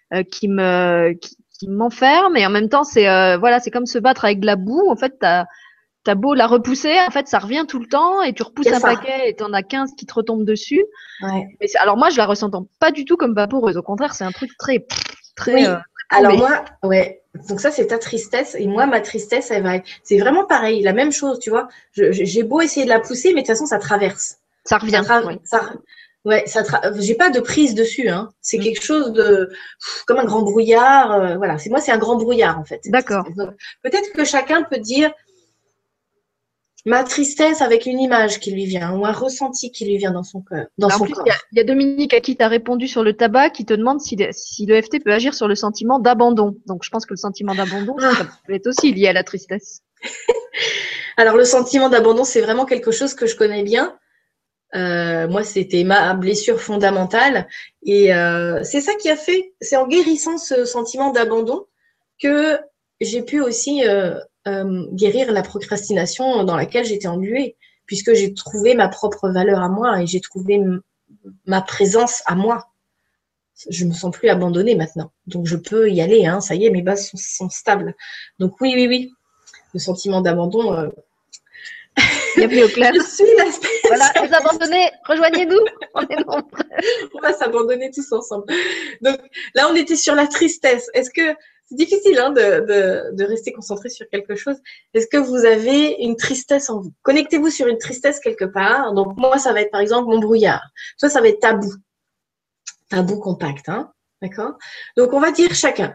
qui m'enferme et en même temps, voilà, c'est comme se battre avec de la boue. En fait, t'as beau la repousser, en fait, ça revient tout le temps et tu il y repousses a un ça. paquet et t'en as 15 qui te retombent dessus. Ouais. Mais alors moi, je la ressens pas du tout comme vaporeuse. Au contraire, c'est un truc très Oui. Alors plombé. moi, ouais. Donc ça, c'est ta tristesse. Et moi, ma tristesse, c'est vraiment pareil, la même chose, tu vois. J'ai beau essayer de la pousser, mais de toute façon, ça traverse. Ça Ça, revient, oui. ouais, j'ai pas de prise dessus, hein. C'est Mm. quelque chose de, comme un grand brouillard. Voilà. C'est un grand brouillard, en fait, cette D'accord. tristesse. Donc, peut-être que chacun peut dire ma tristesse avec une image qui lui vient, ou un ressenti qui lui vient dans son cœur, dans Bah, en son plus, il y a, corps. il y a Dominique à qui tu as répondu sur le tabac qui te demande si le FT peut agir sur le sentiment d'abandon. Donc, je pense que le sentiment d'abandon, ça Ah. peut être aussi lié à la tristesse. Alors, le sentiment d'abandon, c'est vraiment quelque chose que je connais bien. Moi, c'était ma blessure fondamentale. Et c'est ça qui a fait, c'est en guérissant ce sentiment d'abandon que j'ai pu aussi guérir la procrastination dans laquelle j'étais engluée, puisque j'ai trouvé ma propre valeur à moi et j'ai trouvé ma présence à moi. Je me sens plus abandonnée maintenant. Donc, je peux y aller. Hein, ça y est, mes bases sont stables. Donc, oui, oui, oui. Le sentiment d'abandon, Bienvenue au club. je suis la Voilà, les spécialiste. abandonnés, rejoignez-nous. On est nombreux. On va s'abandonner tous ensemble. Donc là, on était sur la tristesse. Est-ce que c'est difficile hein, de rester concentré sur quelque chose? Est-ce que vous avez une tristesse en vous? Connectez-vous sur une tristesse quelque part. Donc moi, ça va être par exemple mon brouillard. Toi, ça va être tabou. Tabou compact. Hein. D'accord. Donc on va dire chacun.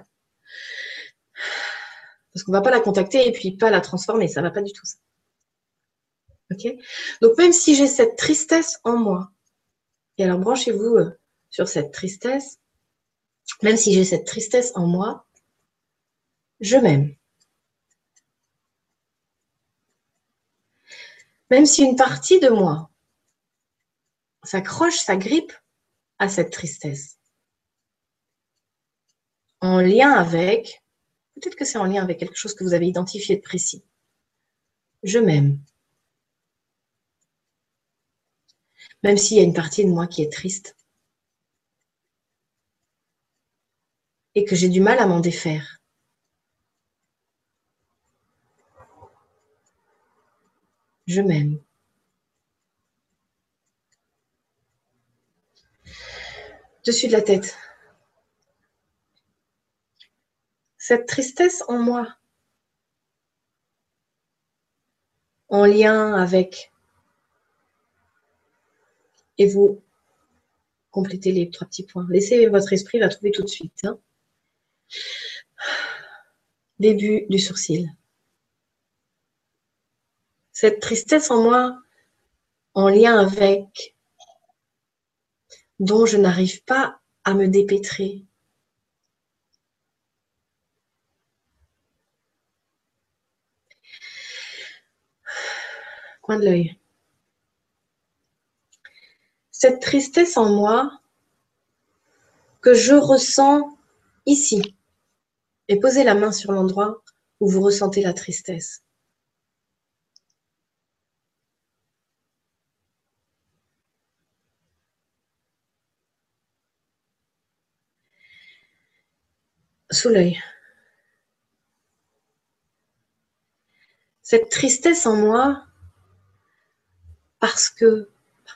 Parce qu'on ne va pas la contacter et puis pas la transformer. Ça ne va pas du tout ça. Ok. Donc même si j'ai cette tristesse en moi, et alors branchez-vous sur cette tristesse, même si j'ai cette tristesse en moi, je m'aime. Même si une partie de moi s'accroche, s'agrippe à cette tristesse, en lien avec, peut-être que c'est en lien avec quelque chose que vous avez identifié de précis. Je m'aime. Même s'il y a une partie de moi qui est triste et que j'ai du mal à m'en défaire. Je m'aime. Dessus de la tête. cette tristesse en moi, en lien avec, et vous complétez les 3 petits points. Laissez votre esprit la trouver tout de suite. Hein. Début du sourcil. Cette tristesse en moi, en lien avec, dont je n'arrive pas à me dépêtrer. Coin de l'œil. Cette tristesse en moi que je ressens ici. Et posez la main sur l'endroit où vous ressentez la tristesse. Sous l'œil. Cette tristesse en moi parce que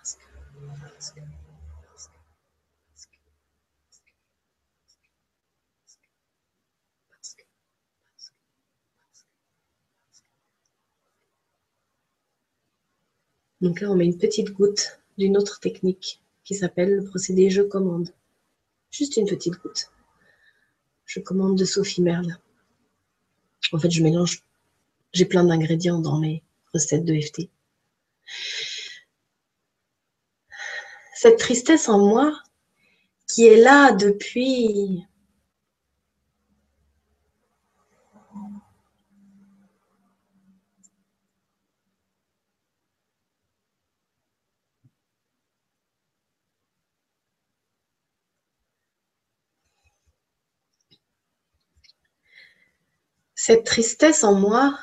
donc là, on met une petite goutte d'une autre technique qui s'appelle le procédé je commande. Juste une petite goutte. Je commande de Sophie Merle. En fait, je mélange. J'ai plein d'ingrédients dans mes recettes de FT. Cette tristesse en moi qui est là depuis cette tristesse en moi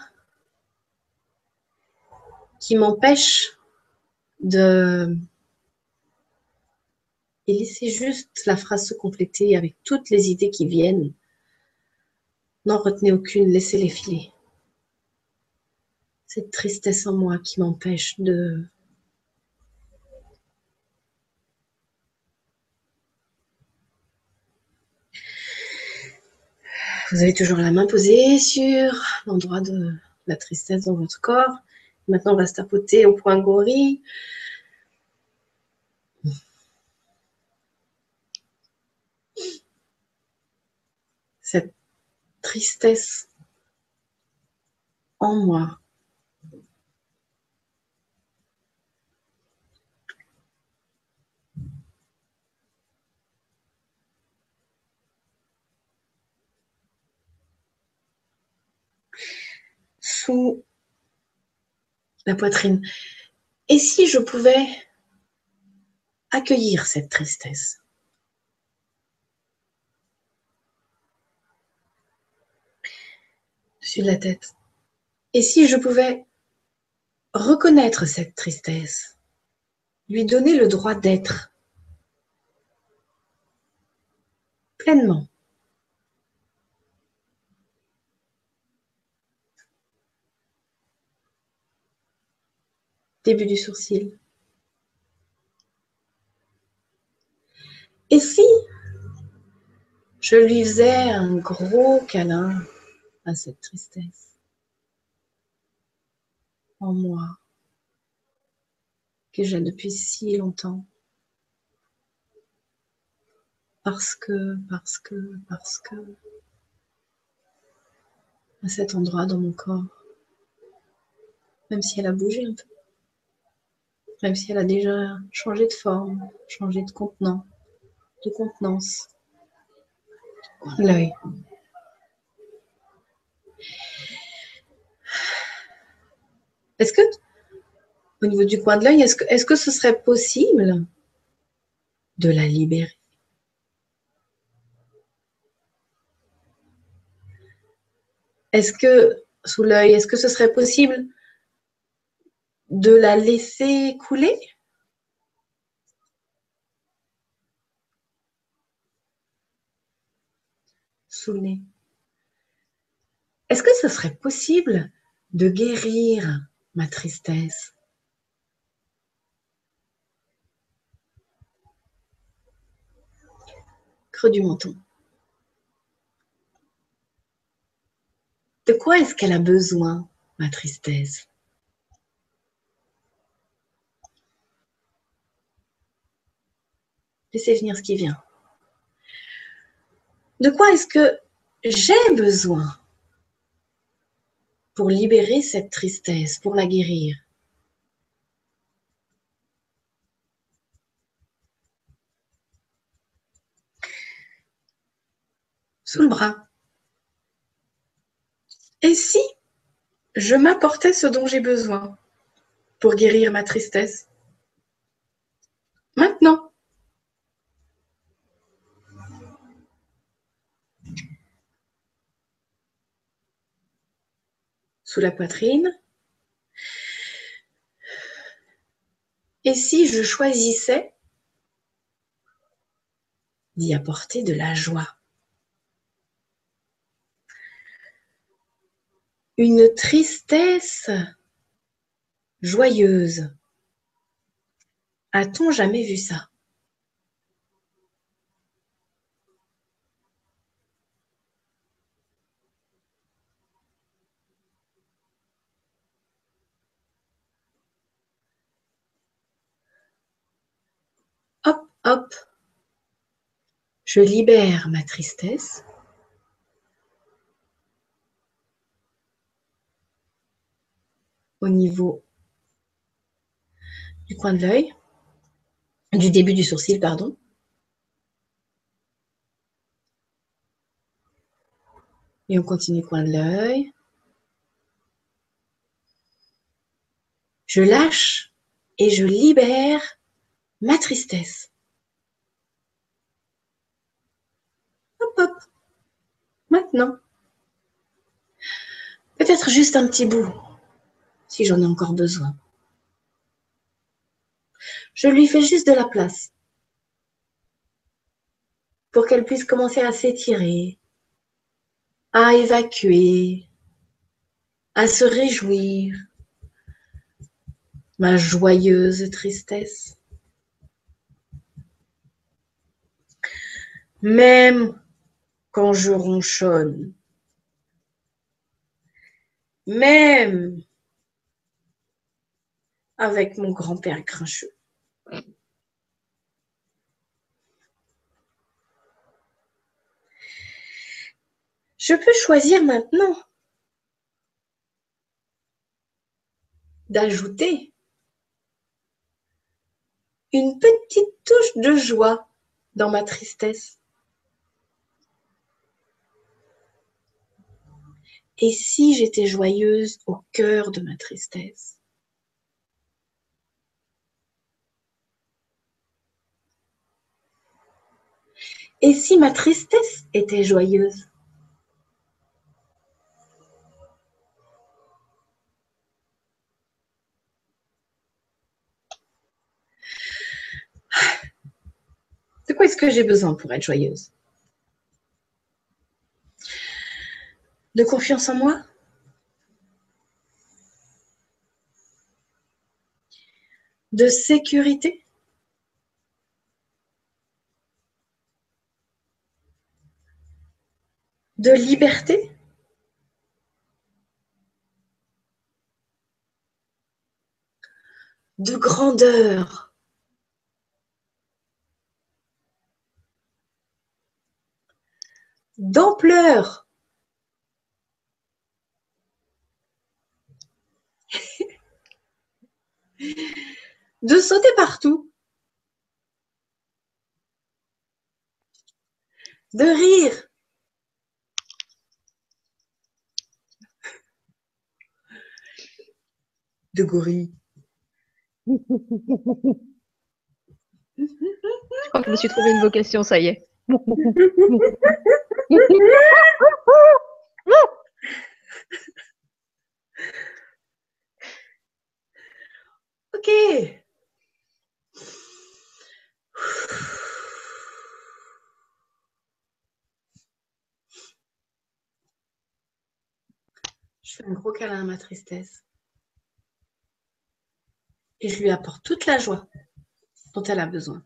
qui m'empêche de... Et laissez juste la phrase se compléter avec toutes les idées qui viennent. N'en retenez aucune, laissez-les filer. Cette tristesse en moi qui m'empêche de... Vous avez toujours la main posée sur l'endroit de la tristesse dans votre corps. Maintenant, on va se tapoter au point gorille. Cette tristesse en moi. Sous la poitrine. Et si je pouvais accueillir cette tristesse? Dessus de la tête. Et si je pouvais reconnaître cette tristesse, lui donner le droit d'être pleinement. Début du sourcil. Et si je lui faisais un gros câlin à cette tristesse en moi, que j'ai depuis si longtemps, parce que, à cet endroit dans mon corps, même si elle a bougé un peu, même si elle a déjà changé de forme, changé de contenant, de contenance, l'œil. Est-ce que, au niveau du coin de l'œil, est-ce que ce serait possible de la libérer? Est-ce que, sous l'œil, est-ce que ce serait possible de la laisser couler? Sous le nez. Est-ce que ce serait possible de guérir ma tristesse? Creux du menton. De quoi est-ce qu'elle a besoin, ma tristesse? Laissez venir ce qui vient. De quoi est-ce que j'ai besoin pour libérer cette tristesse, pour la guérir? Sous le bras. Et si je m'apportais ce dont j'ai besoin pour guérir ma tristesse? Maintenant. Sous la poitrine. Et si je choisissais d'y apporter de la joie? Une tristesse joyeuse. A-t-on jamais vu ça? Hop, hop. Je libère ma tristesse. Au niveau du coin de l'œil, du début du sourcil, pardon. Et on continue coin de l'œil. Je lâche et je libère ma tristesse. Hop, hop. Maintenant. Peut-être juste un petit bout, si j'en ai encore besoin. Je lui fais juste de la place pour qu'elle puisse commencer à s'étirer, à évacuer, à se réjouir. Ma joyeuse tristesse. Même quand je ronchonne, même avec mon grand-père grincheux. Je peux choisir maintenant d'ajouter une petite touche de joie dans ma tristesse. Et si j'étais joyeuse au cœur de ma tristesse? Et si ma tristesse était joyeuse? De quoi est-ce que j'ai besoin pour être joyeuse? De confiance en moi? De sécurité? De liberté? De grandeur? D'ampleur? De sauter partout? De rire? De gorille? Je crois que je me suis trouvé une vocation, ça y est. Ok. Je fais un gros câlin à ma tristesse. Et je lui apporte toute la joie dont elle a besoin.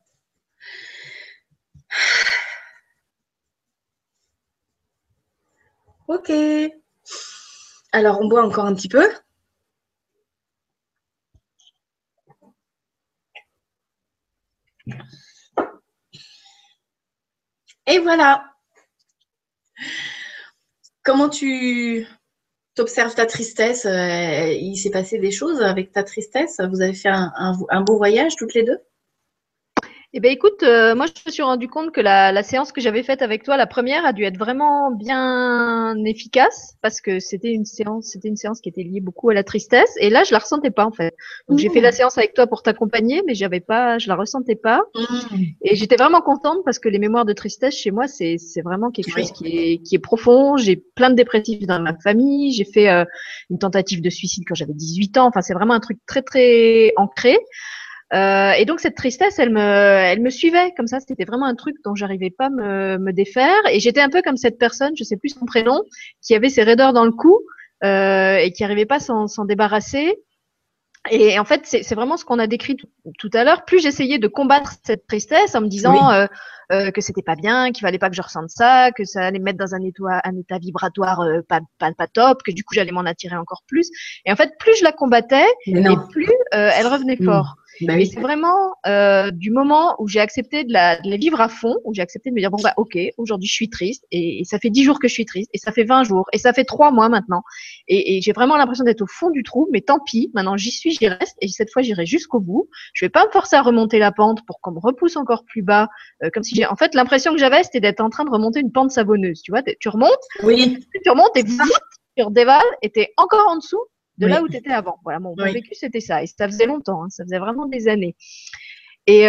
Ok. Alors, on boit encore un petit peu. Et voilà. Comment tu observes ta tristesse? Il s'est passé des choses avec ta tristesse? Vous avez fait un beau voyage toutes les deux? Eh ben écoute, moi je me suis rendu compte que la séance que j'avais faite avec toi, la première, a dû être vraiment bien efficace parce que c'était une séance qui était liée beaucoup à la tristesse. Et là, je la ressentais pas en fait. Donc j'ai fait la séance avec toi pour t'accompagner, mais je la ressentais pas. Et j'étais vraiment contente parce que les mémoires de tristesse chez moi, c'est vraiment quelque Oui. chose qui est profond. J'ai plein de dépressifs dans ma famille. J'ai fait une tentative de suicide quand j'avais 18 ans. Enfin, c'est vraiment un truc très très ancré. Et donc cette tristesse, elle me suivait comme ça. C'était vraiment un truc dont j'arrivais pas à me défaire. Et j'étais un peu comme cette personne, je sais plus son prénom, qui avait ses raideurs dans le cou et qui arrivait pas à s'en débarrasser. Et en fait, c'est vraiment ce qu'on a décrit tout à l'heure. Plus j'essayais de combattre cette tristesse en me Oui. disant que c'était pas bien, qu'il fallait pas que je ressente ça, que ça allait me mettre dans un état vibratoire pas top, que du coup j'allais m'en attirer encore plus. Et en fait, plus je la combattais, et plus elle revenait fort. Bah Et oui. c'est vraiment du moment où j'ai accepté de la vivre à fond, où j'ai accepté de me dire bon bah ok, aujourd'hui je suis triste, et ça fait 10 jours que je suis triste, et ça fait 20 jours, et ça fait 3 mois maintenant. Et j'ai vraiment l'impression d'être au fond du trou, mais tant pis, maintenant j'y suis, j'y reste, et cette fois j'irai jusqu'au bout. Je vais pas me forcer à remonter la pente pour qu'on me repousse encore plus bas, comme si j'ai, en fait, l'impression que j'avais, c'était d'être en train de remonter une pente savonneuse. Tu vois, tu remontes, Oui. et tu redévales, et t'es encore en dessous de là Oui. où t'étais avant. Voilà, mon Oui. vécu, c'était ça, et ça faisait longtemps, hein, ça faisait vraiment des années. Et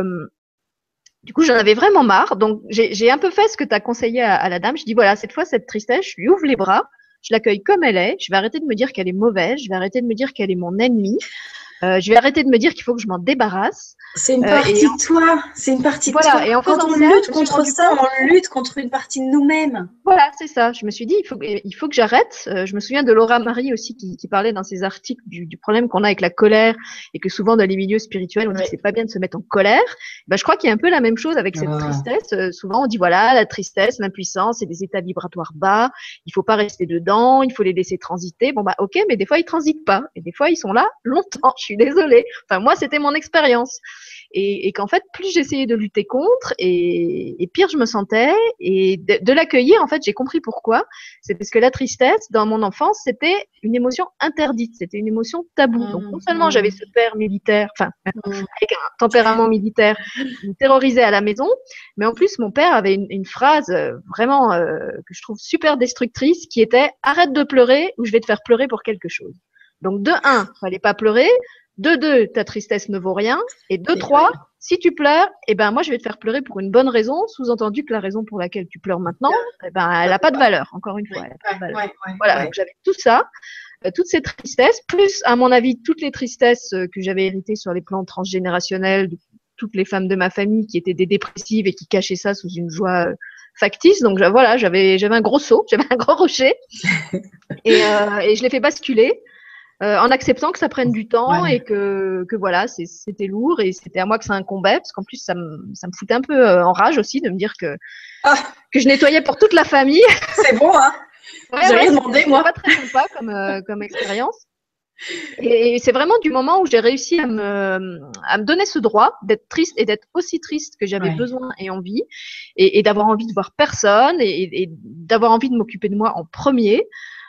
du coup, j'en avais vraiment marre. Donc, j'ai un peu fait ce que tu as conseillé à la dame. Je dis, voilà, cette fois, cette tristesse, je lui ouvre les bras, je l'accueille comme elle est. Je vais arrêter de me dire qu'elle est mauvaise. Je vais arrêter de me dire qu'elle est mon ennemie. Je vais arrêter de me dire qu'il faut que je m'en débarrasse. C'est une Et partie de toi. C'est une partie de toi. voilà. Et en Quand faisant on ça, lutte je me suis contre rendu ça, compte. on lutte contre une partie de nous-mêmes. Voilà, c'est ça. Je me suis dit, il faut que j'arrête. Je me souviens de Laura Marie aussi qui parlait dans ses articles du problème qu'on a avec la colère et que souvent dans les milieux spirituels, on dit Oui. que c'est pas bien de se mettre en colère. Ben, je crois qu'il y a un peu la même chose avec cette tristesse. Souvent, on dit voilà, la tristesse, l'impuissance, c'est des états vibratoires bas. Il faut pas rester dedans. Il faut les laisser transiter. Bon bah ok, mais des fois ils transitent pas et des fois ils sont là longtemps. Je suis désolée. Enfin moi, c'était mon expérience. Et qu'en fait, plus j'essayais de lutter contre, et pire je me sentais. Et de l'accueillir, en fait, j'ai compris pourquoi. C'est parce que la tristesse, dans mon enfance, c'était une émotion interdite, c'était une émotion taboue. Donc non seulement j'avais ce père militaire, enfin avec un tempérament militaire qui me terrorisait à la maison, mais en plus mon père avait une phrase vraiment que je trouve super destructrice, qui était arrête de pleurer ou je vais te faire pleurer pour quelque chose. Donc de un, fallait pas pleurer. De deux, ta tristesse ne vaut rien. Et de trois, si tu pleures, eh ben moi je vais te faire pleurer pour une bonne raison, sous-entendu que la raison pour laquelle tu pleures maintenant, eh ben elle n'a pas de valeur. Encore une fois, elle a pas de valeur. Voilà, donc j'avais tout ça, toutes ces tristesses, plus à mon avis toutes les tristesses que j'avais héritées sur les plans transgénérationnels, de toutes les femmes de ma famille qui étaient des dépressives et qui cachaient ça sous une joie factice. Donc voilà, j'avais un gros seau, j'avais un gros rocher, et je l'ai fait basculer. En acceptant que ça prenne du temps et que voilà, c'était lourd et c'était à moi que ça incombait, parce qu'en plus ça me foutait un peu en rage aussi de me dire que je nettoyais pour toute la famille. C'est bon, hein. J'ai rien demandé, moi. Pas très sympa comme expérience. Et c'est vraiment du moment où j'ai réussi à me donner ce droit d'être triste et d'être aussi triste que j'avais besoin et envie, et d'avoir envie de voir personne, et d'avoir envie de m'occuper de moi en premier.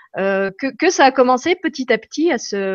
Que ça a commencé petit à petit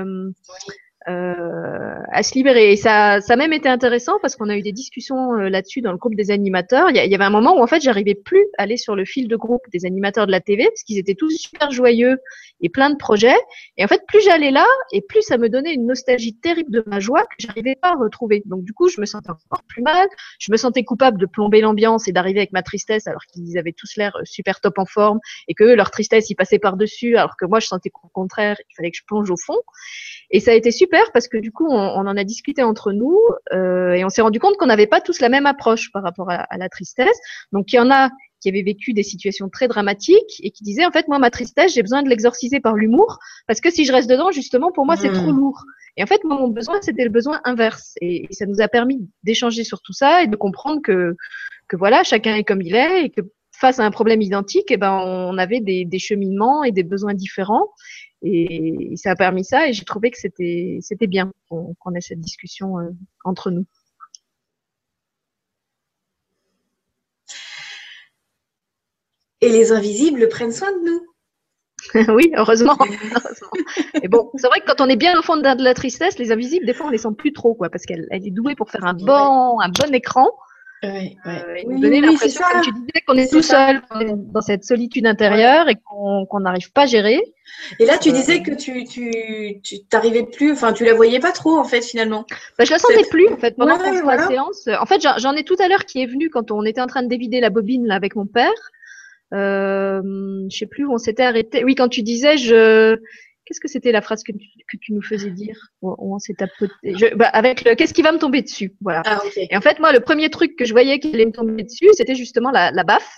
à se libérer. Et ça a même été intéressant parce qu'on a eu des discussions là-dessus dans le groupe des animateurs. Il y avait un moment où en fait j'arrivais plus à aller sur le fil de groupe des animateurs de la TV parce qu'ils étaient tous super joyeux et plein de projets. Et en fait, plus j'allais là, et plus ça me donnait une nostalgie terrible de ma joie que j'arrivais pas à retrouver. Donc du coup, je me sentais encore plus mal. Je me sentais coupable de plomber l'ambiance et d'arriver avec ma tristesse alors qu'ils avaient tous l'air super top en forme, et que leur tristesse, ils passaient par-dessus, alors que moi, je sentais qu'au contraire, il fallait que je plonge au fond. Et ça a été super parce que du coup, on en a discuté entre nous et on s'est rendu compte qu'on n'avait pas tous la même approche par rapport à la tristesse. Donc, il y en a qui avaient vécu des situations très dramatiques et qui disaient, en fait, moi, ma tristesse, j'ai besoin de l'exorciser par l'humour parce que si je reste dedans, justement, pour moi, c'est trop lourd. Et en fait, moi, mon besoin, c'était le besoin inverse. Et ça nous a permis d'échanger sur tout ça et de comprendre que voilà, chacun est comme il est, et que face à un problème identique, eh ben, on avait des cheminements et des besoins différents. Et ça a permis ça, et j'ai trouvé que c'était bien qu'on ait cette discussion entre nous. Et les invisibles prennent soin de nous. Oui, heureusement. Et bon, c'est vrai que quand on est bien au fond de la tristesse, les invisibles, des fois, on les sent plus trop, quoi, parce qu'elle est douée pour faire un bon écran. Ouais. Et nous donner Oui, c'est l'impression, ça. comme tu disais, qu'on est tout seul, qu'on est dans cette solitude intérieure et qu'on n'arrive pas à gérer. Et là, tu disais que tu t'arrivais plus, enfin, tu la voyais pas trop, en fait, finalement. Bah, je la sentais plus, en fait, pendant qu'on faisait la voilà. séance. En fait, j'en ai tout à l'heure qui est venu quand on était en train de dévider la bobine là, avec mon père. Je sais plus où on s'était arrêté. Oui, quand tu disais, qu'est-ce que c'était la phrase que tu nous faisais dire où on s'est tapoté avec le qu'est-ce qui va me tomber dessus, voilà. Ah, ok. Et en fait, moi, le premier truc que je voyais qui allait me tomber dessus, c'était justement la baffe.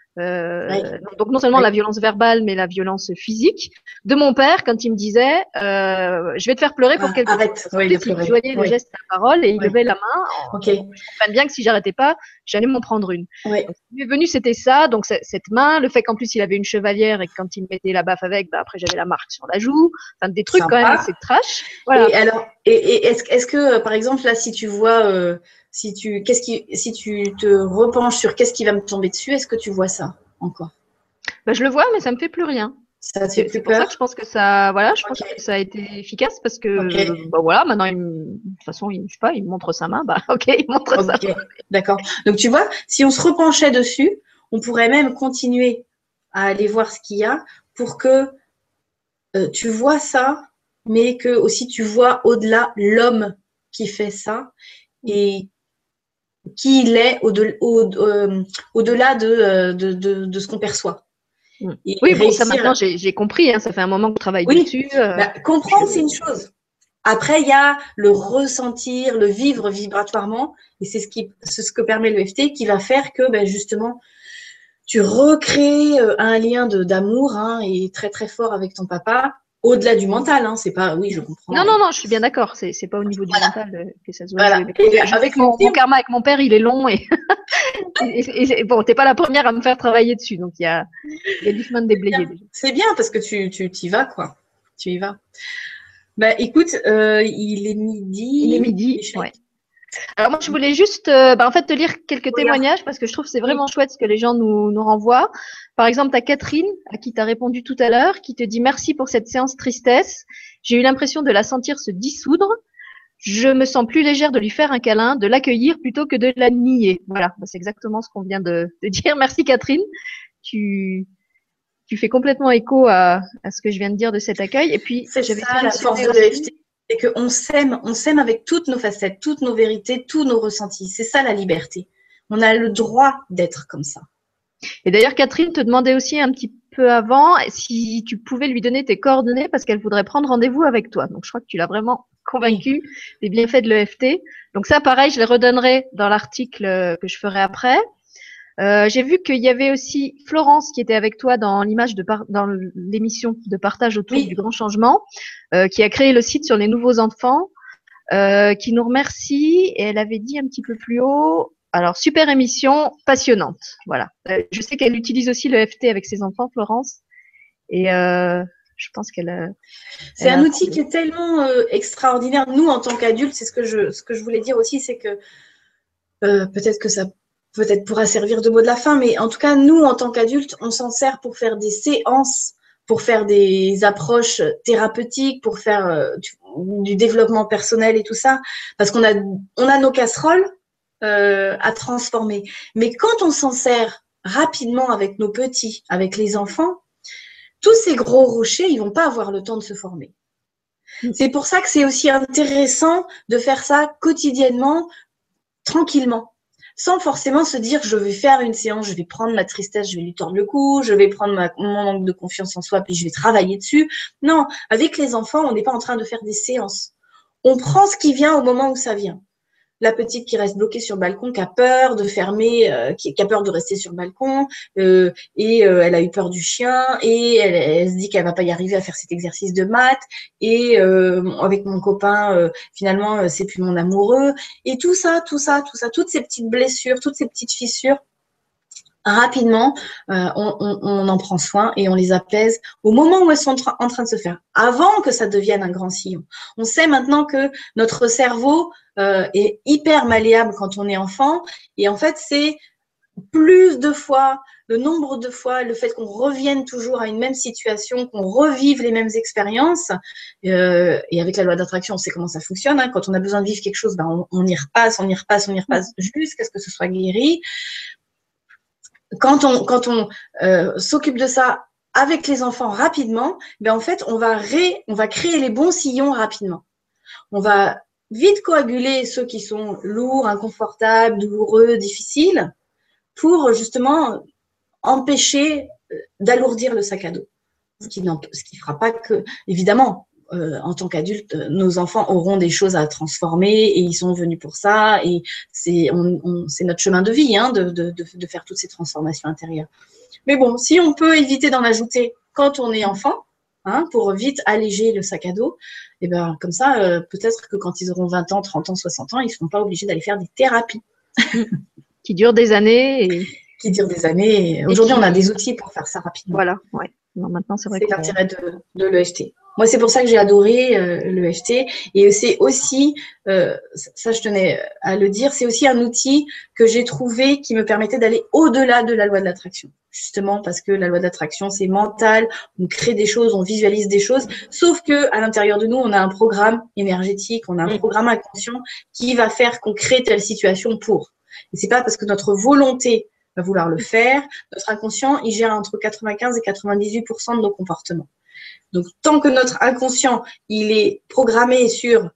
Donc non seulement la violence verbale, mais la violence physique de mon père quand il me disait je vais te faire pleurer pour quelque chose. En plus, il joignait le geste à la parole et il levait la main. Je comprends bien que si j'arrêtais pas, j'allais m'en prendre une. Donc, ce qui m'est venu, c'était ça. Donc cette main, le fait qu'en plus il avait une chevalière et que quand il me mettait la baffe avec, après j'avais la marque sur la joue. Enfin des trucs quand même assez trash. Voilà. Et alors, est-ce que par exemple là, si tu vois si tu te repenches sur qu'est-ce qui va me tomber dessus, est-ce que tu vois ça encore? Je le vois, mais ça me fait plus rien. Ça te fait plus peur. C'est pour ça que je pense que ça, je pense que ça a été efficace parce que, maintenant, de toute façon, je sais pas, il me montre sa main, il montre sa main. D'accord. Donc tu vois, si on se repenchait dessus, on pourrait même continuer à aller voir ce qu'il y a pour que tu vois ça, mais que aussi tu vois au-delà l'homme qui fait ça et qui il est au-delà de ce qu'on perçoit. Et oui, bon, ça maintenant, j'ai compris, ça fait un moment qu'on travaille dessus. Comprendre, c'est une chose. Après, il y a le ressentir, le vivre vibratoirement, et c'est ce que permet l'EFT qui va faire que, justement, tu recrées un lien d'amour et très très fort avec ton papa, au-delà du mental. C'est pas, oui, je comprends. Non, je suis bien d'accord. C'est pas au niveau du mental que ça se voit. Voilà. Je sais que mon karma avec mon père, il est long et bon, t'es pas la première à me faire travailler dessus, donc il y a du chemin de déblayer. C'est bien parce que tu y vas, quoi. Tu y vas. Écoute, il est midi. Il est midi, ouais. Alors moi, je voulais juste en fait te lire quelques témoignages parce que je trouve que c'est vraiment chouette ce que les gens nous renvoient. Par exemple, tu as Catherine, à qui tu as répondu tout à l'heure, qui te dit « Merci pour cette séance tristesse. J'ai eu l'impression de la sentir se dissoudre. Je me sens plus légère de lui faire un câlin, de l'accueillir plutôt que de la nier. » Voilà, c'est exactement ce qu'on vient de dire. Merci Catherine. Tu fais complètement écho à ce que je viens de dire de cet accueil. Et puis, c'est ça la force de l'EFT. C'est qu'on s'aime avec toutes nos facettes, toutes nos vérités, tous nos ressentis. C'est ça la liberté. On a le droit d'être comme ça. Et d'ailleurs, Catherine te demandait aussi un petit peu avant si tu pouvais lui donner tes coordonnées parce qu'elle voudrait prendre rendez-vous avec toi. Donc, je crois que tu l'as vraiment convaincue des bienfaits de l'EFT. Donc ça, pareil, je les redonnerai dans l'article que je ferai après. J'ai vu qu'il y avait aussi Florence qui était avec toi dans dans l'émission de partage autour du grand changement, qui a créé le site sur les nouveaux enfants, qui nous remercie. Et elle avait dit un petit peu plus haut, alors super émission, passionnante. Voilà. Je sais qu'elle utilise aussi le FT avec ses enfants, Florence, et je pense qu'elle. C'est un outil qui est tellement extraordinaire. Nous, en tant qu'adultes, c'est ce que je voulais dire aussi, c'est que peut-être que ça pourra servir de mot de la fin, mais en tout cas, nous, en tant qu'adultes, on s'en sert pour faire des séances, pour faire des approches thérapeutiques, pour faire du développement personnel et tout ça, parce qu'on a nos casseroles à transformer. Mais quand on s'en sert rapidement avec nos petits, avec les enfants, tous ces gros rochers, ils vont pas avoir le temps de se former. C'est pour ça que c'est aussi intéressant de faire ça quotidiennement, tranquillement, sans forcément se dire je vais faire une séance, je vais prendre ma tristesse, je vais lui tordre le cou, je vais prendre mon manque de confiance en soi, puis je vais travailler dessus. Non, avec les enfants, on n'est pas en train de faire des séances. On prend ce qui vient au moment où ça vient. La petite qui reste bloquée sur le balcon, qui a peur de fermer, qui a peur de rester sur le balcon, elle a eu peur du chien, et elle se dit qu'elle va pas y arriver à faire cet exercice de maths, et avec mon copain, finalement, c'est plus mon amoureux, et tout ça, toutes ces petites blessures, toutes ces petites fissures, rapidement, on en prend soin et on les apaise au moment où elles sont en train de se faire, avant que ça devienne un grand sillon. On sait maintenant que notre cerveau est hyper malléable quand on est enfant, et en fait, c'est plus de fois, le nombre de fois, le fait qu'on revienne toujours à une même situation, qu'on revive les mêmes expériences. Et avec la loi d'attraction, on sait comment ça fonctionne. Hein. Quand on a besoin de vivre quelque chose, ben on y repasse, on y repasse, on y repasse jusqu'à ce que ce soit guéri. Quand on s'occupe de ça avec les enfants rapidement, ben en fait, on va créer les bons sillons rapidement. On va vite coaguler ceux qui sont lourds, inconfortables, douloureux, difficiles, pour justement empêcher d'alourdir le sac à dos. Ce qui fera pas que, évidemment, en tant qu'adultes, nos enfants auront des choses à transformer et ils sont venus pour ça. Et c'est notre chemin de vie hein, de faire toutes ces transformations intérieures. Mais bon, si on peut éviter d'en ajouter quand on est enfant, hein, pour vite alléger le sac à dos, et ben comme ça, peut-être que quand ils auront 20 ans, 30 ans, 60 ans, ils ne seront pas obligés d'aller faire des thérapies. Qui durent des années. Et... Qui durent des années. Aujourd'hui, on a des outils pour faire ça rapidement. Voilà, ouais. Non, maintenant, c'est vrai. C'est l'intérêt de l'EFT. Moi, c'est pour ça que j'ai adoré l'EFT. Et c'est aussi, ça je tenais à le dire, c'est aussi un outil que j'ai trouvé qui me permettait d'aller au-delà de la loi de l'attraction. Justement, parce que la loi de l'attraction, c'est mental, on crée des choses, on visualise des choses. Sauf que à l'intérieur de nous, on a un programme énergétique, on a un programme inconscient qui va faire qu'on crée telle situation pour. Et c'est pas parce que notre volonté va vouloir le faire. Notre inconscient, il gère entre 95 et 98% de nos comportements. Donc, tant que notre inconscient, il est programmé sur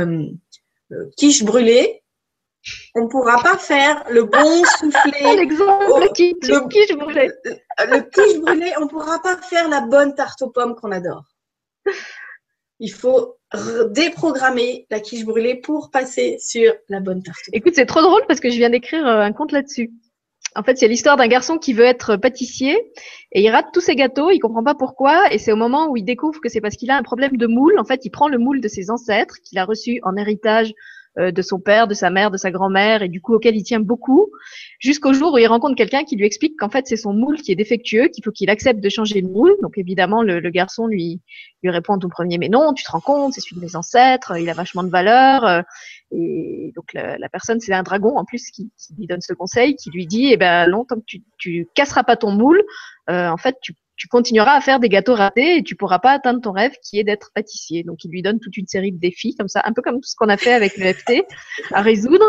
quiche brûlée, on ne pourra pas faire le bon soufflé. L'exemple quiche brûlée. Le quiche brûlé, on ne pourra pas faire la bonne tarte aux pommes qu'on adore. Il faut déprogrammer la quiche brûlée pour passer sur la bonne tarte aux pommes. Écoute, c'est trop drôle parce que je viens d'écrire un conte là-dessus. En fait, c'est l'histoire d'un garçon qui veut être pâtissier et il rate tous ses gâteaux, il comprend pas pourquoi et c'est au moment où il découvre que c'est parce qu'il a un problème de moule. En fait, il prend le moule de ses ancêtres qu'il a reçu en héritage de son père, de sa mère, de sa grand-mère et du coup auquel il tient beaucoup, jusqu'au jour où il rencontre quelqu'un qui lui explique qu'en fait c'est son moule qui est défectueux, qu'il faut qu'il accepte de changer le moule. Donc évidemment le garçon lui répond en tout premier mais non, tu te rends compte, c'est celui de mes ancêtres, il a vachement de valeur. Et donc la personne, c'est un dragon en plus qui lui donne ce conseil, qui lui dit eh ben non, tant que tu casseras pas ton moule, en fait tu continueras à faire des gâteaux ratés et tu pourras pas atteindre ton rêve qui est d'être pâtissier. Donc, il lui donne toute une série de défis comme ça, un peu comme tout ce qu'on a fait avec le FT à résoudre.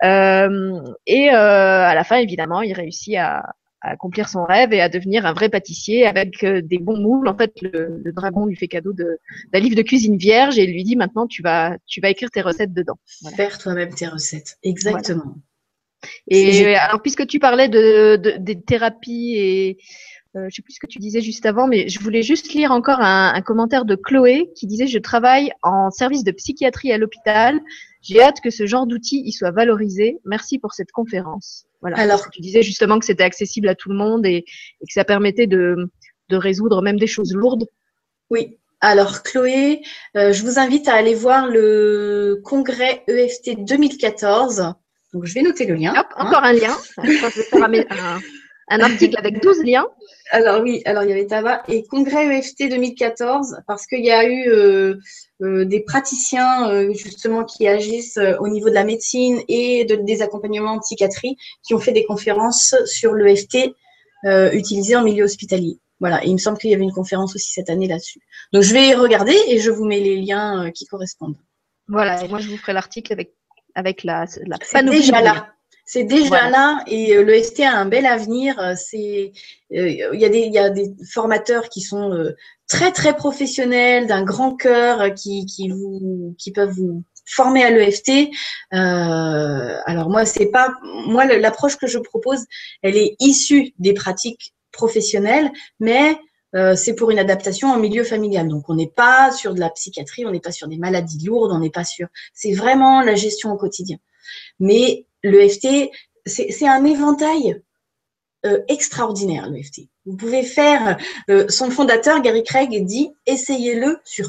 À la fin, évidemment, il réussit à accomplir son rêve et à devenir un vrai pâtissier avec des bons moules. En fait, le dragon lui fait cadeau d'un livre de cuisine vierge et lui dit maintenant tu vas écrire tes recettes dedans. Voilà. Faire toi-même tes recettes, exactement. Voilà. Et alors, puisque tu parlais des thérapies et je sais plus ce que tu disais juste avant, mais je voulais juste lire encore un commentaire de Chloé qui disait « Je travaille en service de psychiatrie à l'hôpital. J'ai hâte que ce genre d'outil y soit valorisé. Merci pour cette conférence. » Voilà. Alors, tu disais justement que c'était accessible à tout le monde et que ça permettait de résoudre même des choses lourdes. Oui. Alors, Chloé, je vous invite à aller voir le congrès EFT 2014. Donc, je vais noter le lien. Hop, encore un lien. Je pense que je vais faire un article avec 12 liens. Alors oui, il y avait Tava et congrès EFT 2014 parce qu'il y a eu des praticiens justement qui agissent au niveau de la médecine et des accompagnements en psychiatrie qui ont fait des conférences sur l'EFT utilisé en milieu hospitalier. Voilà, et il me semble qu'il y avait une conférence aussi cette année là-dessus. Donc je vais regarder et je vous mets les liens qui correspondent. Voilà, et moi je vous ferai l'article avec la panoplie. C'est déjà là. C'est déjà là et l'EFT a un bel avenir. Il y a des formateurs qui sont très très professionnels, d'un grand cœur, qui peuvent vous former à l'EFT. Alors moi l'approche que je propose, elle est issue des pratiques professionnelles, mais c'est pour une adaptation en milieu familial. Donc on n'est pas sur de la psychiatrie, on n'est pas sur des maladies lourdes, on n'est pas sur. C'est vraiment la gestion au quotidien. Mais l'EFT, c'est un éventail extraordinaire, l'EFT. Vous pouvez faire, son fondateur, Gary Craig, dit « essayez-le sur tout ».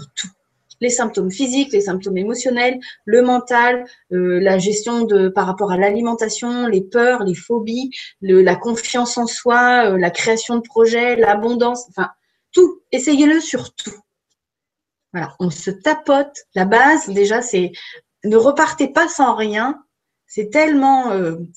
les symptômes physiques, les symptômes émotionnels, le mental, la gestion par rapport à l'alimentation, les peurs, les phobies, la confiance en soi, la création de projets, l'abondance, enfin tout. Essayez-le sur tout. Voilà, on se tapote. La base, déjà, c'est ne repartez pas sans rien. C'est tellement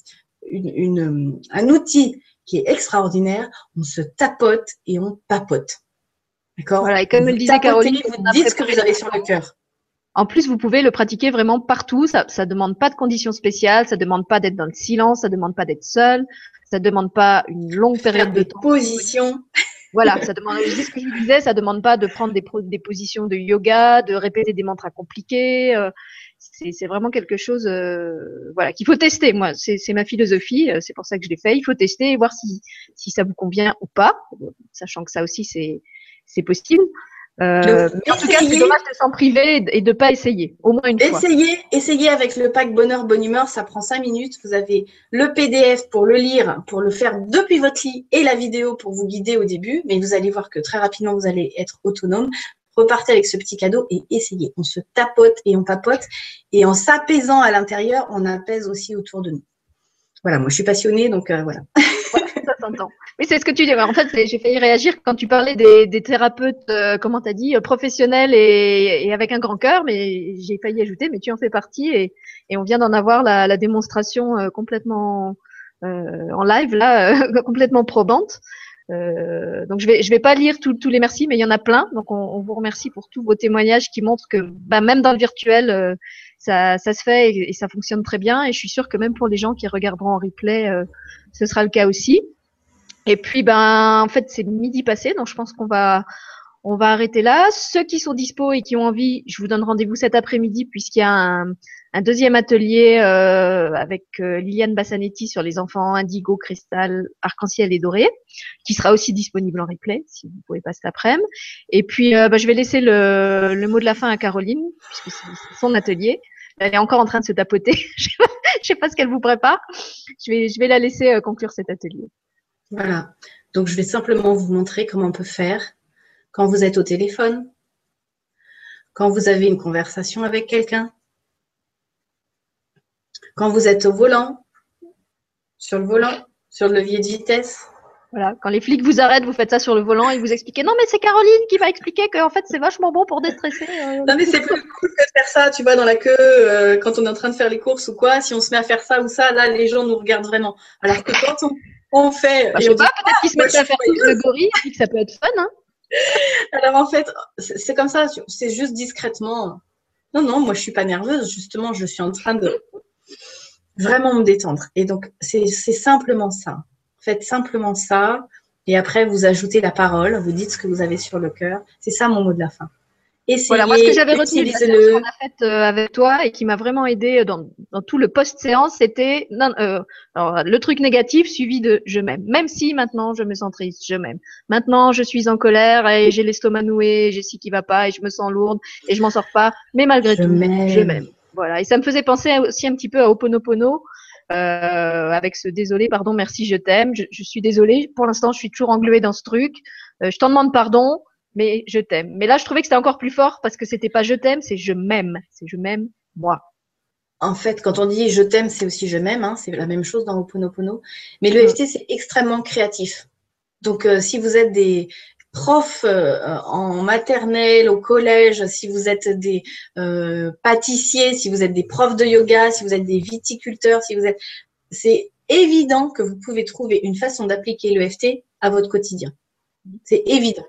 un outil qui est extraordinaire. On se tapote et on papote. D'accord? Voilà, et comme Vous le disait tapotez, Caroline, vous dites ce que vous avez sur le cœur. en plus, vous pouvez le pratiquer vraiment partout. Ça demande pas de conditions spéciales, ça demande pas d'être dans le silence, ça demande pas d'être seul, ça demande pas une longue période de temps. Positions. Voilà, ça demande, c'est ce que je vous disais, ça demande pas de prendre des positions de yoga, de répéter des mantras compliqués. C'est vraiment quelque chose, voilà, qu'il faut tester. Moi, c'est ma philosophie. C'est pour ça que je l'ai fait. Il faut tester et voir si ça vous convient ou pas, sachant que ça aussi c'est possible. Mais en tout cas, c'est dommage de s'en priver et de pas essayer, au moins une fois. Essayez avec le pack Bonheur Bonne Humeur, ça prend 5 minutes. Vous avez le PDF pour le lire, pour le faire depuis votre lit et la vidéo pour vous guider au début. Mais vous allez voir que très rapidement, vous allez être autonome. Repartez avec ce petit cadeau et essayez. On se tapote et on papote. Et en s'apaisant à l'intérieur, on apaise aussi autour de nous. Voilà, moi je suis passionnée, donc voilà. Voilà, ça s'entend. Oui, c'est ce que tu dis. En fait, j'ai failli réagir quand tu parlais des thérapeutes, comment t'as dit, professionnels et avec un grand cœur, mais j'ai failli ajouter, mais tu en fais partie et on vient d'en avoir la démonstration complètement en live là, complètement probante. Donc je vais pas lire tous les merci, mais il y en a plein. Donc on vous remercie pour tous vos témoignages qui montrent que même dans le virtuel, ça se fait et ça fonctionne très bien. Et je suis sûre que même pour les gens qui regarderont en replay, ce sera le cas aussi. Et puis en fait c'est midi passé, donc je pense on va arrêter là. Ceux qui sont dispo et qui ont envie, je vous donne rendez-vous cet après-midi puisqu'il y a un deuxième atelier avec Liliane Bassanetti sur les enfants indigo, cristal, arc-en-ciel et doré, qui sera aussi disponible en replay si vous pouvez pas cet après-midi. Et puis je vais laisser le mot de la fin à Caroline puisque c'est son atelier. Elle est encore en train de se tapoter. Je sais pas ce qu'elle vous prépare. Je vais la laisser conclure cet atelier. Voilà. Donc je vais simplement vous montrer comment on peut faire quand vous êtes au téléphone, quand vous avez une conversation avec quelqu'un, quand vous êtes au volant, sur le levier de vitesse. Voilà, quand les flics vous arrêtent, vous faites ça sur le volant et vous expliquez non mais c'est Caroline qui va expliquer qu'en fait c'est vachement bon pour déstresser. Non mais c'est plus cool que de faire ça, tu vois, dans la queue, quand on est en train de faire les courses ou quoi, si on se met à faire ça ou ça, là les gens nous regardent vraiment. Alors que quand on fait… je sais pas, peut-être qu'ils se mettent à faire tous le gorille et que ça peut être fun, hein. Alors en fait, c'est comme ça, c'est juste discrètement. Non, moi je suis pas nerveuse, justement, je suis en train de vraiment me détendre. Et donc c'est simplement ça. Faites simplement ça, et après vous ajoutez la parole, vous dites ce que vous avez sur le cœur. C'est ça mon mot de la fin. Essayez, voilà, moi ce que j'avais retenu de la séance qu'on a faite avec toi et qui m'a vraiment aidé dans tout le post-séance, c'était le truc négatif suivi de je m'aime. Même si maintenant je me sens triste, je m'aime. Maintenant je suis en colère et j'ai l'estomac noué, j'ai ci qui va pas et je me sens lourde et je m'en sors pas, mais malgré tout, je m'aime. Voilà, et ça me faisait penser aussi un petit peu à Ho'oponopono. Avec ce désolé, pardon, merci, je t'aime. Je suis désolée. Pour l'instant, je suis toujours engluée dans ce truc. Je t'en demande pardon, mais je t'aime. Mais là, je trouvais que c'était encore plus fort parce que c'était pas je t'aime, c'est je m'aime. C'est je m'aime moi. En fait, quand on dit je t'aime, c'est aussi je m'aime. Hein, c'est la même chose dans Ho'oponopono. Mais l'EFT, c'est extrêmement créatif. Donc, si vous êtes des profs en maternelle, au collège, si vous êtes des pâtissiers, si vous êtes des profs de yoga, si vous êtes des viticulteurs, si vous êtes… C'est évident que vous pouvez trouver une façon d'appliquer l'EFT à votre quotidien. C'est évident.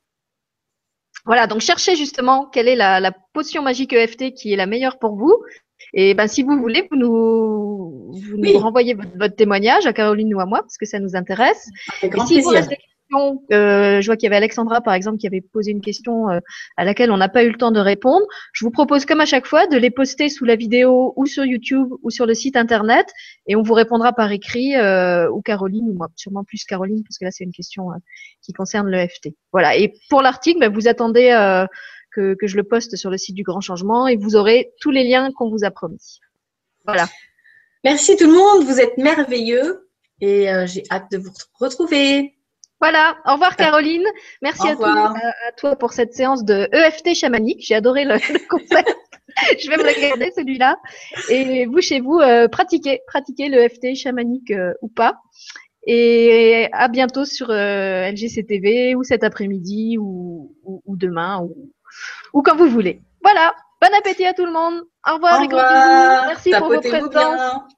Voilà, donc cherchez justement quelle est la potion magique EFT qui est la meilleure pour vous. Et si vous voulez, vous nous renvoyez votre témoignage à Caroline ou à moi, parce que ça nous intéresse. Avec grand plaisir. Vous reste des questions, je vois qu'il y avait Alexandra, par exemple, qui avait posé une question à laquelle on n'a pas eu le temps de répondre. Je vous propose, comme à chaque fois, de les poster sous la vidéo ou sur YouTube ou sur le site Internet, et on vous répondra par écrit, ou Caroline, ou moi, sûrement plus Caroline, parce que là, c'est une question qui concerne l'EFT. Voilà. Et pour l'article, vous attendez que je le poste sur le site du Grand Changement et vous aurez tous les liens qu'on vous a promis. Voilà. Merci tout le monde, vous êtes merveilleux et j'ai hâte de vous retrouver. Voilà. Au revoir, Caroline. Merci Au revoir. à toi pour cette séance de EFT chamanique. J'ai adoré le concept. Je vais me le garder, celui-là. Et vous, chez vous, pratiquez le EFT chamanique ou pas. Et à bientôt sur LGCTV ou cet après-midi ou demain ou quand vous voulez. Voilà. Bon appétit à tout le monde. Au revoir Au et gros bisous. revoir. Merci pour vos Tapotez-vous présences. bien.